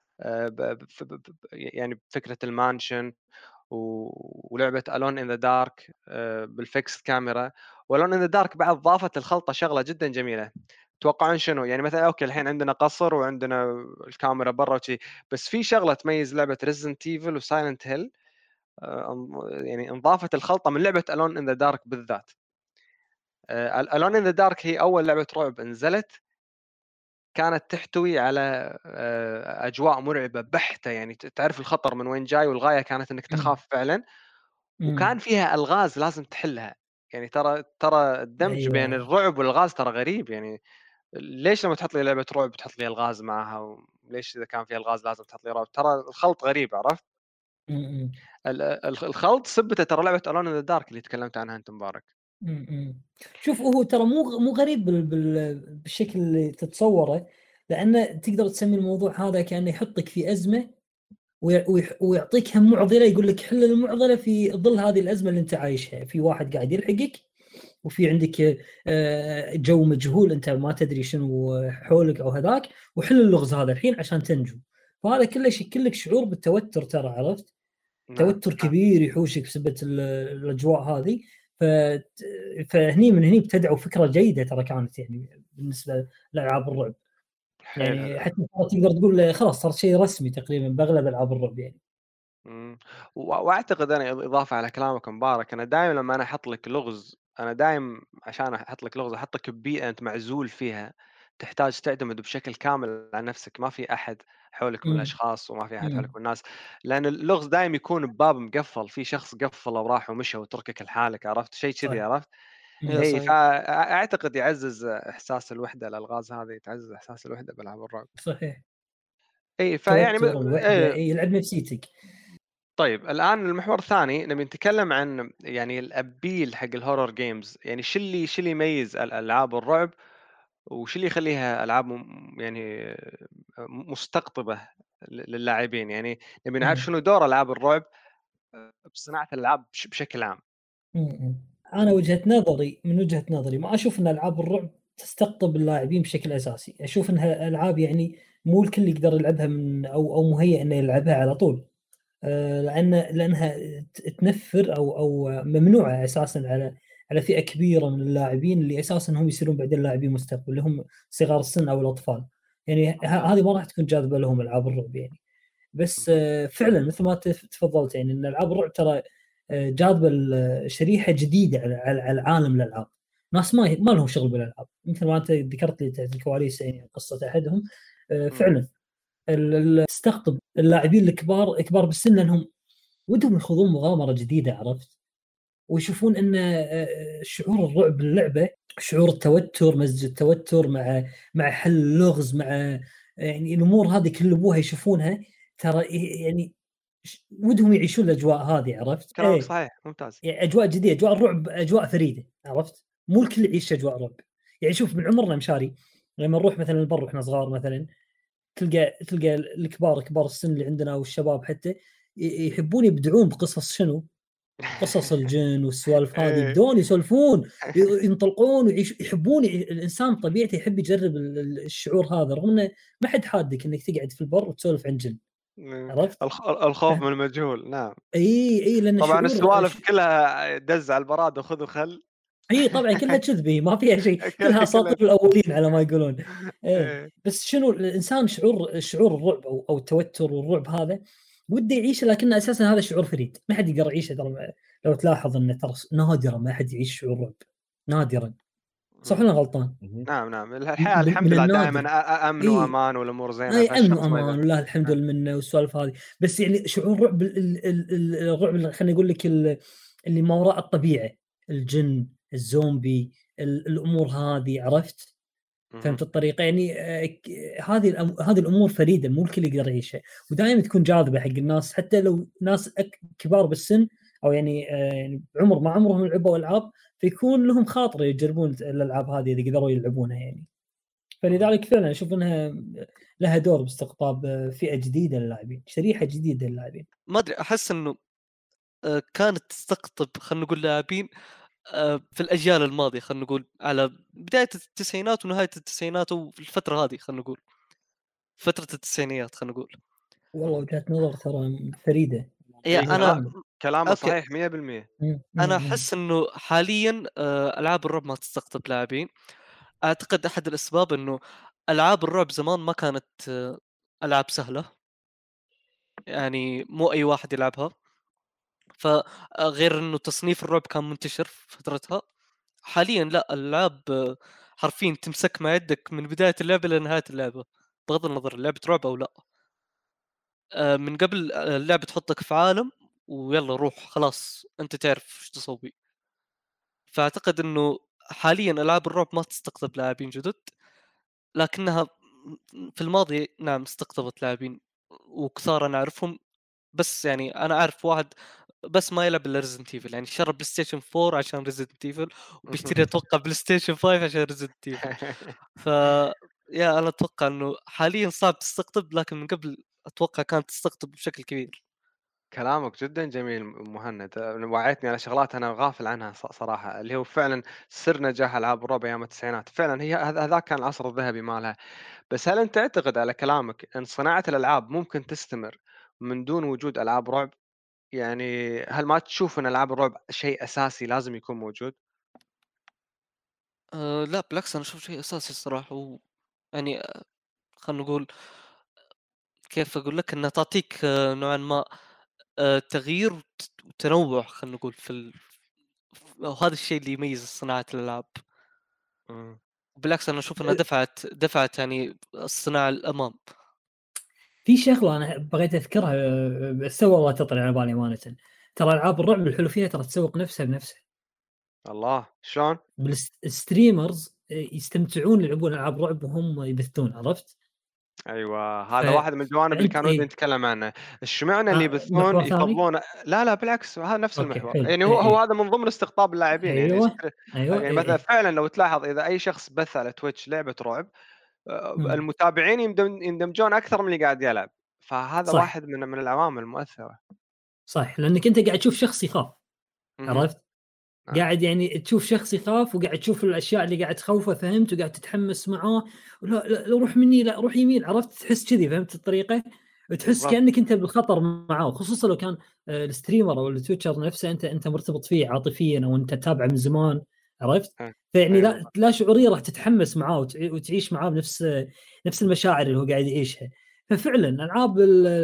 [SPEAKER 4] يعني فكره المانشن، ولعبه الون ان ذا دارك بالفيكس كاميرا. والون ان ذا دارك بعد ضافت الخلطه شغله جدا جميله. توقعون شنو يعني؟ مثلا اوكي الحين عندنا قصر وعندنا الكاميرا برا وشي، بس في شغله تميز لعبه ريزنت ايفل وسايلنت هيل يعني انضافت الخلطه من لعبه الون ان ذا دارك بالذات. الون ان ذا دارك هي اول لعبه رعب نزلت كانت تحتوي على اجواء مرعبه بحته، يعني تعرف الخطر من وين جاي، والغايه كانت انك تخاف فعلا. وكان فيها الغاز لازم تحلها. يعني ترى الدمج بين
[SPEAKER 1] ايوه.
[SPEAKER 4] الرعب والغاز ترى غريب يعني. ليش لما تحط لي لعبه رعب تحط لي الغاز معها، وليش اذا كان فيها الغاز لازم تحط لي رعب؟ ترى الخلط غريب، عرفت؟ الخلط سبته ترى لعبه الون ان ذا دارك اللي تكلمت عنها انت مبارك.
[SPEAKER 1] شوف هو ترى مو غريب بالشكل اللي تتصوره، لانه تقدر تسمي الموضوع هذا كانه يحطك في ازمه ويعطيك هم معضله، يقول لك حل المعضله في ظل هذه الازمه اللي انت عايشها، في واحد قاعد يلحقك وفي عندك جو مجهول انت ما تدري شنو حولك او هذاك، وحل اللغز هذا الحين عشان تنجو. فهذا كله يشكل لك شعور بالتوتر ترى، عرفت؟ توتر كبير يحوشك بسبب الاجواء هذه. فهني من هني ابتدعوا فكره جيده ترى كانت يعني بالنسبه لالعاب الرعب. يعني حتى تقدر تقول خلاص صار شيء رسمي تقريبا باغلب العاب الرعب يعني.
[SPEAKER 4] واعتقد انا اضافه على كلامك مبارك، انا دائما لما انا احط لك لغز، انا دائما عشان احط لك لغز احطك ببيئه انت معزول فيها، تحتاج تعتمد بشكل كامل على نفسك، ما في احد حولك من الاشخاص وما في احد حولك من الناس، لان اللغز دائما يكون بباب مقفل، في شخص قفله وراح ومشى وتركك لحالك، عرفت شيء كذي؟ عرفت؟ اي فاعتقد يعزز احساس الوحده، الالغاز هذه تعزز احساس الوحده بالعاب الرعب.
[SPEAKER 1] صحيح.
[SPEAKER 4] اي فيعني
[SPEAKER 1] الوحده يلعب نفسيتك.
[SPEAKER 4] طيب الان المحور الثاني نبي نتكلم عن يعني الابيل حق الهورر جيمز، يعني شو اللي يميز الالعاب الرعب، وش اللي يخليها العاب يعني مستقطبه للاعبين، يعني نبي نعرف شنو دور العاب الرعب بصناعه الالعاب بشكل عام.
[SPEAKER 1] انا من وجهه نظري ما اشوف ان العاب الرعب تستقطب اللاعبين بشكل اساسي، اشوف انها العاب يعني مو الكل يقدر يلعبها من او مهيئ انه يلعبها على طول. لانها تنفر او ممنوعه اساسا على فئه كبيره من اللاعبين اللي اساسا هم يصيرون بعدين لاعبين مستقبل، اللي هم صغار السن او الاطفال. يعني هذه ما راح تكون جاذبه لهم العاب الرعب يعني. بس فعلا مثل ما تفضلت يعني ان العاب الرعب ترى جاذبه شريحه جديده على عالم الالعاب. ناس ما لهم شغل بالالعاب، مثل ما انت ذكرت لي تحت الكواليس يعني قصه احدهم. فعلا تستقطب اللاعبين الكبار كبار بالسن، لانهم ودهم يخوضون مغامره جديده، عرفت؟ ويشوفون ان شعور الرعب باللعبه، شعور التوتر، مزج التوتر مع حل اللغز، مع يعني الامور هذه كل ابوها يشوفونها ترى يعني ودهم يعيشون الاجواء هذه، عرفت؟
[SPEAKER 4] كلامك صحيح ممتاز.
[SPEAKER 1] يعني اجواء جديده، اجواء الرعب اجواء فريده، عرفت؟ مو الكل يعيش اجواء رعب. يعني شوف من عمرنا مشاري لما نروح مثلا البر واحنا صغار مثلا، تلقى الكبار كبار السن اللي عندنا والشباب حتى يحبون يبدعون بقصص شنو؟ قصص الجن والسوالف هذه، يبدون يسولفون ينطلقون ويعيش، يحبون الانسان طبيعته يحب يجرب الشعور هذا، رغم انه ما حد حادك انك تقعد في البر وتسولف عن جن، عرفت؟
[SPEAKER 4] الخوف من المجهول. نعم.
[SPEAKER 1] اي لان
[SPEAKER 4] طبعا السوالف كلها دز على البراد وخذ وخل.
[SPEAKER 1] اي طبعا كلها كذبه ما فيها شيء، كلها اساطير الاولين على ما يقولون. بس شنو الانسان شعور الرعب او التوتر والرعب هذا وده يعيشه، لكن اساسا هذا شعور فريد ما حد يقدر يعيشه. لو تلاحظ انه ترى نادرا ما حد يعيش شعور رعب، نادرا. صح ولا غلطان؟
[SPEAKER 4] نعم الحياه الحمد لله دائما امن وامان والامور زينه،
[SPEAKER 1] اي امن وامان والله الحمد لله منه والسوالف هذه. بس يعني شعور رعب الرعب خلينا نقول لك اللي ما وراء الطبيعه، الجن، الزومبي، الامور هذه، عرفت؟ فهمت الطريقه؟ يعني هذه الامور فريده مو الكل يقدر يعيشها، ودائما تكون جاذبه حق الناس، حتى لو ناس كبار بالسن او يعني عمر ما عمرهم لعبوا العاب، فيكون لهم خاطر يجربون الالعاب هذه اذا قدروا يلعبونها يعني. فلذلك فعلا اشوف انها لها دور باستقطاب فئه جديده للاعبين، شريحه جديده للاعبين.
[SPEAKER 2] ما ادري، احس انه كانت تستقطب خلينا نقول لاعبين في الاجيال الماضيه، خلينا نقول على بدايه التسعينات ونهايه التسعينات وفي الفتره هذه، خلينا نقول فتره التسعينيات خلينا نقول.
[SPEAKER 1] والله وجهه نظر ترى فريده.
[SPEAKER 2] انا
[SPEAKER 4] كلامه صحيح 100%.
[SPEAKER 2] انا احس انه حاليا العاب الرعب ما تستقطب لاعبين. اعتقد احد الاسباب انه العاب الرعب زمان ما كانت العاب سهله، يعني مو اي واحد يلعبها. فغير انه تصنيف الرعب كان منتشر في فترتها، حاليا لا، الالعاب حرفيا تمسك مع يدك من بدايه اللعبه لنهايه اللعبه، بغض النظر لعبه رعب او لا. من قبل اللعبه تحطك في عالم ويلا روح خلاص انت تعرف ايش تسوي. فاعتقد انه حاليا العاب الرعب ما تستقطب لاعبين جدد، لكنها في الماضي نعم استقطبت لاعبين وكثار انا اعرفهم. بس يعني انا اعرف واحد بس ما يلعب الا ريزنت ايفل، يعني شرب بلاي ستيشن 4 عشان ريزنت ايفل، وبيشتري اتوقع بلاي ستيشن 5 عشان ريزنت ايفل. ف انا اتوقع انه حاليا صعب تستقطب، لكن من قبل اتوقع كانت تستقطب بشكل كبير.
[SPEAKER 4] كلامك جدا جميل مهند، وعيتني على شغلات انا غافل عنها صراحه، اللي هو فعلا سر نجاح العاب الرعب ايام التسعينات، فعلا هي هذاك كان العصر الذهبي مالها. بس هل انت تعتقد على كلامك ان صناعه الالعاب ممكن تستمر من دون وجود العاب رعب؟ يعني هل ما تشوف ان العاب الرعب شيء اساسي لازم يكون موجود؟
[SPEAKER 2] لا بالعكس، انا اشوف شيء اساسي الصراحه. يعني خلينا نقول، كيف اقول لك، انها تعطيك نوعا ما تغيير وتنوع، خلينا نقول وهذا الشيء اللي يميز صناعه الالعاب.
[SPEAKER 4] مم.
[SPEAKER 2] بالعكس انا اشوف انها دفعت يعني الصناعه الامام.
[SPEAKER 1] في شغله انا بغيت اذكرها بس تو والله تطلع على بالي امانه. ترى العاب الرعب الحلو فيها ترى تسوق نفسها بنفسها.
[SPEAKER 4] الله، شلون؟
[SPEAKER 1] بالستريمرز يستمتعون يلعبون العاب رعب وهم يبثون، عرفت؟
[SPEAKER 4] ايوه،
[SPEAKER 1] ف...
[SPEAKER 4] هذا واحد من الجوانب اللي
[SPEAKER 1] فانت
[SPEAKER 4] كان ودي نتكلم عنه. اشمعنى اللي يبثون
[SPEAKER 1] محور ثاني.
[SPEAKER 4] يفضلون؟ لا لا بالعكس، هذا نفس
[SPEAKER 1] اوكي
[SPEAKER 4] المحور،
[SPEAKER 1] حلو،
[SPEAKER 4] يعني
[SPEAKER 1] اي
[SPEAKER 4] هو
[SPEAKER 1] اي
[SPEAKER 4] هذا من ضمن استقطاب اللاعبين يعني
[SPEAKER 1] ايوه ايوه
[SPEAKER 4] يعني
[SPEAKER 1] اي
[SPEAKER 4] مثلا
[SPEAKER 1] اي
[SPEAKER 4] فعلا لو تلاحظ اذا اي شخص بث على تويتش لعبه رعب،
[SPEAKER 1] مم.
[SPEAKER 4] المتابعين يندمجون اكثر من اللي قاعد يلعب، فهذا
[SPEAKER 1] صح
[SPEAKER 4] واحد من العوامل المؤثره.
[SPEAKER 1] صح، لانك انت قاعد تشوف شخص يخاف،
[SPEAKER 4] اها.
[SPEAKER 1] عرفت؟
[SPEAKER 4] نعم.
[SPEAKER 1] قاعد يعني تشوف شخص يخاف وقاعد تشوف الاشياء اللي قاعد تخوفه، فهمت؟ وقاعد تتحمس معاه. لا لا لا، روح مني، لا روح يمين، عرفت؟ تحس كذي، فهمت الطريقه؟ تحس
[SPEAKER 4] بالضبط.
[SPEAKER 1] كانك انت بالخطر معاه، خصوصا لو كان الستريمر او التويتشر نفسه انت مرتبط فيه عاطفيا او انت تتابعه من زمان، عرفت؟ فيعني
[SPEAKER 4] اي
[SPEAKER 1] لا
[SPEAKER 4] بالضبط.
[SPEAKER 1] لا شعوريا راح تتحمس معاه وتعيش معاه بنفس نفس المشاعر اللي هو قاعد يعيشها. ففعلا العاب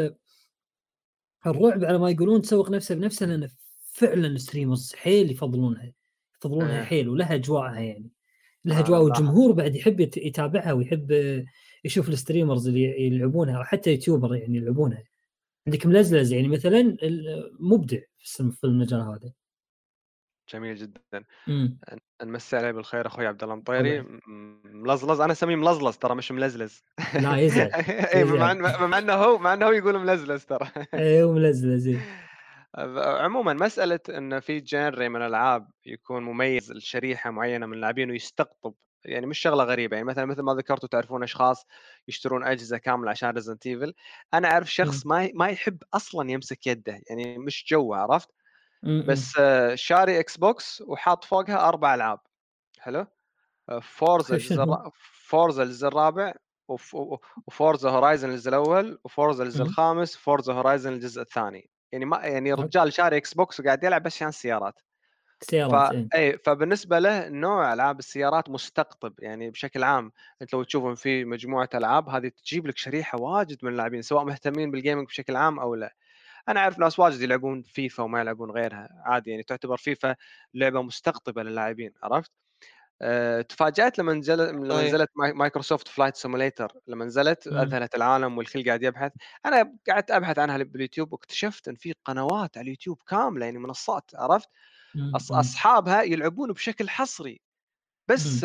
[SPEAKER 1] الرعب على ما يقولون تسوق نفسها بنفسها، لان فعلا الستريمرز حيل يفضلونها
[SPEAKER 4] ايه.
[SPEAKER 1] حيل، ولها اجواءها يعني، لها
[SPEAKER 4] انا
[SPEAKER 1] اجواء،
[SPEAKER 4] ملاحظ.
[SPEAKER 1] والجمهور بعد يحب يتابعها ويحب يشوف الستريمرز اللي يلعبونها، او حتى يوتيوبر يعني يلعبونها. عندك ملزلز يعني مثلا مبدع في المجال هذا.
[SPEAKER 4] جميل جدا.
[SPEAKER 1] امم
[SPEAKER 4] نمسي عليه بالخير اخوي عبد الله المطيري.
[SPEAKER 1] طبعا.
[SPEAKER 4] ملزلز، انا اسميه ملزلز ترى، مش ملزلز.
[SPEAKER 1] لا يزعل
[SPEAKER 4] اي،
[SPEAKER 1] يزعل.
[SPEAKER 4] مع انه هو يقول ملزلز ترى.
[SPEAKER 1] ايوه ملزلز
[SPEAKER 4] عموما مسألة ان في جينري من الالعاب يكون مميز لشريحة معينة من اللاعبين ويستقطب، يعني مش شغلة غريبة. يعني مثل ما ذكرتوا، تعرفون اشخاص يشترون اجهزة كاملة عشان ريزنت ايفل. انا اعرف شخص ما يحب اصلا يمسك يده، يعني مش جو، عرفت؟ بس شاري اكس بوكس وحاط فوقها 4 العاب. حلو. فورزا الجزء
[SPEAKER 1] شنو؟
[SPEAKER 4] فورزا الجزء الرابع، وفورزا هورايزن الجزء الاول، وفورزا الجزء الخامس، فورزا هورايزن الجزء الثاني. يعني ما يعني الرجال شاري اكس بوكس وقاعد يلعب بس عشان السيارات.
[SPEAKER 1] سيارات
[SPEAKER 4] فبالنسبه له نوع العاب السيارات مستقطب يعني بشكل عام. انت لو تشوفهم في مجموعه العاب هذه تجيب لك شريحه واجد من اللاعبين، سواء مهتمين بالجيمنج بشكل عام او لا. انا اعرف ناس واجد يلعبون فيفا وما يلعبون غيرها عادي، يعني تعتبر فيفا لعبه مستقطبه للاعبين، عرفت؟ تفاجأت لما
[SPEAKER 2] صحيح.
[SPEAKER 4] نزلت مايكروسوفت فلايت سيموليتر، لما نزلت اذهلت العالم والكل قاعد يبحث. انا قعدت ابحث عنها باليوتيوب واكتشفت ان في قنوات على اليوتيوب كامله، يعني منصات، عرفت؟ اصحابها يلعبون بشكل حصري بس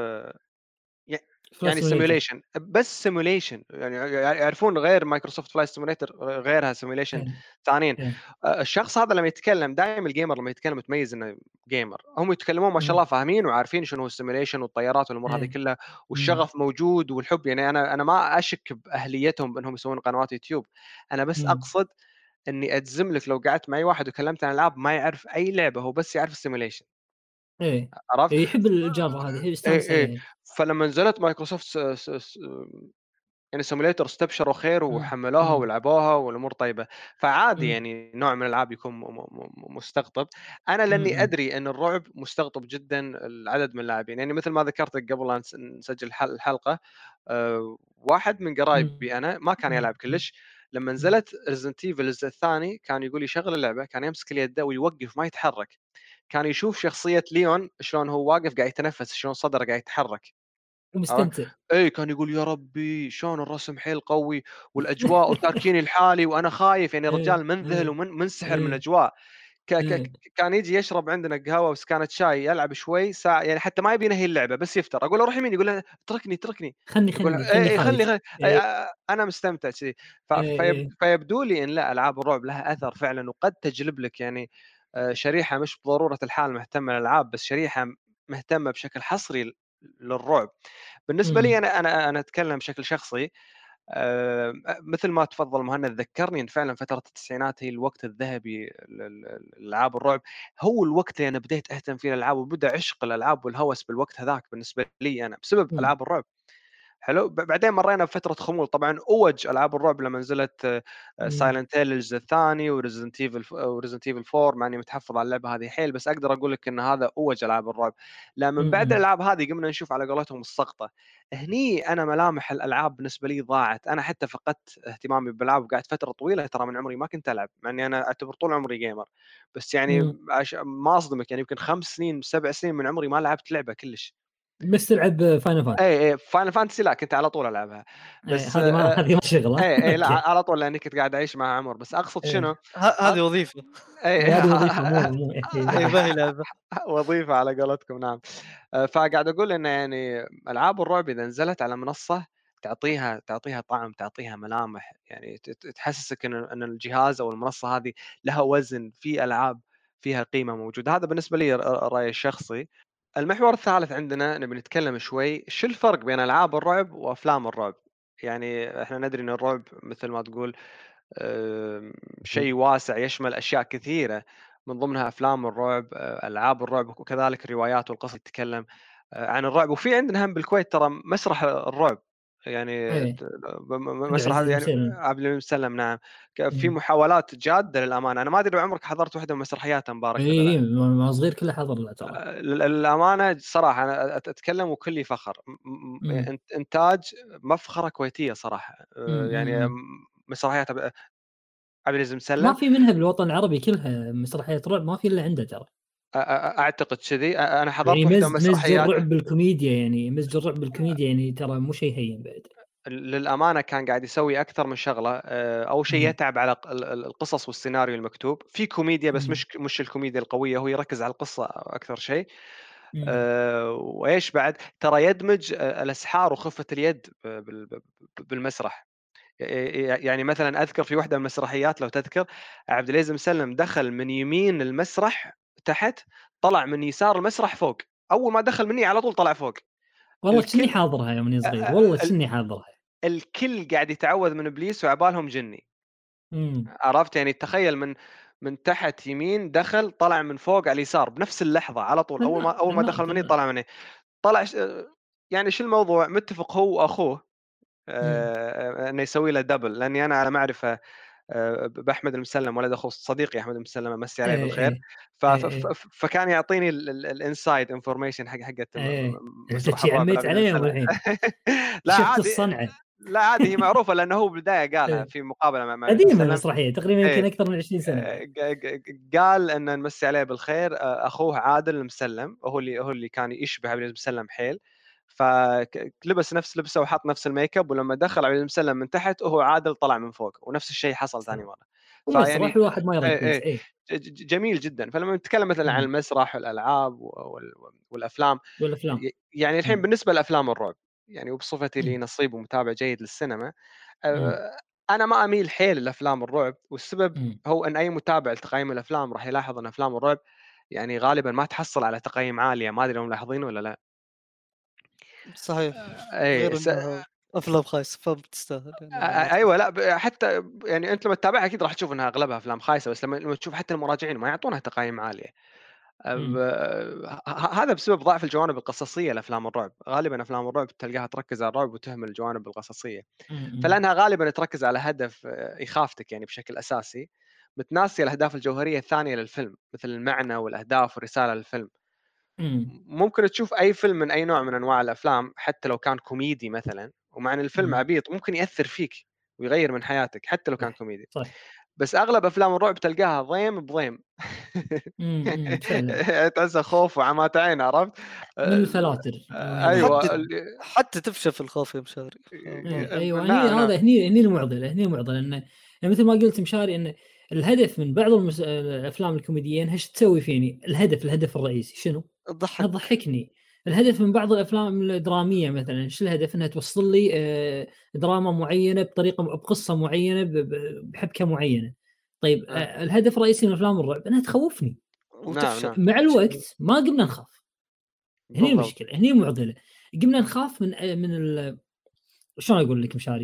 [SPEAKER 4] ي
[SPEAKER 1] فلاش
[SPEAKER 4] يعني
[SPEAKER 1] سيميليتر.
[SPEAKER 4] سيموليشن، بس سيموليشن، يعني يعرفون غير مايكروسوفت فلايت سيموليتر غيرها سيموليشن ثانيين. الشخص هذا لما يتكلم، دائما الجيمر لما يتكلم تميز انه جيمر. هم يتكلمون ما شاء الله فاهمين وعارفين شنو هو السيموليشن والطيارات والامور هذه كلها، والشغف موجود والحب. يعني انا ما اشك باهليتهم بانهم يسوون قنوات يوتيوب. انا بس اقصد اني اجزم لك لو قعدت مع اي واحد وكلمت عن العاب ما يعرف اي لعبه، هو بس يعرف السيموليشن،
[SPEAKER 1] ايه
[SPEAKER 4] عرفت؟
[SPEAKER 1] يحب الجافا هذه، يحب يستانس
[SPEAKER 4] اي
[SPEAKER 1] عليها.
[SPEAKER 4] فلما نزلت مايكروسوفت يعني سيموليتر استبشروا خير وحملوها
[SPEAKER 1] مم.
[SPEAKER 4] ولعبوها والامور طيبه. فعادي
[SPEAKER 1] مم.
[SPEAKER 4] يعني نوع من الالعاب يكون مستقطب. انا لاني
[SPEAKER 1] مم.
[SPEAKER 4] ادري ان الرعب مستقطب جدا العدد من اللاعبين، يعني مثل ما ذكرت لك قبل لا نسجل الحلقه. واحد من
[SPEAKER 1] مم.
[SPEAKER 4] قرايبي انا ما كان يلعب كلش. لما نزلت ريزنت ايفل الجزء الثاني كان يقول يشغل اللعبه، كان يمسك اليد ويوقف ما يتحرك. كان يشوف شخصيه ليون شلون هو واقف قاعد يتنفس، شلون صدره قاعد يتحرك.
[SPEAKER 1] ومستمتع.
[SPEAKER 4] اي كان يقول يا ربي شلون الرسم حيل قوي والاجواء وتاركيني لحالي وانا خايف، يعني
[SPEAKER 1] ايه
[SPEAKER 4] الرجال منذهل
[SPEAKER 1] ايه
[SPEAKER 4] ومنسحر من
[SPEAKER 1] ايه
[SPEAKER 4] الاجواء.
[SPEAKER 1] ايه
[SPEAKER 4] كان يجي يشرب عندنا قهوه وسكانه شاي، يلعب شوي ساعه، يعني حتى ما يبي ينهي اللعبه بس يفتر. اقول له روح يمين، يقول له اتركني اتركني.
[SPEAKER 1] خلني
[SPEAKER 4] اقول
[SPEAKER 1] خلني
[SPEAKER 4] اي
[SPEAKER 1] خلني
[SPEAKER 4] خلني
[SPEAKER 1] خايف. ايه
[SPEAKER 4] انا مستمتع كذي.
[SPEAKER 1] ايه ايه
[SPEAKER 4] فيبدو لي ان لا، العاب الرعب لها اثر فعلا، وقد تجلب لك يعني شريحه مش بضروره الحال مهتمه بالالعاب، بس شريحه مهتمه بشكل حصري للرعب. بالنسبه لي
[SPEAKER 1] مم.
[SPEAKER 4] انا اتكلم بشكل شخصي. مثل ما تفضل مهند، ذكرني ان فعلا فتره التسعينات هي الوقت الذهبي للالعاب الرعب. هو الوقت اللي انا بديت اهتم فيه الالعاب، وبدا عشق الالعاب والهوس بالوقت هذاك بالنسبه لي انا بسبب العاب الرعب. حلو. بعدين مرينا بفتره خمول طبعا، اوج العاب الرعب لما نزلت سايلنت هيل الجزء الثاني وريزنت ايفل 4، مع اني متحفظ على اللعبه هذه حيل، بس اقدر اقول لك ان هذا اوج العاب الرعب. لما من بعد الالعاب هذه قمنا نشوف على قولتهم السقطه. هني انا ملامح الالعاب بالنسبه لي ضاعت، انا حتى فقدت اهتمامي بالالعاب، وقعدت فتره طويله ترى من عمري ما كنت العب، مع اني انا اعتبر طول عمري جيمر. بس يعني ما اصدمك، يعني يمكن 5 سنين 7 سنين من عمري ما لعبت لعبه كلش.
[SPEAKER 1] بس تلعب فاينل فانتسي؟
[SPEAKER 4] اي فاينل فانتسي لا، كنت على طول العبها. بس
[SPEAKER 1] هذه ما شغله.
[SPEAKER 4] اي لا على طول، لاني كنت قاعد اعيش مع عمر. بس اقصد شنو،
[SPEAKER 2] هذه وظيفه.
[SPEAKER 1] هذه وظيفه مو
[SPEAKER 2] اي ما هي لعبه،
[SPEAKER 4] وظيفه على قولتكم. نعم. فقاعد اقول انه يعني العاب الرعب اذا نزلت على منصه تعطيها طعم، تعطيها ملامح، يعني تحسسك ان الجهاز او المنصه هذه لها وزن، في العاب فيها قيمه موجوده. هذا بالنسبه لي الراي الشخصي. المحور الثالث عندنا نبي نتكلم شوي شو الفرق بين العاب الرعب وافلام الرعب. يعني احنا ندري ان الرعب مثل ما تقول شيء واسع يشمل اشياء كثيره، من ضمنها افلام الرعب، العاب الرعب، وكذلك الروايات والقصص تتكلم عن الرعب. وفي عندنا هم بالكويت ترى مسرح الرعب، يعني مسرح هذا يعني عبد المسلم. نعم. في محاولات جاده للامانه. انا ما ادري لو عمرك حضرت واحده من مسرحياته مبارك.
[SPEAKER 1] اي ما صغير كله حضر له ترى.
[SPEAKER 4] للامانه صراحه انا اتكلم وكلي فخر، انتاج مفخره كويتيه صراحه. يعني مسرحيات عبد العزيز مسلم
[SPEAKER 1] ما في منها بالوطن العربي كلها مسرحيات رعب، ما في الا عنده ترى.
[SPEAKER 4] اعتقد كذي. انا حضرت
[SPEAKER 1] يعني
[SPEAKER 4] واحده من مسرحيات
[SPEAKER 1] مزج الرعب بالكوميديا، يعني مزج الرعب بالكوميديا، يعني ترى مو شيء هين بعد.
[SPEAKER 4] للامانه كان قاعد يسوي اكثر من شغله. اول شيء يتعب على القصص والسيناريو المكتوب، في كوميديا بس مش الكوميديا القويه، هو يركز على القصه اكثر شيء. وايش بعد، ترى يدمج الاسحار وخفه اليد بالمسرح. يعني مثلا اذكر في واحده من المسرحيات لو تذكر، عبد العزيز مسلم دخل من يمين المسرح تحت، طلع من يسار المسرح فوق، اول ما دخل مني على طول طلع فوق.
[SPEAKER 1] والله كني حاضرها يوم اني صغير، والله كني حاضرها.
[SPEAKER 4] الكل قاعد يتعوذ من ابليس وعبالهم جني. عرفت يعني، تخيل من تحت يمين دخل، طلع من فوق على اليسار بنفس اللحظه على طول. اول ما دخل مني طلع مني، طلع. يعني شو الموضوع، متفق هو واخوه انه يسوي له دبل، لاني انا على معرفه باحمد المسلم ولد اخو صديقي احمد المسلم، امسي عليه بالخير. فكان يعطيني الانسايد انفورميشن حقت مسرح الرعب
[SPEAKER 1] عليهم الحين.
[SPEAKER 4] لا
[SPEAKER 1] شفت
[SPEAKER 4] عادي
[SPEAKER 1] الصنعه.
[SPEAKER 4] لا عادي، هي معروفه لانه هو بالبدايه قالها في مقابله مع
[SPEAKER 1] قديمه المسرحيه تقريبا يمكن اكثر من 20 سنه.
[SPEAKER 4] قال ان نمسي عليه بالخير، اخوه عادل المسلم هو اللي كان يشبه عبد المسلم حيل، فلبس نفس لبسه وحط نفس الميك اب، ولما دخل عبد المسلم من تحت وهو عادل طلع من فوق، ونفس الشيء حصل ثاني مره.
[SPEAKER 1] فيعني الواحد ما يركز.
[SPEAKER 4] جميل جدا. فلما نتكلم مثلا عن المسرح والالعاب والافلام، يعني الحين بالنسبه لافلام الرعب، يعني وبصفتي لي نصيب ومتابع جيد للسينما، انا ما اميل حيل لافلام الرعب، والسبب هو ان اي متابع لتقييم الافلام راح يلاحظ ان افلام الرعب يعني غالبا ما تحصل على تقييم عاليه. ما ادري لو ملاحظين ولا لا.
[SPEAKER 2] صحيح. غير انها افلام خايسه فبتستاهل يعني.
[SPEAKER 4] ايوه لا حتى يعني انت لما تتابعها اكيد راح تشوف انها اغلبها افلام خايسه، بس لما تشوف حتى المراجعين ما يعطونها تقييم عاليه. هذا بسبب ضعف الجوانب القصصيه لافلام الرعب. غالبا افلام الرعب تلقاها تركز على الرعب وتهمل الجوانب القصصيه، فلانها غالبا تركز على هدف يخافتك يعني بشكل اساسي، متناسيه الاهداف الجوهريه الثانيه للفيلم، مثل المعنى والاهداف والرساله للفيلم. ممكن تشوف اي فيلم من اي نوع من انواع الافلام حتى لو كان كوميدي مثلا، ومع ان الفيلم عبيط ممكن ياثر فيك ويغير من حياتك حتى لو كان كوميدي.
[SPEAKER 1] صح.
[SPEAKER 4] بس اغلب افلام الرعب تلقاها ضيم بضيم. تحسه خوف وعمات عين، عرفت؟
[SPEAKER 1] من الفلاتر.
[SPEAKER 4] ايوه
[SPEAKER 2] حتى تفشل في الخوف يا مشاري.
[SPEAKER 1] ايوه هذا هني المعضله انه مثل ما قلت مشاري، ان الهدف من بعض الافلام الكوميديين ايش تسوي فيني؟ الهدف الرئيسي شنو؟ تضحكني. الهدف من بعض الافلام الدراميه مثلا شو الهدف؟ انها توصل لي دراما معينه بقصه معينه بحبكه معينه. طيب الهدف الرئيسي من افلام الرعب انها تخوفني. مع الوقت ما قمنا نخاف. هني المشكله، هني المعضله. قمنا نخاف من شلون اقول لك مشاري،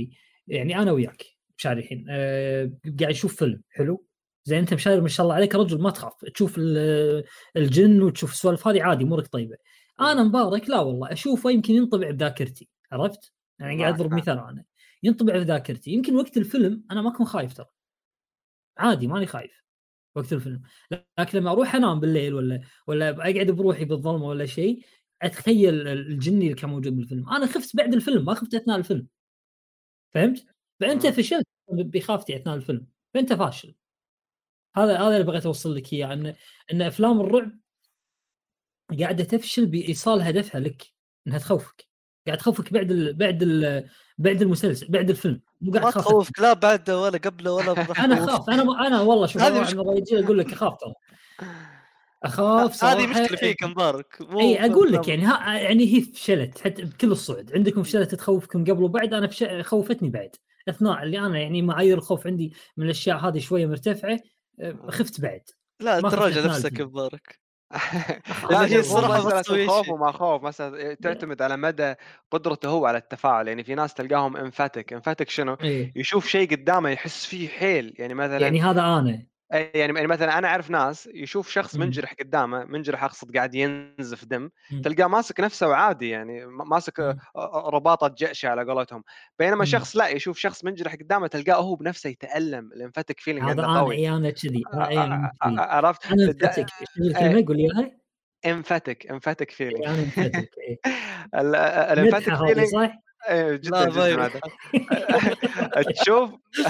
[SPEAKER 1] يعني انا وياك شارحين قاعد اشوف فيلم حلو زي انت مشاري ما شاء الله عليك رجل ما تخاف تشوف الجن وتشوف السوالف هذه عادي امورك طيبه. انا مبارك لا والله اشوفه يمكن ينطبع بذاكرتي عرفت يعني قاعد اضرب مثال انا ينطبع بذاكرتي يمكن وقت الفيلم انا ما اكون خايف ترى عادي ماني خايف وقت الفيلم لكن لما اروح انام بالليل ولا اقعد بروحي بالظلمه ولا شيء اتخيل الجني اللي كان موجود بالفيلم انا خفت بعد الفيلم ما خفت اثناء الفيلم فهمت فانت فشلت بخافتي اثناء الفيلم فانت فاشل هذا اللي بغيت اوصل لك اياه ان افلام الرعب قاعده تفشل بايصال هدفها لك انها تخوفك قاعد تخوفك بعد المسلسل بعد الفيلم مو قاعد
[SPEAKER 2] ما
[SPEAKER 1] تخاف
[SPEAKER 2] تخوفك لا بعده ولا قبله ولا
[SPEAKER 1] انا اخاف انا والله شوف
[SPEAKER 2] هذه
[SPEAKER 1] انا من الرجال اقول لك اخاف ترى اخاف صراحه
[SPEAKER 2] هذه مشكله فيك مبارك
[SPEAKER 1] اي اقول لك يعني يعني هي فشلت حتى بكل الصعد عندكم فشلت تخوفكم قبل وبعد انا خوفتني بعد اثناء اللي انا يعني معايير الخوف عندي من الاشياء هذه شويه مرتفعه خفت بعد
[SPEAKER 2] لا
[SPEAKER 1] ما
[SPEAKER 2] تراجع
[SPEAKER 1] خفت
[SPEAKER 2] نفسك
[SPEAKER 1] الفيلم.
[SPEAKER 2] مبارك
[SPEAKER 4] لا
[SPEAKER 2] هي
[SPEAKER 4] شوف، مو
[SPEAKER 2] الصراحة ما
[SPEAKER 4] مسألة
[SPEAKER 2] تسوي
[SPEAKER 4] خوف
[SPEAKER 2] شيء.
[SPEAKER 4] وما خوف، مثلا تعتمد على مدى قدرته هو على التفاعل. يعني في ناس تلقاهم انفاتك شنو؟
[SPEAKER 1] إيه.
[SPEAKER 4] يشوف شيء قدامه يحس فيه حيل، يعني مثلا
[SPEAKER 1] يعني هذا انا
[SPEAKER 4] يعني مثلا انا اعرف ناس يشوف شخص
[SPEAKER 1] مم.
[SPEAKER 4] منجرح قدامه، منجرح اقصد قاعد ينزف دم،
[SPEAKER 1] مم.
[SPEAKER 4] تلقاه ماسك نفسه عادي، يعني ماسك
[SPEAKER 1] مم.
[SPEAKER 4] رباطه جأشة على قولتهم. بينما
[SPEAKER 1] مم.
[SPEAKER 4] شخص لا، يشوف شخص منجرح قدامه تلقاه هو بنفسه يتألم، الانفاتيك فيلينج
[SPEAKER 1] هذا
[SPEAKER 4] عنده
[SPEAKER 1] انا
[SPEAKER 4] قوي.
[SPEAKER 1] انا كذي انا كذي
[SPEAKER 4] عرفت؟
[SPEAKER 1] انا انفتك ايش الكلمه قول لي اياها
[SPEAKER 4] انفاتك فيلينج.
[SPEAKER 1] انا انفتك إيه.
[SPEAKER 4] الانفاتيك
[SPEAKER 1] مدحه هذه
[SPEAKER 4] فيلينج
[SPEAKER 1] صح؟
[SPEAKER 4] جدا
[SPEAKER 2] لا
[SPEAKER 4] جدا
[SPEAKER 2] باين.
[SPEAKER 4] هذا. تشوف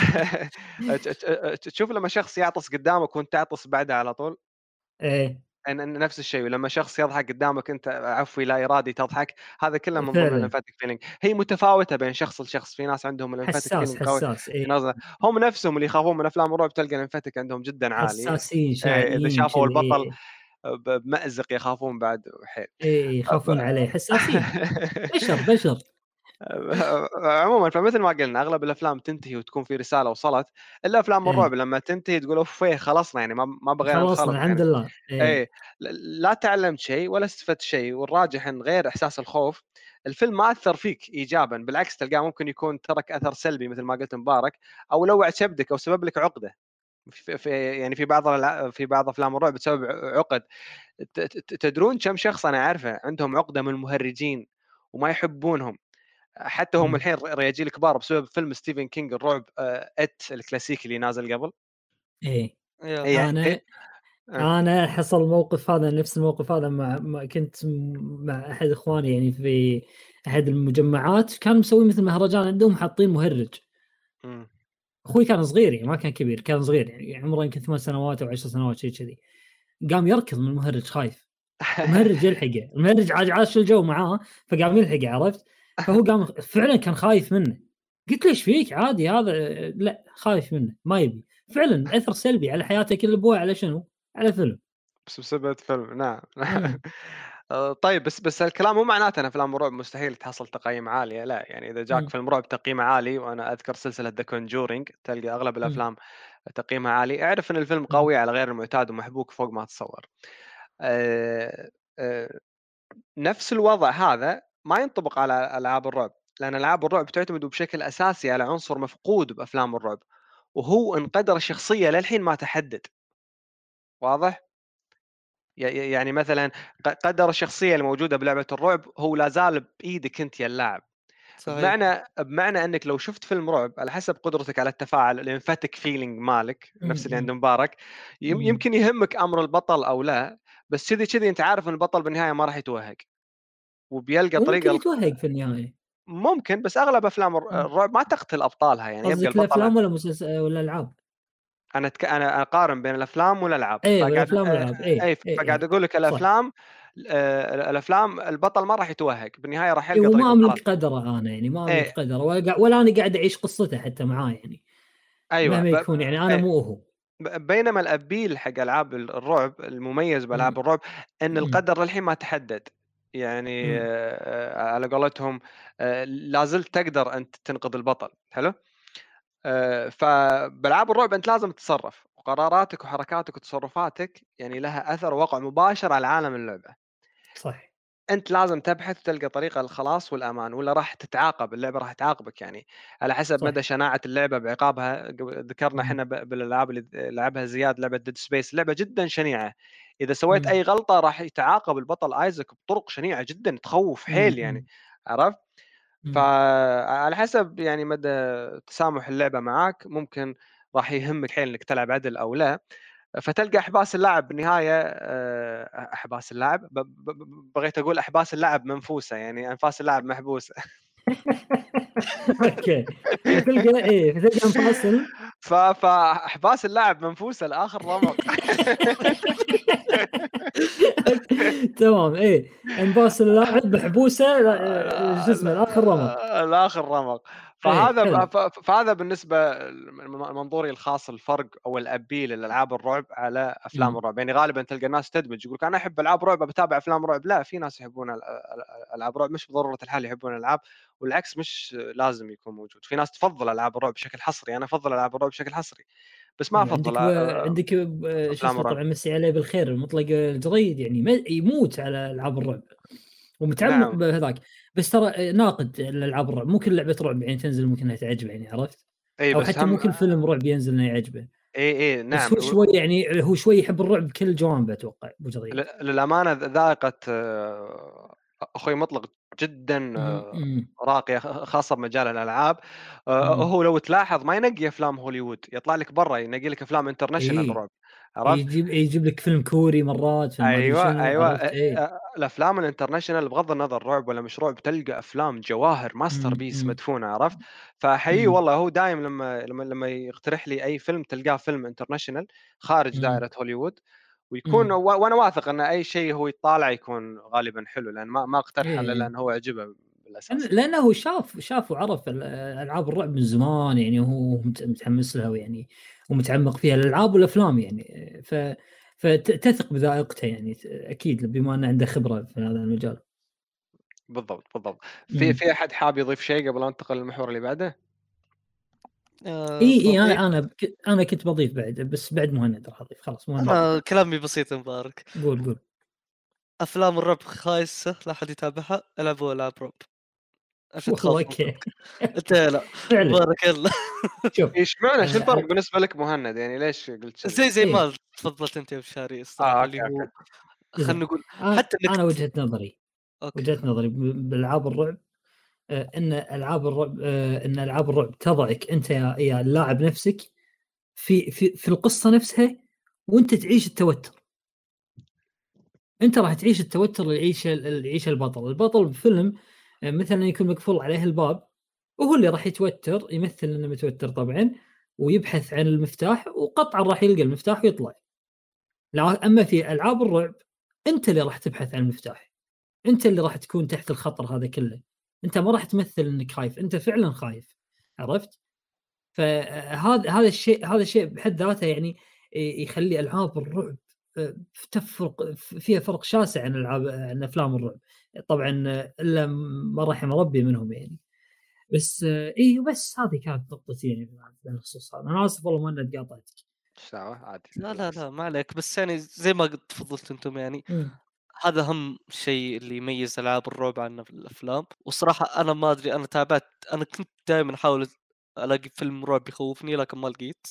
[SPEAKER 4] تشوف لما شخص يعطس قدامك وانت تعطس بعده على طول،
[SPEAKER 1] ايه
[SPEAKER 4] نفس الشيء. ولما شخص يضحك قدامك انت عفوي لا ارادي تضحك، هذا كله من ضمن
[SPEAKER 1] فعلا
[SPEAKER 4] الانفاتيك فيلينج. هي متفاوته بين شخص لشخص، في ناس عندهم الانفاتيك
[SPEAKER 1] حساس
[SPEAKER 4] فيلينج قوي،
[SPEAKER 1] حساس
[SPEAKER 4] في
[SPEAKER 1] ايه
[SPEAKER 4] ناس هم نفسهم اللي يخافون من افلام الرعب تلقى الانفاتيك عندهم جدا عالي.
[SPEAKER 1] حساسين
[SPEAKER 4] اذا
[SPEAKER 1] شعريين
[SPEAKER 4] شافوا
[SPEAKER 1] كذي
[SPEAKER 4] البطل
[SPEAKER 1] ايه
[SPEAKER 4] بمأزق يخافون بعد حيل.
[SPEAKER 1] ايه يخافون عليه حساسين بشر
[SPEAKER 4] عموما فمثل ما قلنا اغلب الافلام تنتهي وتكون في رساله وصلت، الا افلام الرعب
[SPEAKER 1] ايه
[SPEAKER 4] لما تنتهي تقول اوف خلصنا، يعني ما بغينا
[SPEAKER 1] خلصنا
[SPEAKER 4] نخرب
[SPEAKER 1] الحمد
[SPEAKER 4] يعني.
[SPEAKER 1] لله ايه
[SPEAKER 4] ايه، لا تعلمت شيء ولا استفدت شيء، والراجح ان غير احساس الخوف الفيلم ما اثر فيك ايجابا، بالعكس تلقاه ممكن يكون ترك اثر سلبي مثل ما قلت مبارك، او لوع كبدك او سبب لك عقده. يعني في بعض افلام الرعب بسبب عقد. تدرون كم شخص انا عارفه عندهم عقده من المهرجين وما يحبونهم، حتى هم الحين رياجيل كبار بسبب فيلم ستيفن كينج الرعب الكلاسيكي اللي نازل قبل.
[SPEAKER 1] ايه
[SPEAKER 4] اي يعني
[SPEAKER 1] انا انا حصل الموقف هذا نفس الموقف هذا مع كنت مع احد اخواني يعني في احد المجمعات كان مسوي مثل مهرجان عندهم حاطين مهرج اخوي كان صغير يعني ما كان كبير كان صغير يعني عمره يمكن 8 سنوات او 10 سنوات شيء كذي قام يركض من المهرج خايف المهرج يلحقه المهرج عاش الجو معاه فقام يلحقه عرفت فهو قام فعلا كان خايف منه قلت ليش فيك عادي هذا لا خايف منه ما يبي فعلا اثر سلبي على حياته كل ابوه على شنو على فيلم
[SPEAKER 4] بس بسبب فيلم نعم. طيب بس الكلام مو معناته ان افلام الرعب مستحيل تحصل تقييم عاليه، لا. يعني اذا جاك فيلم رعب تقييمه عالي، وانا اذكر سلسله ذا كونجورينج تلقى اغلب الافلام تقييمها عالي، اعرف ان الفيلم قوي على غير المعتاد ومحبوك فوق ما تتصور. نفس الوضع هذا ما ينطبق على العاب الرعب، لان العاب الرعب تعتمد بشكل اساسي على عنصر مفقود بافلام الرعب، وهو ان قدر الشخصيه للحين ما تحدد. واضح؟ يعني مثلا قدر الشخصيه الموجوده بلعبه الرعب هو لا زال بايدك انت يا اللاعب.
[SPEAKER 2] صحيح.
[SPEAKER 4] بمعنى انك لو شفت فيلم رعب على حسب قدرتك على التفاعل، الانفاتيك فيلينج مالك نفس اللي عند مبارك، يمكن يهمك امر البطل او لا، بس كذي انت عارف ان البطل بالنهايه ما راح يتوهق وبيلقى
[SPEAKER 1] وممكن
[SPEAKER 4] طريقه.
[SPEAKER 1] يتوهق في النهايه
[SPEAKER 4] ممكن، بس اغلب افلام الرعب ما تقتل ابطالها، يعني يبقى
[SPEAKER 1] قصدك
[SPEAKER 4] البطل.
[SPEAKER 1] الافلام ولا مسلسل ولا العاب
[SPEAKER 4] انا اقارن بين الافلام والالعاب،
[SPEAKER 1] ايه
[SPEAKER 4] فقاعد
[SPEAKER 1] الافلام والالعاب ايه
[SPEAKER 4] فقاعد اقول لك
[SPEAKER 1] صح
[SPEAKER 4] الافلام البطل ما راح يتوهق بالنهايه، راح
[SPEAKER 1] إيه
[SPEAKER 4] يلقى
[SPEAKER 1] وما
[SPEAKER 4] طريقه
[SPEAKER 1] املك
[SPEAKER 4] وخلاص.
[SPEAKER 1] قدره انا يعني ما املك
[SPEAKER 4] ايه
[SPEAKER 1] قدره ولا انا قاعد اعيش قصته حتى معاه يعني
[SPEAKER 4] ايوه
[SPEAKER 1] مهما يكون يعني انا
[SPEAKER 4] إيه.
[SPEAKER 1] مو هو
[SPEAKER 4] بينما الابيل حق العاب الرعب المميز بالعاب الرعب ان القدر للحين ما تحدد، يعني على قولتهم لازلت تقدر انت تنقذ البطل. حلو. فبالعاب الرعب انت لازم تتصرف، وقراراتك وحركاتك وتصرفاتك يعني لها اثر ووقع مباشر على عالم اللعبه.
[SPEAKER 1] صح
[SPEAKER 4] انت لازم تبحث وتلقى طريقه الخلاص والامان، ولا راح تتعاقب اللعبه، راح تعاقبك يعني على حسب
[SPEAKER 1] صح.
[SPEAKER 4] مدى شناعه اللعبه بعقابها. ذكرنا
[SPEAKER 1] مم.
[SPEAKER 4] احنا بالالعاب اللي لعبها زياد، لعبه ديد سبيس لعبه جدا شنيعه، اذا سويت
[SPEAKER 1] مم.
[SPEAKER 4] اي غلطه راح يتعاقب البطل ايزك بطرق شنيعه جدا تخوف حيل يعني، عرفت؟
[SPEAKER 1] مم.
[SPEAKER 4] فعلى حسب يعني مدى تسامح اللعبه معاك، ممكن راح يهمك حيل انك تلعب عدل او لا. فتلقى احباس اللاعب بالنهايه، احباس اللاعب، بغيت اقول احباس اللاعب منفوسه، يعني انفاس اللاعب محبوسه.
[SPEAKER 1] اوكي. فتلقى انفاصل.
[SPEAKER 4] فاحباس اللاعب منفوسه لاخر رمق.
[SPEAKER 1] تمام. انباس اللاعب محبوسه شو اسمه الاخر رمق.
[SPEAKER 4] الاخر رمق.
[SPEAKER 1] حلو.
[SPEAKER 4] فهذا بالنسبه منظوري الخاص الفرق او الابيل للالعاب الرعب على افلام الرعب. يعني غالبا تلقى الناس تدمج يقول لك انا احب العاب رعب بتابع افلام رعب. لا، في ناس يحبون العاب رعب، مش بضروره الحال يحبون الالعاب، والعكس مش لازم يكون موجود. في ناس تفضل العاب الرعب بشكل حصري، انا افضل العاب الرعب بشكل حصري، بس ما افضل
[SPEAKER 1] عندك شو
[SPEAKER 4] افلام
[SPEAKER 1] اسمه،
[SPEAKER 4] الرعب.
[SPEAKER 1] طبعا مسي عليه بالخير المطلق الجريد، يعني يموت على العاب الرعب ومتعمق
[SPEAKER 4] نعم.
[SPEAKER 1] بهذاك. بس ترى ناقد الالعاب الرعب، مو كل لعبه رعب يعني تنزل ممكن انها تعجبه، يعني عرفت؟
[SPEAKER 4] اي
[SPEAKER 1] او
[SPEAKER 4] بس
[SPEAKER 1] حتى
[SPEAKER 4] هم.
[SPEAKER 1] مو كل فيلم رعب ينزل انه يعجبه.
[SPEAKER 4] اي
[SPEAKER 1] بس
[SPEAKER 4] نعم.
[SPEAKER 1] هو شوي يعني هو شوي يحب الرعب بكل جوانبه اتوقع ابو جريد.
[SPEAKER 4] للامانه ذائقه اخوي مطلق جدا
[SPEAKER 1] أمم.
[SPEAKER 4] راقيه، خاصه بمجال الالعاب.
[SPEAKER 1] أمم.
[SPEAKER 4] هو لو تلاحظ ما ينقي افلام هوليوود، يطلع لك برا ينقي لك افلام انترناشونال
[SPEAKER 1] ايه
[SPEAKER 4] رعب، عرفت؟
[SPEAKER 1] يجيب لك فيلم كوري مرات، فيلم ما ادري
[SPEAKER 4] ايوه
[SPEAKER 1] شنو،
[SPEAKER 4] ايوه.
[SPEAKER 1] عرفت؟ ايه.
[SPEAKER 4] الافلام الانترناشونال بغض النظر رعب ولا مش رعب، تلقى افلام جواهر ماستر بيس
[SPEAKER 1] أمم.
[SPEAKER 4] مدفونه، عرفت؟ فحقيقي
[SPEAKER 1] أمم.
[SPEAKER 4] والله هو دايم لما يقترح لي اي فيلم تلقاه فيلم انترناشونال خارج
[SPEAKER 1] أمم.
[SPEAKER 4] دائره هوليوود، ويكون
[SPEAKER 1] أمم.
[SPEAKER 4] وانا واثق ان اي شيء هو يطالع يكون غالبا حلو، لان ما اقترحه الا
[SPEAKER 1] ايه
[SPEAKER 4] لان هو عجبه بالاساس.
[SPEAKER 1] لانه شاف وعرف العاب الرعب من زمان، يعني هو متحمس لها، يعني ومتعمق فيها الالعاب والافلام يعني. فتثق بذائقته يعني اكيد، بما انه عنده خبره في هذا المجال.
[SPEAKER 4] بالضبط بالضبط.
[SPEAKER 1] امم.
[SPEAKER 4] في احد حاب يضيف شيء قبل ان انتقل للمحور اللي بعده؟
[SPEAKER 1] اي
[SPEAKER 2] بضيف.
[SPEAKER 1] انا كنت بضيف بعد، بس بعد مهند راح اضيف. خلاص مهند.
[SPEAKER 2] انا كلامي بسيط مبارك.
[SPEAKER 1] قول.
[SPEAKER 2] افلام الرعب خايسه لا احد يتابعها، العبوا العاب رعب عشان
[SPEAKER 1] والله
[SPEAKER 2] تخاف من
[SPEAKER 1] اوكي.
[SPEAKER 2] ربك. انت لا
[SPEAKER 1] فعلا.
[SPEAKER 2] مبارك يلا.
[SPEAKER 1] شوف.
[SPEAKER 4] ايش معنى شو الفرق
[SPEAKER 1] آه
[SPEAKER 4] بالنسبه لك مهند؟ يعني ليش قلت كذي؟
[SPEAKER 2] زي
[SPEAKER 1] ايه
[SPEAKER 2] ما تفضلت انت يا بشاري الصراحه، اللي
[SPEAKER 4] اوكي
[SPEAKER 2] هو
[SPEAKER 4] اوكي.
[SPEAKER 2] خلينا نقول
[SPEAKER 1] انا
[SPEAKER 2] حتى انك
[SPEAKER 1] أنا
[SPEAKER 2] اوكي
[SPEAKER 1] وجهه نظري بالالعاب الرعب، ان العاب الرعب تضعك انت يا اللاعب نفسك في القصه نفسها، وانت تعيش التوتر. انت راح تعيش التوتر اللي يعيشه البطل بفيلم. مثلا يكون مقفول عليه الباب، وهو اللي راح يتوتر، يمثل انه متوتر طبعا، ويبحث عن المفتاح، وقطعا راح يلقى المفتاح ويطلع. لا، اما في العاب الرعب انت اللي راح تبحث عن المفتاح، انت اللي راح تكون تحت الخطر هذا كله. انت ما راح تمثل انك خايف، انت فعلا خايف، عرفت؟ هذا الشيء بحد ذاته يعني يخلي العاب الرعب تفرق فيها فرق شاسع عن افلام الرعب. طبعا الا ما رحم ربي منهم يعني. بس بس هذه كانت نقطتي يعني بالخصوص هذا. انا اسف والله ما اني قاطعتك.
[SPEAKER 4] ايش دعوه عادي.
[SPEAKER 2] لا ما عليك، بس يعني زي ما قد تفضلت انتم يعني هذا أهم شيء اللي يميز ألعاب الرعب عن الأفلام. وصراحة أنا ما أدري، أنا تابعت، أنا كنت دائما أحاول ألاقي فيلم رعب يخوفني لكن ما لقيت،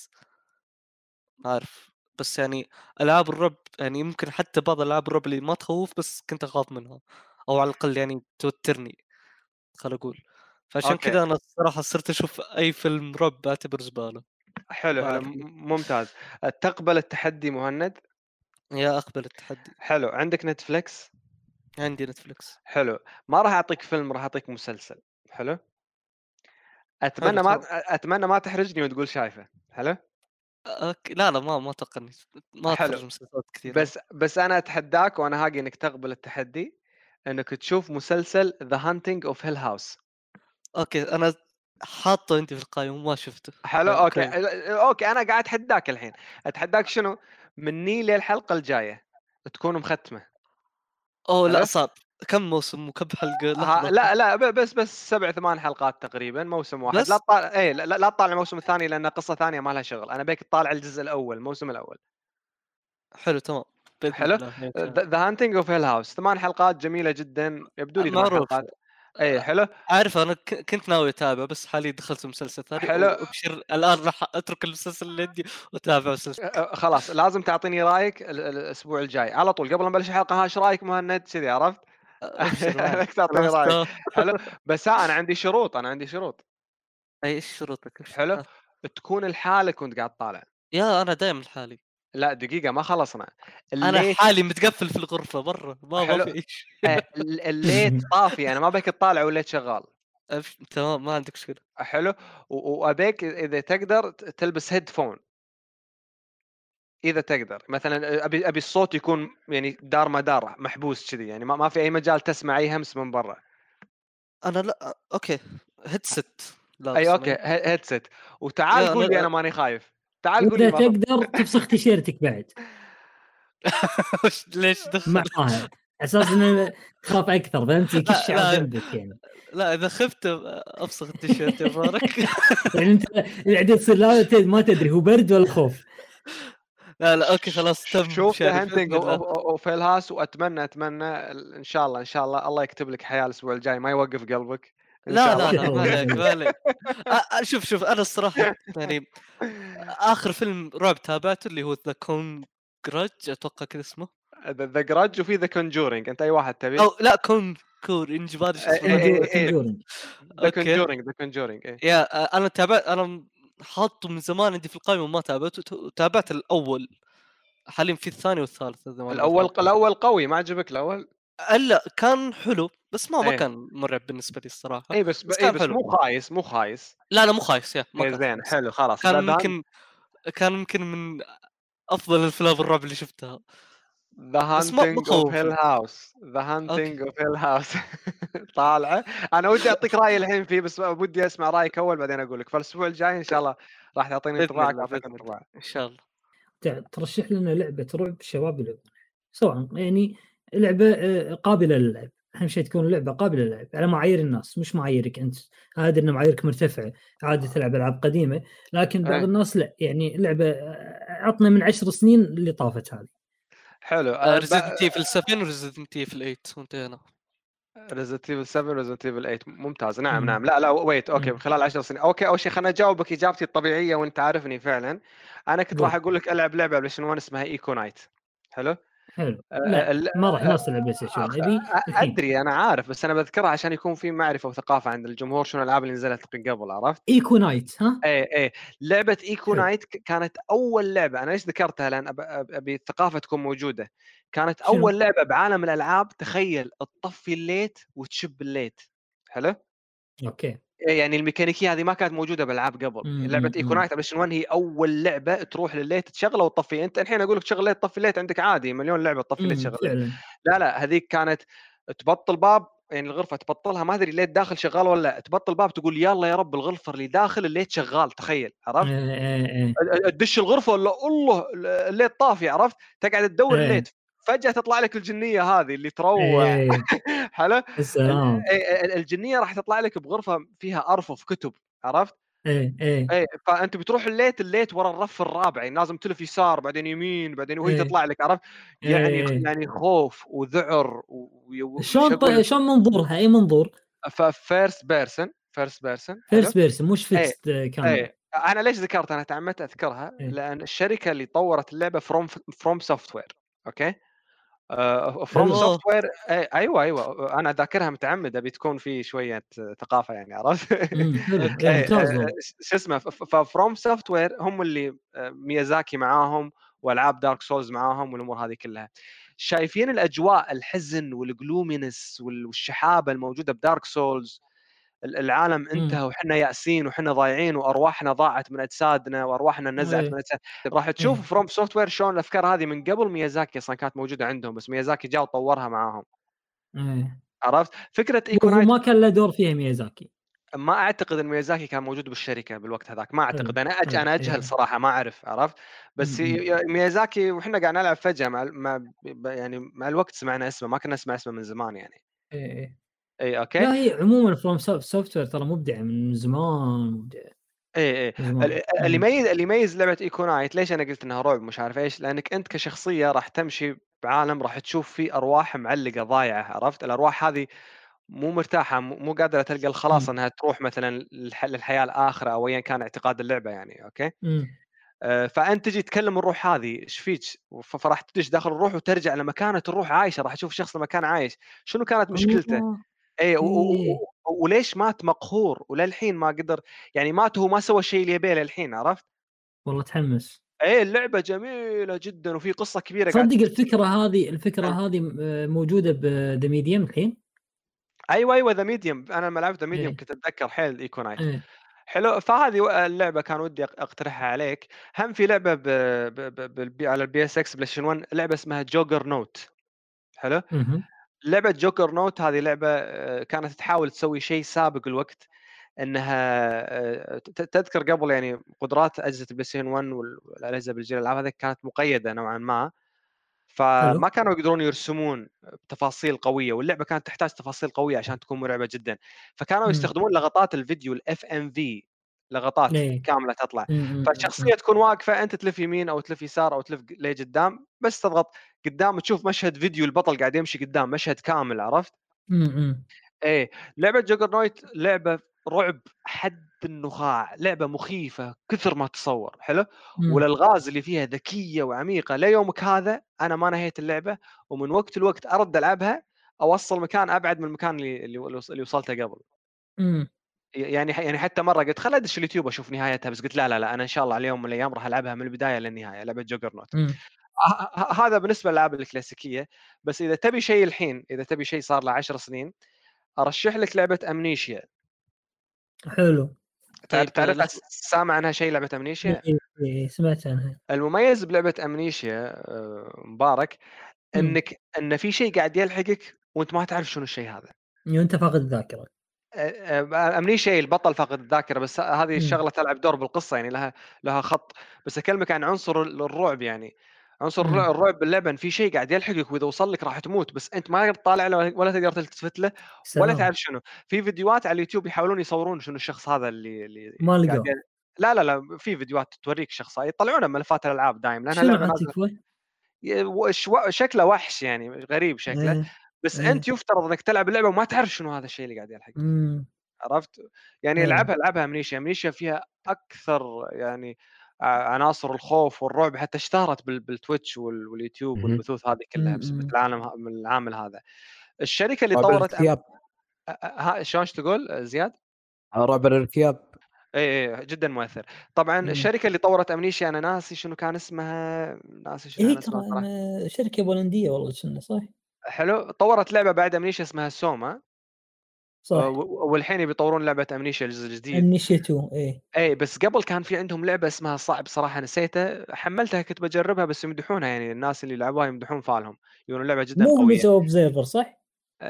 [SPEAKER 2] عارف. بس يعني ألعاب الرعب يعني يمكن حتى بعض ألعاب الرعب اللي ما تخوف بس كنت أخاف منها، أو على الأقل يعني توترني خل أقول. فعشان
[SPEAKER 4] اوكي
[SPEAKER 2] كذا أنا الصراحة صرت أشوف أي فيلم رعب أعتبر زبالة.
[SPEAKER 4] حلو
[SPEAKER 2] ما
[SPEAKER 4] حلو.
[SPEAKER 2] أعرف ليه.
[SPEAKER 4] ممتاز. تقبل التحدي مهند؟
[SPEAKER 2] يا أقبل التحدي.
[SPEAKER 4] حلو. عندك نتفليكس؟
[SPEAKER 2] عندي نتفليكس.
[SPEAKER 4] حلو. ما راح اعطيك فيلم، راح اعطيك مسلسل. حلو.
[SPEAKER 2] حلو تمام.
[SPEAKER 4] اتمنى ما تحرجني وتقول شايفه. حلو.
[SPEAKER 2] أوكي. لا ما أتوقع ما
[SPEAKER 4] حلو.
[SPEAKER 2] أتفرج مسلسلات كثيرة.
[SPEAKER 4] بس انا اتحداك وانا هاقي انك تقبل التحدي، انك تشوف مسلسل ذا هانتنج اوف هيل هاوس.
[SPEAKER 2] اوكي انا حاطه عندي في القائمه وما شفته.
[SPEAKER 4] حلو اوكي.
[SPEAKER 2] اوكي.
[SPEAKER 4] اوكي انا قاعد اتحداك الحين. اتحداك شنو؟ مني للحلقه الجايه تكون مختمه.
[SPEAKER 2] اوه لا
[SPEAKER 4] عرفت؟
[SPEAKER 2] صعب. كم موسم وكم حلقه؟ لحظه.
[SPEAKER 4] لا بس 7 8 حلقات تقريبا، موسم واحد. لا
[SPEAKER 2] بس
[SPEAKER 4] تطالع لا تطالع الموسم الثاني لان قصه ثانيه ما لها شغل. انا بيك تطالع الجزء الاول، الموسم الاول.
[SPEAKER 2] حلو تمام. بإذن
[SPEAKER 4] حلو.
[SPEAKER 2] الله إن شاء الله.
[SPEAKER 4] ذا هانتنج اوف هيل هاوس 8 حلقات جميله جدا، يبدو لي 8
[SPEAKER 2] معروف.
[SPEAKER 4] حلقات. اي حلو.
[SPEAKER 2] عارف انا كنت ناوي اتابع، بس حاليا دخلت مسلسل ثاني.
[SPEAKER 4] حلو.
[SPEAKER 2] وابشر الان راح اترك المسلسل اللي عندي واتابع مسلسل.
[SPEAKER 4] خلاص لازم تعطيني رايك الاسبوع الجاي على طول قبل ما نبلش الحلقه. ها ايش رايك مهند كذي عرفت؟
[SPEAKER 2] ابشر معي.
[SPEAKER 4] انك تعطيني
[SPEAKER 2] خلاص،
[SPEAKER 4] رايك. حلو. بس انا عندي شروط، انا عندي شروط.
[SPEAKER 2] ايش شروطك؟ إيش
[SPEAKER 4] حلو.
[SPEAKER 2] شروطك؟
[SPEAKER 4] تكون لحالك وانت قاعد طالع.
[SPEAKER 2] يا انا دائما لحالي.
[SPEAKER 4] لا دقيقه ما خلصنا.
[SPEAKER 2] انا
[SPEAKER 4] الليت
[SPEAKER 2] حالي متقفل في الغرفه برا، ما
[SPEAKER 4] حلو.
[SPEAKER 2] في ايش.
[SPEAKER 4] الليت طافي، انا ما بك تطالع والليت شغال.
[SPEAKER 2] تمام، ما عندك مشكله.
[SPEAKER 4] حلو. وابيك اذا تقدر تلبس هيدفون اذا تقدر. مثلا ابي الصوت يكون يعني دار مدار محبوس كذي، يعني ما في اي مجال تسمع اي همس من برا.
[SPEAKER 2] انا لا، اوكي، هيدسيت
[SPEAKER 4] اي
[SPEAKER 2] لابس
[SPEAKER 4] اوكي
[SPEAKER 2] أنا.
[SPEAKER 4] هيدسيت. وتعال
[SPEAKER 2] يا
[SPEAKER 4] قول لي
[SPEAKER 2] أنا-
[SPEAKER 4] انا ماني خايف. تعال قول لي
[SPEAKER 1] واذا
[SPEAKER 4] ما
[SPEAKER 1] تقدر تفسخ تيشيرتك بعد
[SPEAKER 2] ليش دخل؟
[SPEAKER 1] معاها، اساس انه تخاف اكثر، فهمت؟ يكش
[SPEAKER 2] لا،
[SPEAKER 1] على
[SPEAKER 2] لا.
[SPEAKER 1] جنبك يعني.
[SPEAKER 2] لا، اذا خفت ابصق التيشيرت يا مبارك.
[SPEAKER 1] يعني انت بعدين تصير ما تدري هو برد ولا خوف.
[SPEAKER 2] لا، لا، اوكي، خلاص تم.
[SPEAKER 4] شوف ذا
[SPEAKER 2] شاري
[SPEAKER 4] هانتنج
[SPEAKER 2] بإذن الله.
[SPEAKER 4] اوف هاوس، واتمنى ان شاء الله الله يكتب لك حياه الاسبوع الجاي ما يوقف قلبك ان
[SPEAKER 2] لا،
[SPEAKER 4] شاء
[SPEAKER 2] لا،
[SPEAKER 4] الله.
[SPEAKER 2] لا، ما عليك، ما عليك. شوف انا الصراحه يعني اخر فيلم رعب تابعته اللي هو ذا كونجراج، اتوقع كذا اسمه،
[SPEAKER 4] ذا جراج وفي ذا كونجورينج. انت اي واحد تبي؟
[SPEAKER 2] او لا كونكور انجباري شو اسمه.
[SPEAKER 1] كونجورينج.
[SPEAKER 4] ذا
[SPEAKER 2] اوكي.
[SPEAKER 4] كونجورينج اي.
[SPEAKER 2] يا انا تابعت، انا حاطه من زمان عندي في القائمه وما تابعته. تابعت الاول، حاليا في الثاني والثالث اذا ما
[SPEAKER 4] الاول قوي، ما عجبك الاول؟
[SPEAKER 2] لا، كان حلو بس ما
[SPEAKER 4] إيه.
[SPEAKER 2] كان مرعب بالنسبه لي الصراحه.
[SPEAKER 4] اي بس
[SPEAKER 2] كان حلو.
[SPEAKER 4] مو خايس.
[SPEAKER 2] لا، لا، مو خايس، يا ما
[SPEAKER 4] إيه
[SPEAKER 2] كان
[SPEAKER 4] زين
[SPEAKER 2] خايس.
[SPEAKER 4] حلو خلاص.
[SPEAKER 2] كان يمكن من افضل الافلام الرعب اللي شفتها.
[SPEAKER 4] ذا
[SPEAKER 2] بس ما
[SPEAKER 4] هانتنج اوف هيل
[SPEAKER 2] خوفني.
[SPEAKER 4] هاوس. ذا هانتنج اوف هيل هاوس طالعه. انا ودي اعطيك رايي الحين فيه، بس ودي اسمع رايك اول بعدين اقول لك. فالاسبوع الجاي ان شاء الله راح تعطيني
[SPEAKER 2] باذن
[SPEAKER 4] انطباعك
[SPEAKER 2] الله،
[SPEAKER 4] واعطيك
[SPEAKER 2] باذن الله،
[SPEAKER 4] انطباع.
[SPEAKER 2] ان شاء الله.
[SPEAKER 1] ترشح لنا لعبه رعب الشباب يلعبونها، سواء يعني لعبه قابله للعب. اهم شيء تكون لعبه قابله للعب على معايير الناس، مش معاييرك انت. هذا ان معاييرك مرتفعه، عادي تلعب العاب قديمه، لكن بعض
[SPEAKER 4] إيه.
[SPEAKER 1] الناس لا، يعني لعبه عطنا من 10 سنين اللي طافت هذه.
[SPEAKER 4] حلو.
[SPEAKER 2] ريزيدنت ايفل 7 وريزيدنت ايفل 8 وانتهينا.
[SPEAKER 4] ريزنت ايفل 7 ريزنت ايفل 8 ممتاز. نعم
[SPEAKER 1] مم.
[SPEAKER 4] نعم. لا ويت اوكي.
[SPEAKER 1] مم.
[SPEAKER 4] خلال 10 سنين. اوكي اول شيء خليني اجاوبك اجابتي الطبيعيه وانت عارفني فعلا. انا كنت
[SPEAKER 1] قول.
[SPEAKER 4] راح اقول لك العب لعبه بلاي ستيشن 1 اسمها ايكو نايت. حلو.
[SPEAKER 1] حلو. لا ما راح نوصل للبلاي ستيشن ابي الحين.
[SPEAKER 4] ادري انا عارف، بس انا بذكرها عشان يكون في معرفه وثقافه عند الجمهور شنو الالعاب اللي نزلت قبل، عرفت؟
[SPEAKER 1] ايكو نايت، ها؟
[SPEAKER 4] ايه لعبه ايكو
[SPEAKER 1] حلو.
[SPEAKER 4] نايت كانت اول لعبه. انا ليش ذكرتها؟ لان ابي الثقافه تكون موجوده. كانت
[SPEAKER 1] شنو؟
[SPEAKER 4] اول لعبه بعالم الالعاب تخيل تطفي الليت وتشب الليت. حلو.
[SPEAKER 1] اوكي.
[SPEAKER 4] يعني الميكانيكيه هذه ما كانت موجوده بالالعاب قبل. لعبه ايكو نايت بلاي 1 هي اول لعبه تروح للليت تشغله وتطفيه. انت الحين اقول لك شغل ليت طفي الليت عندك عادي مليون لعبه تطفي الليت تشغل.
[SPEAKER 1] فعلا.
[SPEAKER 4] لا هذيك كانت تبطل باب، يعني الغرفه تبطلها ما ادري الليت داخل شغال ولا لا. تبطل باب تقول يلا يا رب الغرفه اللي داخل الليت شغال، تخيل، عرفت؟ تدش الغرفه ولا الله الليت طافي، عرفت؟ تقعد تدور الليت، فجاه تطلع لك الجنيه هذه اللي تروع. حلو.
[SPEAKER 1] السلام.
[SPEAKER 4] الجنيه راح تطلع لك بغرفه فيها ارفف كتب، عرفت؟ ايه فانت بتروح الليت ورا الرف الرابع، يعني لازم تلف يسار بعدين يمين بعدين وهي تطلع لك، عرفت؟ يعني خوف وذعر
[SPEAKER 1] شلون منظورها؟ اي منظور؟
[SPEAKER 4] فيرست بيرسون
[SPEAKER 1] فيرست بيرسون مش فيكست كاميرا.
[SPEAKER 4] انا ليش ذكرت؟ انا تعمدت اذكرها لان الشركه اللي طورت اللعبه فروم سوفت وير. اوكي. فروم سوفت وير. ايوه انا ذاكرها متعمد، ابي تكون في شويه ثقافه يعني، عرفت؟ شو اسمه. فروم سوفت وير هم اللي ميازاكي معاهم والعاب دارك سولز معاهم والامور هذه كلها. شايفين الاجواء الحزن والجلومينس والشحابه الموجوده بدارك سولز. العالم انتهى وحنا يائسين وحنا ضايعين وارواحنا ضاعت من اجسادنا وارواحنا نزعت من اجساد. راح تشوف فروم سوفت وير شلون الافكار هذه من قبل ميازاكي اصلا كانت موجوده عندهم، بس ميازاكي جاء وطورها معاهم. عرفت فكره ايكو نايت؟
[SPEAKER 1] ما كان له دور فيها ميازاكي.
[SPEAKER 4] ما اعتقد ان ميازاكي كان موجود بالشركه بالوقت هذاك، ما اعتقد. انا اجهل صراحه ما اعرف، عرفت؟ بس ميازاكي وحنا قاعد نلعب فجاه مع الوقت سمعنا اسمه، ما كنا نسمع اسمه من زمان يعني. اي اوكي.
[SPEAKER 1] لا هي عموما فروم سوفت وير ترى مبدعه من زمان، مبدعه.
[SPEAKER 4] ايه
[SPEAKER 1] زمان.
[SPEAKER 4] اللي يميز لعبه ايكو نايت، ليش انا قلت انها رعب مش عارف ايش، لانك انت كشخصيه راح تمشي بعالم راح تشوف فيه ارواح معلقه ضايعه، عرفت؟ الارواح هذه مو مرتاحه، مو قادره تلقى الخلاص انها تروح مثلا للحياه الاخره او ايا كان اعتقاد اللعبه يعني. اوكي. فانت تجي تكلم الروح هذه ايش فيك، فراح تدش داخل الروح وترجع لمكانه الروح عايشه، راح تشوف شخص لما كان عايش شنو كانت مشكلته. اي
[SPEAKER 1] إيه.
[SPEAKER 4] وليش مات مقهور وللحين ما قدر، يعني مات وهو ما سوى الشيء اللي يبيه للحين، عرفت؟
[SPEAKER 1] والله تحمس.
[SPEAKER 4] ايه اللعبه جميله جدا وفي قصه كبيره قاعد
[SPEAKER 1] تصدق الفكره هذه موجوده بذا ميديم الحين.
[SPEAKER 4] ايوه ذا ميديوم، انا لما لعبت ذا ميديوم
[SPEAKER 1] ايه.
[SPEAKER 4] كنت اتذكر حيل ايكو نايت.
[SPEAKER 1] ايه.
[SPEAKER 4] حلو. فهذه اللعبه كان ودي اقترحها عليك. هم في لعبه على البي اس اكس بلاي ستيشن 1 لعبه اسمها جوجر نوت. حلو.
[SPEAKER 1] مهم.
[SPEAKER 4] لعبه جوكر نوت هذه لعبه كانت تحاول تسوي شيء سابق الوقت، انها تذكر قبل يعني قدرات اجهزه البلاي ستيشن 1 والاجهزه بالجيل الالعاب هذه كانت مقيده نوعا ما،
[SPEAKER 1] حلو.
[SPEAKER 4] فما كانوا يقدرون يرسمون بتفاصيل قويه، واللعبه كانت تحتاج تفاصيل قويه عشان تكون مرعبه جدا، فكانوا يستخدمون لقطات الفيديو الاف ام في، لقطات
[SPEAKER 1] ايه.
[SPEAKER 4] كامله تطلع.
[SPEAKER 1] أمم.
[SPEAKER 4] فالشخصيه تكون واقفه، انت تلف يمين او تلف يسار او تلف لقدام، بس تضغط قدام تشوف مشهد فيديو البطل قاعد يمشي قدام مشهد كامل، عرفت؟
[SPEAKER 1] أمم.
[SPEAKER 4] ايه. لعبه جوجر نايت لعبه رعب حد النخاع، لعبه مخيفه كثر ما تصور. حلو.
[SPEAKER 1] أمم.
[SPEAKER 4] والالغاز اللي فيها ذكيه وعميقه. ليومك هذا انا ما نهيت اللعبه، ومن وقت لوقت ارد العبها اوصل مكان ابعد من المكان اللي وصلته قبل.
[SPEAKER 1] أمم.
[SPEAKER 4] يعني حتى مره قلت خل ادش اليوتيوب اشوف نهايتها، بس قلت لا انا ان شاء الله على يوم من الايام راح العبها من البدايه للنهايه، لعبه جوجر نوت.
[SPEAKER 1] أمم.
[SPEAKER 4] هذا بالنسبه للالعاب الكلاسيكيه. بس اذا تبي شيء الحين، اذا تبي شيء صار له 10 سنين، ارشح لك لعبه امنيشيا.
[SPEAKER 1] حلو.
[SPEAKER 2] طيب
[SPEAKER 4] تعرف
[SPEAKER 2] لحظة.
[SPEAKER 4] سامع عنها شيء لعبه امنيشيا؟
[SPEAKER 1] ايه. إيه. سمعت عنها.
[SPEAKER 4] المميز بلعبه امنيشيا مبارك
[SPEAKER 1] أمم.
[SPEAKER 4] ان في شيء قاعد يلحقك وانت ما تعرف شنو الشيء هذا.
[SPEAKER 1] وانت فاقد الذاكره.
[SPEAKER 4] امنيشيا البطل فاقد الذاكره، بس هذه
[SPEAKER 1] أمم.
[SPEAKER 4] الشغله تلعب دور بالقصه، يعني لها خط. بس اكلمك عن عنصر الرعب، يعني عنصر
[SPEAKER 1] أمم.
[SPEAKER 4] الرعب باللعبه إن في شيء قاعد يلحقك واذا وصل لك راح تموت، بس انت ما تقدر تطالع له ولا تقدر تلتفت له ولا
[SPEAKER 1] سلام.
[SPEAKER 4] تعرف شنو. في فيديوهات على اليوتيوب يحاولون يصورون شنو الشخص هذا اللي
[SPEAKER 1] ما
[SPEAKER 4] قاعد
[SPEAKER 1] لقوه.
[SPEAKER 4] لا في فيديوهات توريك الشخص هذا، يطلعونه ملفات الالعاب دايم لانها
[SPEAKER 1] شنو
[SPEAKER 4] لعبه
[SPEAKER 1] عاد
[SPEAKER 4] نازله.
[SPEAKER 1] تكفى؟
[SPEAKER 4] شكله وحش يعني غريب شكله.
[SPEAKER 1] ايه.
[SPEAKER 4] بس
[SPEAKER 1] ايه.
[SPEAKER 4] انت يفترض انك تلعب اللعبه وما تعرف شنو هذا الشيء اللي قاعد يلحقك،
[SPEAKER 1] أمم.
[SPEAKER 4] عرفت؟ يعني
[SPEAKER 1] حلو.
[SPEAKER 4] العبها امنيشيا فيها اكثر يعني عناصر الخوف والرعب، حتى اشتهرت بالتويتش واليوتيوب
[SPEAKER 3] مهم.
[SPEAKER 4] والبثوث هذه كلها بسبب
[SPEAKER 1] أمم.
[SPEAKER 4] من العامل هذا. الشركه اللي
[SPEAKER 3] رعب
[SPEAKER 4] طورت
[SPEAKER 3] الارتياب.
[SPEAKER 4] شلون تقول زياد؟
[SPEAKER 3] رعب الارتياب.
[SPEAKER 4] اي جدا مؤثر. طبعا
[SPEAKER 1] أمم.
[SPEAKER 4] الشركه اللي طورت امنيشيا انا ناسي شنو كان اسمها، ناسي شنو
[SPEAKER 1] ايه
[SPEAKER 4] كان
[SPEAKER 1] ترى
[SPEAKER 4] اسمها صراحه.
[SPEAKER 1] شركه بولنديه والله كنا صح.
[SPEAKER 4] حلو. طورت لعبه بعد امنيشيا اسمها سوما،
[SPEAKER 1] صح.
[SPEAKER 4] والحين بيطورون لعبه امنيشيا الجزء الجديد.
[SPEAKER 1] امنيشيا 2. ايه.
[SPEAKER 4] اي بس قبل كان في عندهم لعبه اسمها صعب صراحه نسيتها، حملتها كنت بجربها بس يمدحونها، يعني الناس اللي لعبوها يمدحون فالهم، يقولون لعبه جدا
[SPEAKER 1] مو
[SPEAKER 4] قويه.
[SPEAKER 1] ميزو اوبزيرفر صح؟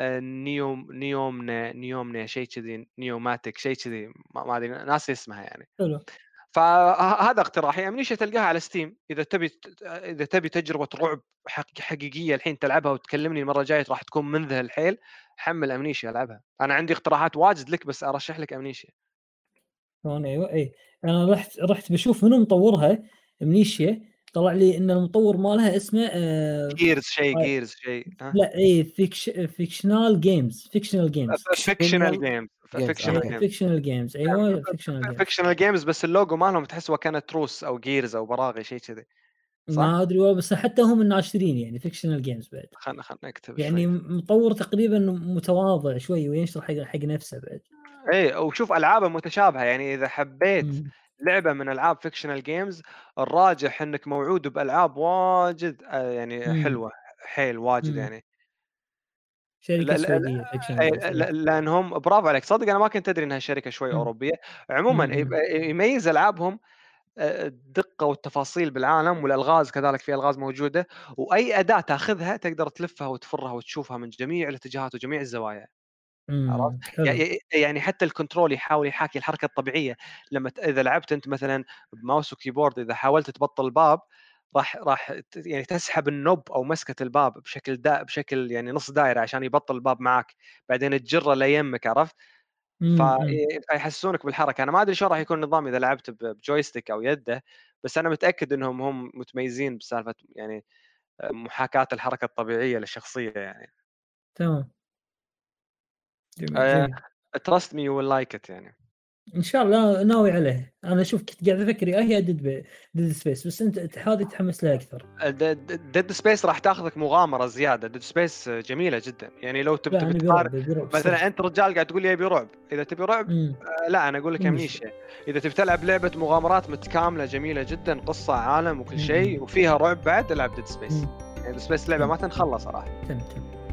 [SPEAKER 4] نيومنا شيء كذي، نيوماتيك شيء كذي، ما ادري ناسي اسمها يعني.
[SPEAKER 1] حلو.
[SPEAKER 4] فهذا اقتراحي. امنيشيا تلقاها على ستيم، اذا تبي تجربه رعب حقيقيه الحين تلعبها وتكلمني المره الجايه راح تكون منذهل الحيل، حمل امنيشيا العبها. انا عندي اقتراحات واجد لك بس ارشح لك امنيشيا.
[SPEAKER 1] هون ايوه. ايه انا رحت بشوف منو مطورها. امنيشيا طلع لي ان المطور مالها اسمه
[SPEAKER 4] جيرز شيء
[SPEAKER 1] لا ايه فيكشنال جيمز.
[SPEAKER 4] فيكشنال جيمز
[SPEAKER 1] فيكشنال جيمز. ايوه فيكشنال جيمز.
[SPEAKER 4] فيكشنال جيمز بس اللوجو مالهم تحس وكانت تروس او جيرز او براغي شيء كذي، صح؟
[SPEAKER 1] ما ادري والله بس حتى هم الناشرين يعني فيكشنال جيمز بعد.
[SPEAKER 4] خلنا نكتب
[SPEAKER 1] يعني
[SPEAKER 4] شوي.
[SPEAKER 1] مطور تقريبا متواضع شوي وينشر حق نفسه بعد.
[SPEAKER 4] اي وشوف العابه متشابهه، يعني اذا حبيت
[SPEAKER 1] مم.
[SPEAKER 4] لعبه من العاب فيكشنال جيمز الراجح انك موعود بالعاب واجد يعني
[SPEAKER 1] مم.
[SPEAKER 4] حلوه حيل واجد
[SPEAKER 1] مم.
[SPEAKER 4] يعني.
[SPEAKER 1] شركه
[SPEAKER 4] لا لا
[SPEAKER 1] سعوديه فيكشنال جيمز.
[SPEAKER 4] لانهم برافو عليك، صدق انا ما كنت ادري انها شركه شوي اوروبيه. عموما يميز العابهم الدقه والتفاصيل بالعالم، والالغاز كذلك في الغاز موجوده، واي اداه تاخذها تقدر تلفها وتفرها وتشوفها من جميع الاتجاهات وجميع الزوايا، عرفت؟
[SPEAKER 1] حلو.
[SPEAKER 4] يعني حتى الكنترول يحاول يحاكي الحركه الطبيعيه. لما اذا لعبت انت مثلا بماوس وكيبورد، اذا حاولت تبطل الباب راح يعني تسحب النوب او مسكه الباب بشكل بشكل يعني نص دائره عشان يبطل الباب معك، بعدين تجره ليمك، عرفت؟ فيحسسونك بالحركه. انا ما ادري شو راح يكون النظام اذا لعبت بجويستيك او يده، بس انا متاكد انهم هم متميزين بسالفه يعني محاكاه الحركه الطبيعيه للشخصيه يعني.
[SPEAKER 1] تمام. جميل.
[SPEAKER 4] trust me you will like it يعني.
[SPEAKER 1] ان شاء الله ناوي عليه. انا شوف كنت قاعد افكر هي ديد سبيس، بس انت هذه تحمس لها اكثر.
[SPEAKER 4] ديد سبيس راح تاخذك مغامره زياده. ديد سبيس جميله جدا يعني. لو
[SPEAKER 1] لا
[SPEAKER 4] تبي
[SPEAKER 1] انا
[SPEAKER 4] تقارن
[SPEAKER 1] برعب
[SPEAKER 4] مثلا، انت رجال قاعد تقول لي ابي رعب، اذا تبي رعب لا انا اقول لك امنيشيا. اذا تبي تلعب لعبه مغامرات متكامله جميله جدا، قصه عالم وكل شيء وفيها رعب بعد، العب ديد سبيس. يعني ديد سبيس لعبه ما تنخلص صراحه.
[SPEAKER 1] تم.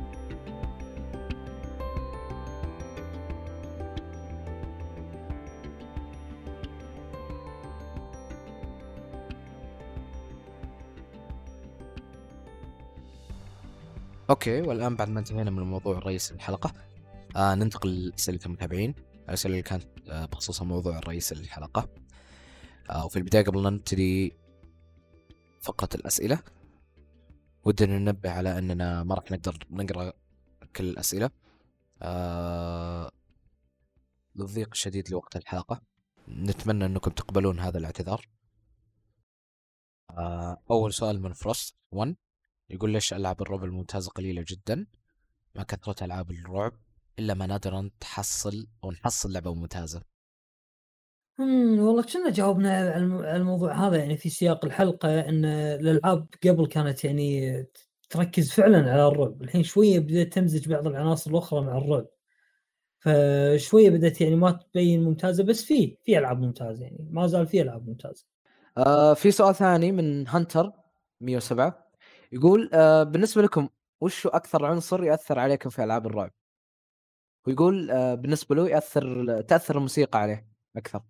[SPEAKER 5] اوكي، والان بعد ما انتهينا من الموضوع الرئيسي للحلقه ننتقل لأسئلة المتابعين، الأسئلة اللي كانت بخصوص الموضوع الرئيسي للحلقة. وفي البداية قبل أن نبتدي فقرة الأسئلة، ودنا ننبه على أننا ما راح نقدر نقرأ كل الأسئلة للضيق الشديد لوقت الحلقة. نتمنى أنكم تقبلون هذا الاعتذار. أول سؤال من فروست 1 يقول: ليش ألعاب الرعب الممتازة قليلة جدا مع كثرة ألعاب الرعب، إلا ما نادرا نحصل لعبة ممتازة؟
[SPEAKER 1] والله كنا جاوبنا على الموضوع هذا يعني في سياق الحلقة، ان الالعاب قبل كانت يعني تركز فعلا على الرعب، الحين شوية بدأت تمزج بعض العناصر الأخرى مع الرعب، فشوية بدأت يعني ما تبين ممتازة، بس في ألعاب ممتازة يعني، ما زال في ألعاب ممتازة.
[SPEAKER 3] في سؤال ثاني من هانتر 107 يقول: بالنسبة لكم وش أكثر عنصر يأثر عليكم في ألعاب الرعب؟ ويقول بالنسبة له تأثر الموسيقى عليه أكثر.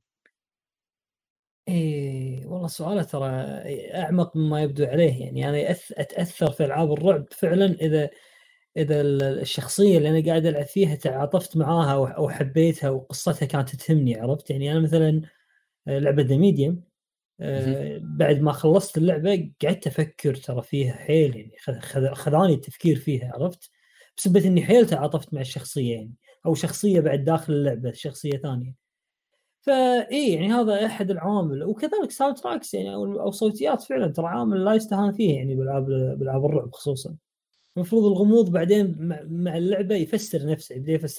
[SPEAKER 1] إيه والله سؤاله ترى أعمق مما يبدو عليه. يعني أنا أتأثر في ألعاب الرعب فعلا إذا الشخصية اللي أنا قاعد ألعب فيها تعاطفت معاها أو حبيتها وقصتها كانت تهمني، عرفت يعني. أنا مثلا لعبة ذا ميديوم بعد ما خلصت اللعبة قعدت أفكر ترى فيها حيل، يعني خذاني التفكير فيها، عرفت، بسبب إني حيل تعاطفت مع الشخصية يعني، أو شخصية بعد داخل اللعبة شخصية ثانية. فايه يعني هذا احد العوامل، وكذلك ساوند تراكس يعني او صوتيات فعلا ترى عامل لا يستهان فيه يعني بالعاب الرعب خصوصا. المفروض الغموض بعدين مع اللعبه يفسر نفسه،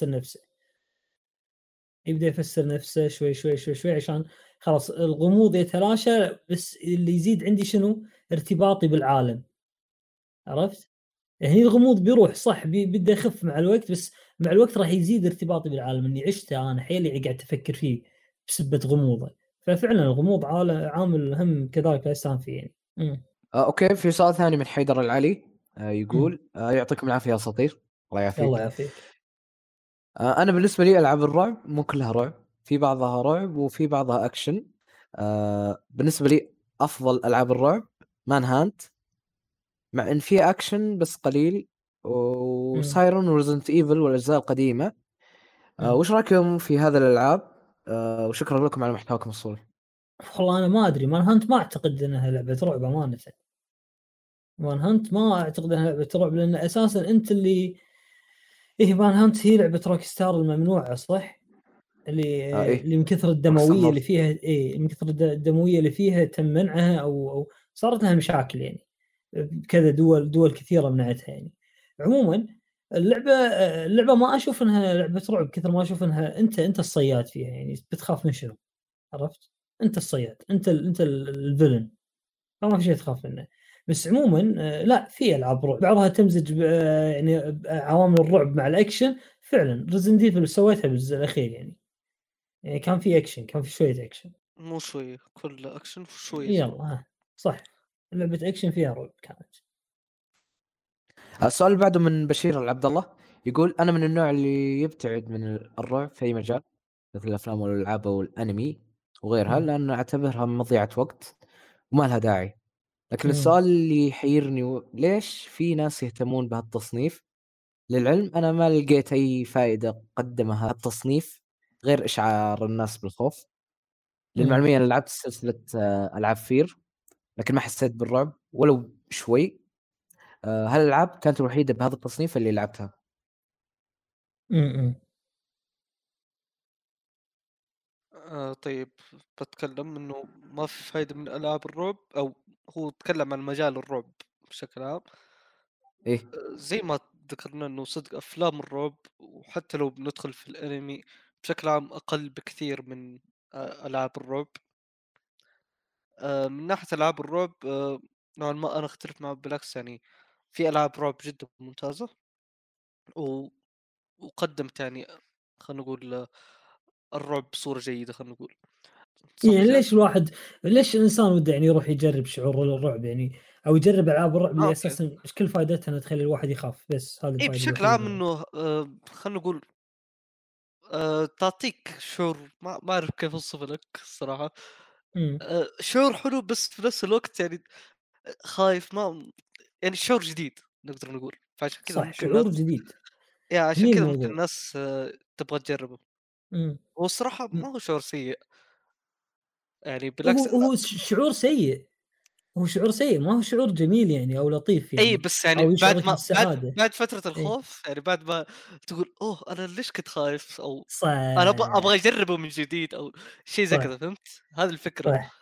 [SPEAKER 1] يبدا يفسر نفسه شوي شوي شوي شوي، عشان خلاص الغموض يتلاشى، بس اللي يزيد عندي شنو؟ ارتباطي بالعالم، عرفت. يعني الغموض بيروح صح، بيبدا يخف مع الوقت، بس مع الوقت راح يزيد ارتباطي بالعالم اني عشته انا حيل قاعد افكر فيه بسبة غموضه. ففعلا الغموض عامل مهم كذلك لا يستهان فيه يعني.
[SPEAKER 3] اوكي، في سؤال ثاني من حيدر العلي يقول: يعطيكم العافيه يا اساطير. الله يعافيك.
[SPEAKER 1] الله يعافيك.
[SPEAKER 3] انا بالنسبه لي العاب الرعب مو كلها رعب، في بعضها رعب وفي بعضها اكشن. بالنسبه لي افضل العاب الرعب مان هانت، مع ان في اكشن بس قليل، وسايرون وريزنت ايفل والاجزاء القديمه. وش رايكم في هذا الالعاب؟ وشكرا لكم على محتواكم الصوري.
[SPEAKER 1] والله انا ما ادري، مان هانت ما اعتقد انها لعبه رعب امانه. مان هانت ما اعتقد انها لعبه رعب، لان اساسا انت اللي مان هانت هي لعبه روك ستار الممنوعه صح؟
[SPEAKER 3] إيه؟
[SPEAKER 1] اللي من كثر الدمويه اللي فيها، من كثر الدمويه اللي فيها تم منعها او صارت لها مشاكل يعني، كذا دول كثيره منعتها يعني. عموما اللعبه ما اشوف انها لعبه رعب كثر ما اشوف انها انت الصياد فيها، يعني بتخاف من شنو؟ عرفت، انت الصياد، انت الفيلن، ما في شيء تخاف منه. بس عموما لا، في العاب رعب بعضها تمزج يعني عوامل الرعب مع الاكشن. فعلا ريزنت ايفل سويتها بالجزء الاخير يعني كان في اكشن، كان في شويه اكشن،
[SPEAKER 2] مو شويه، كل اكشن شويه.
[SPEAKER 1] يلا صح، لعبه اكشن فيها رعب كانت.
[SPEAKER 3] السؤال اللي بعده من بشير العبد الله يقول: انا من النوع اللي يبتعد من الرعب في اي مجال، مثل الافلام والالعاب والانمي وغيرها، لان اعتبرها مضيعه وقت وما لها داعي. لكن السؤال اللي يحيرني: ليش في ناس يهتمون بهالتصنيف؟ للعلم انا ما لقيت اي فائده قدمها التصنيف غير اشعار الناس بالخوف. للمعلوميه انا لعبت سلسله العاب فير، لكن ما حسيت بالرعب ولو شوي. هالالعاب كانت الوحيده بهذا التصنيف اللي لعبتها.
[SPEAKER 2] طيب بتكلم انه ما في فايدة من العاب الرعب، او هو تكلم عن مجال الرعب بشكل عام.
[SPEAKER 3] ايه
[SPEAKER 2] زي ما ذكرنا انه صدق افلام الرعب، وحتى لو بندخل في الانمي بشكل عام اقل بكثير من العاب الرعب. من ناحية العاب الرعب نوعا ما انا اختلف معه، بالعكس يعني في العاب رعب جدا ممتازة و... وقدمت يعني خلينا نقول الرعب بصورة جيدة، خلينا نقول صح
[SPEAKER 1] يعني
[SPEAKER 2] زياد؟
[SPEAKER 1] ليش الانسان وده يعني يروح يجرب شعور الرعب يعني، او يجرب العاب الرعب اللي
[SPEAKER 2] اوكي.
[SPEAKER 1] اساسا ايش كل فائدتها انها تخلي الواحد يخاف، بس هذه
[SPEAKER 2] اي
[SPEAKER 1] الفائده
[SPEAKER 2] بشكل
[SPEAKER 1] الوحيده
[SPEAKER 2] عام
[SPEAKER 1] يعني.
[SPEAKER 2] انه خلينا نقول تعطيك شعور، ما اعرف كيف اوصف لك الصراحة.
[SPEAKER 1] امم
[SPEAKER 2] شعور حلو، بس في نفس الوقت يعني خايف، ما يعني شعور جديد نقدر نقول، فعشان كذا
[SPEAKER 1] صح،
[SPEAKER 2] ممكن الناس
[SPEAKER 1] شعور جديد.
[SPEAKER 2] عشان
[SPEAKER 1] جميل
[SPEAKER 2] كذا ممكن
[SPEAKER 1] الموضوع.
[SPEAKER 2] الناس تبغى تجربه.
[SPEAKER 1] امم
[SPEAKER 2] هو الصراحة ما هو شعور سيء، يعني
[SPEAKER 1] هو
[SPEAKER 2] بالعكس.
[SPEAKER 1] هو شعور سيء، هو شعور سيء، ما هو شعور جميل يعني او لطيف
[SPEAKER 2] اي
[SPEAKER 1] يعني،
[SPEAKER 2] بس يعني
[SPEAKER 1] او
[SPEAKER 2] بعد
[SPEAKER 1] يشعرك
[SPEAKER 2] ما
[SPEAKER 1] بالسعاده.
[SPEAKER 2] بعد فترة
[SPEAKER 1] اي
[SPEAKER 2] الخوف، يعني بعد ما تقول اوه انا ليش كنت خايف، او انا ابغى
[SPEAKER 1] صح
[SPEAKER 2] اجربه من جديد، او شيء زي كذا،
[SPEAKER 1] صح
[SPEAKER 2] فهمت؟ هذه الفكرة.
[SPEAKER 1] صح.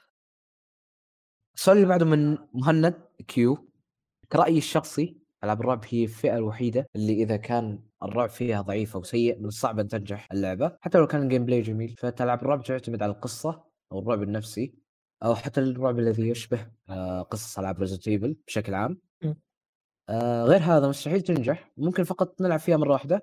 [SPEAKER 3] السؤال اللي بعده من مهند كيو. كرأيي الشخصي ألعاب الرعب هي الفئة الوحيدة اللي إذا كان الرعب فيها ضعيف أو سيء من الصعب أن تنجح اللعبة، حتى لو كان الجيم بلاي جميل. فتلعب الرعب تعتمد على القصة أو الرعب النفسي، أو حتى الرعب الذي يشبه قصص ألعاب ريزنت ايفل بشكل عام.
[SPEAKER 1] مم.
[SPEAKER 3] غير هذا مستحيل تنجح، ممكن فقط نلعب فيها مرة واحدة.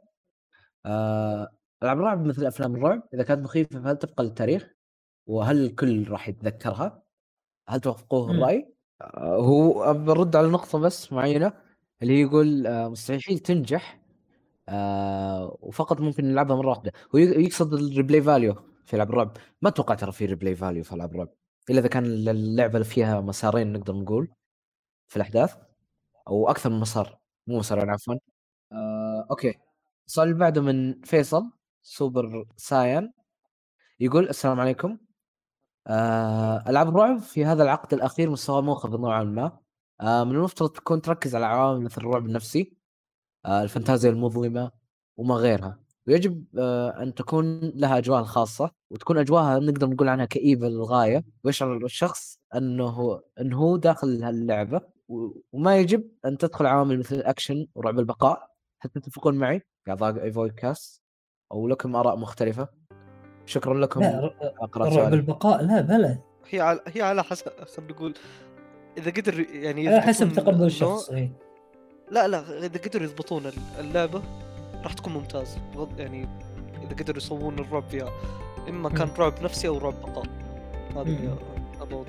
[SPEAKER 3] ألعاب الرعب مثل أفلام الرعب إذا كانت مخيفة فهل تبقى للتاريخ؟ وهل الكل راح يتذكرها؟ هل توافقوه
[SPEAKER 1] مم.
[SPEAKER 3] الرأي؟ هو برد على نقطة بس معينة اللي هي يقول مستحيل تنجح، وفقط ممكن نلعبها مرة واحدة. هو يقصد الريبلاي فاليو في لعب الرعب. ما اتوقع ترى في ريبلاي فاليو في لعب الرعب الا اذا كان اللعبة فيها مسارين نقدر نقول في الاحداث، او اكثر من مسار، مو مسارين عفوا. اوكي. السؤال اللي بعده من فيصل سوبر ساين، يقول السلام عليكم. ألعاب الرعب في هذا العقد الأخير مستوى منخفض نوعا ما. من المفترض تكون تركز على عوامل مثل الرعب النفسي، الفانتازيا المظلمة وما غيرها، ويجب أن تكون لها أجواء خاصة، وتكون أجواءها نقدر نقول عنها كئيبة للغاية، ويشعر الشخص أنه داخل هاللعبة، وما يجب أن تدخل عوامل مثل الأكشن ورعب البقاء. هل تتفقون معي يا أعضاء ايفويكاست، أو لكم آراء مختلفة؟ شكرا لكم.
[SPEAKER 1] لا
[SPEAKER 3] قرأت
[SPEAKER 1] الرعب
[SPEAKER 3] سؤالي.
[SPEAKER 1] البقاء لا بلى،
[SPEAKER 2] هي على حسب، خلينا نقول اذا قدر يعني
[SPEAKER 1] على حسب
[SPEAKER 2] يضبطون
[SPEAKER 1] تقبل
[SPEAKER 2] النوع.
[SPEAKER 1] الشخص. اي
[SPEAKER 2] لا اذا قدروا يضبطون اللعبة راح تكون ممتاز، يعني اذا قدروا يسوون الرعب فيها، اما كان رعب نفسي او رعب بقاء. هذا اللي ابغى.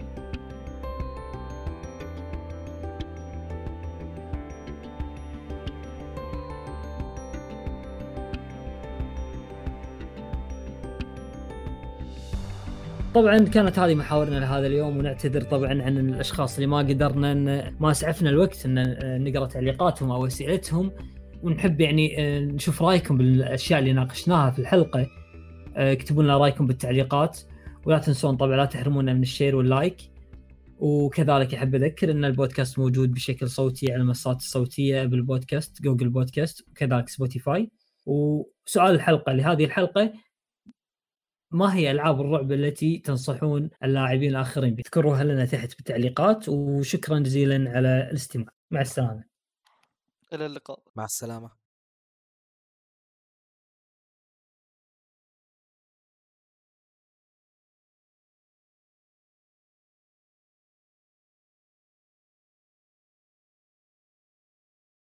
[SPEAKER 1] طبعا كانت هذه محاورنا لهذا اليوم، ونعتذر طبعا عن الاشخاص اللي ما قدرنا ما اسعفنا الوقت ان نقرا تعليقاتهم او اسئلتهم، ونحب يعني نشوف رايكم بالاشياء اللي ناقشناها في الحلقه. اكتبوا لنا رايكم بالتعليقات، ولا تنسون طبعا لا تحرمونا من الشير واللايك. وكذلك احب اذكر ان البودكاست موجود بشكل صوتي على المنصات الصوتيه بالبودكاست، جوجل بودكاست وكذلك سبوتيفاي. وسؤال الحلقه لهذه الحلقه: ما هي ألعاب الرعب التي تنصحون اللاعبين الآخرين؟ اذكروها لنا تحت بالتعليقات، وشكرا جزيلا على الاستماع. مع السلامة.
[SPEAKER 2] الى اللقاء.
[SPEAKER 5] مع السلامة.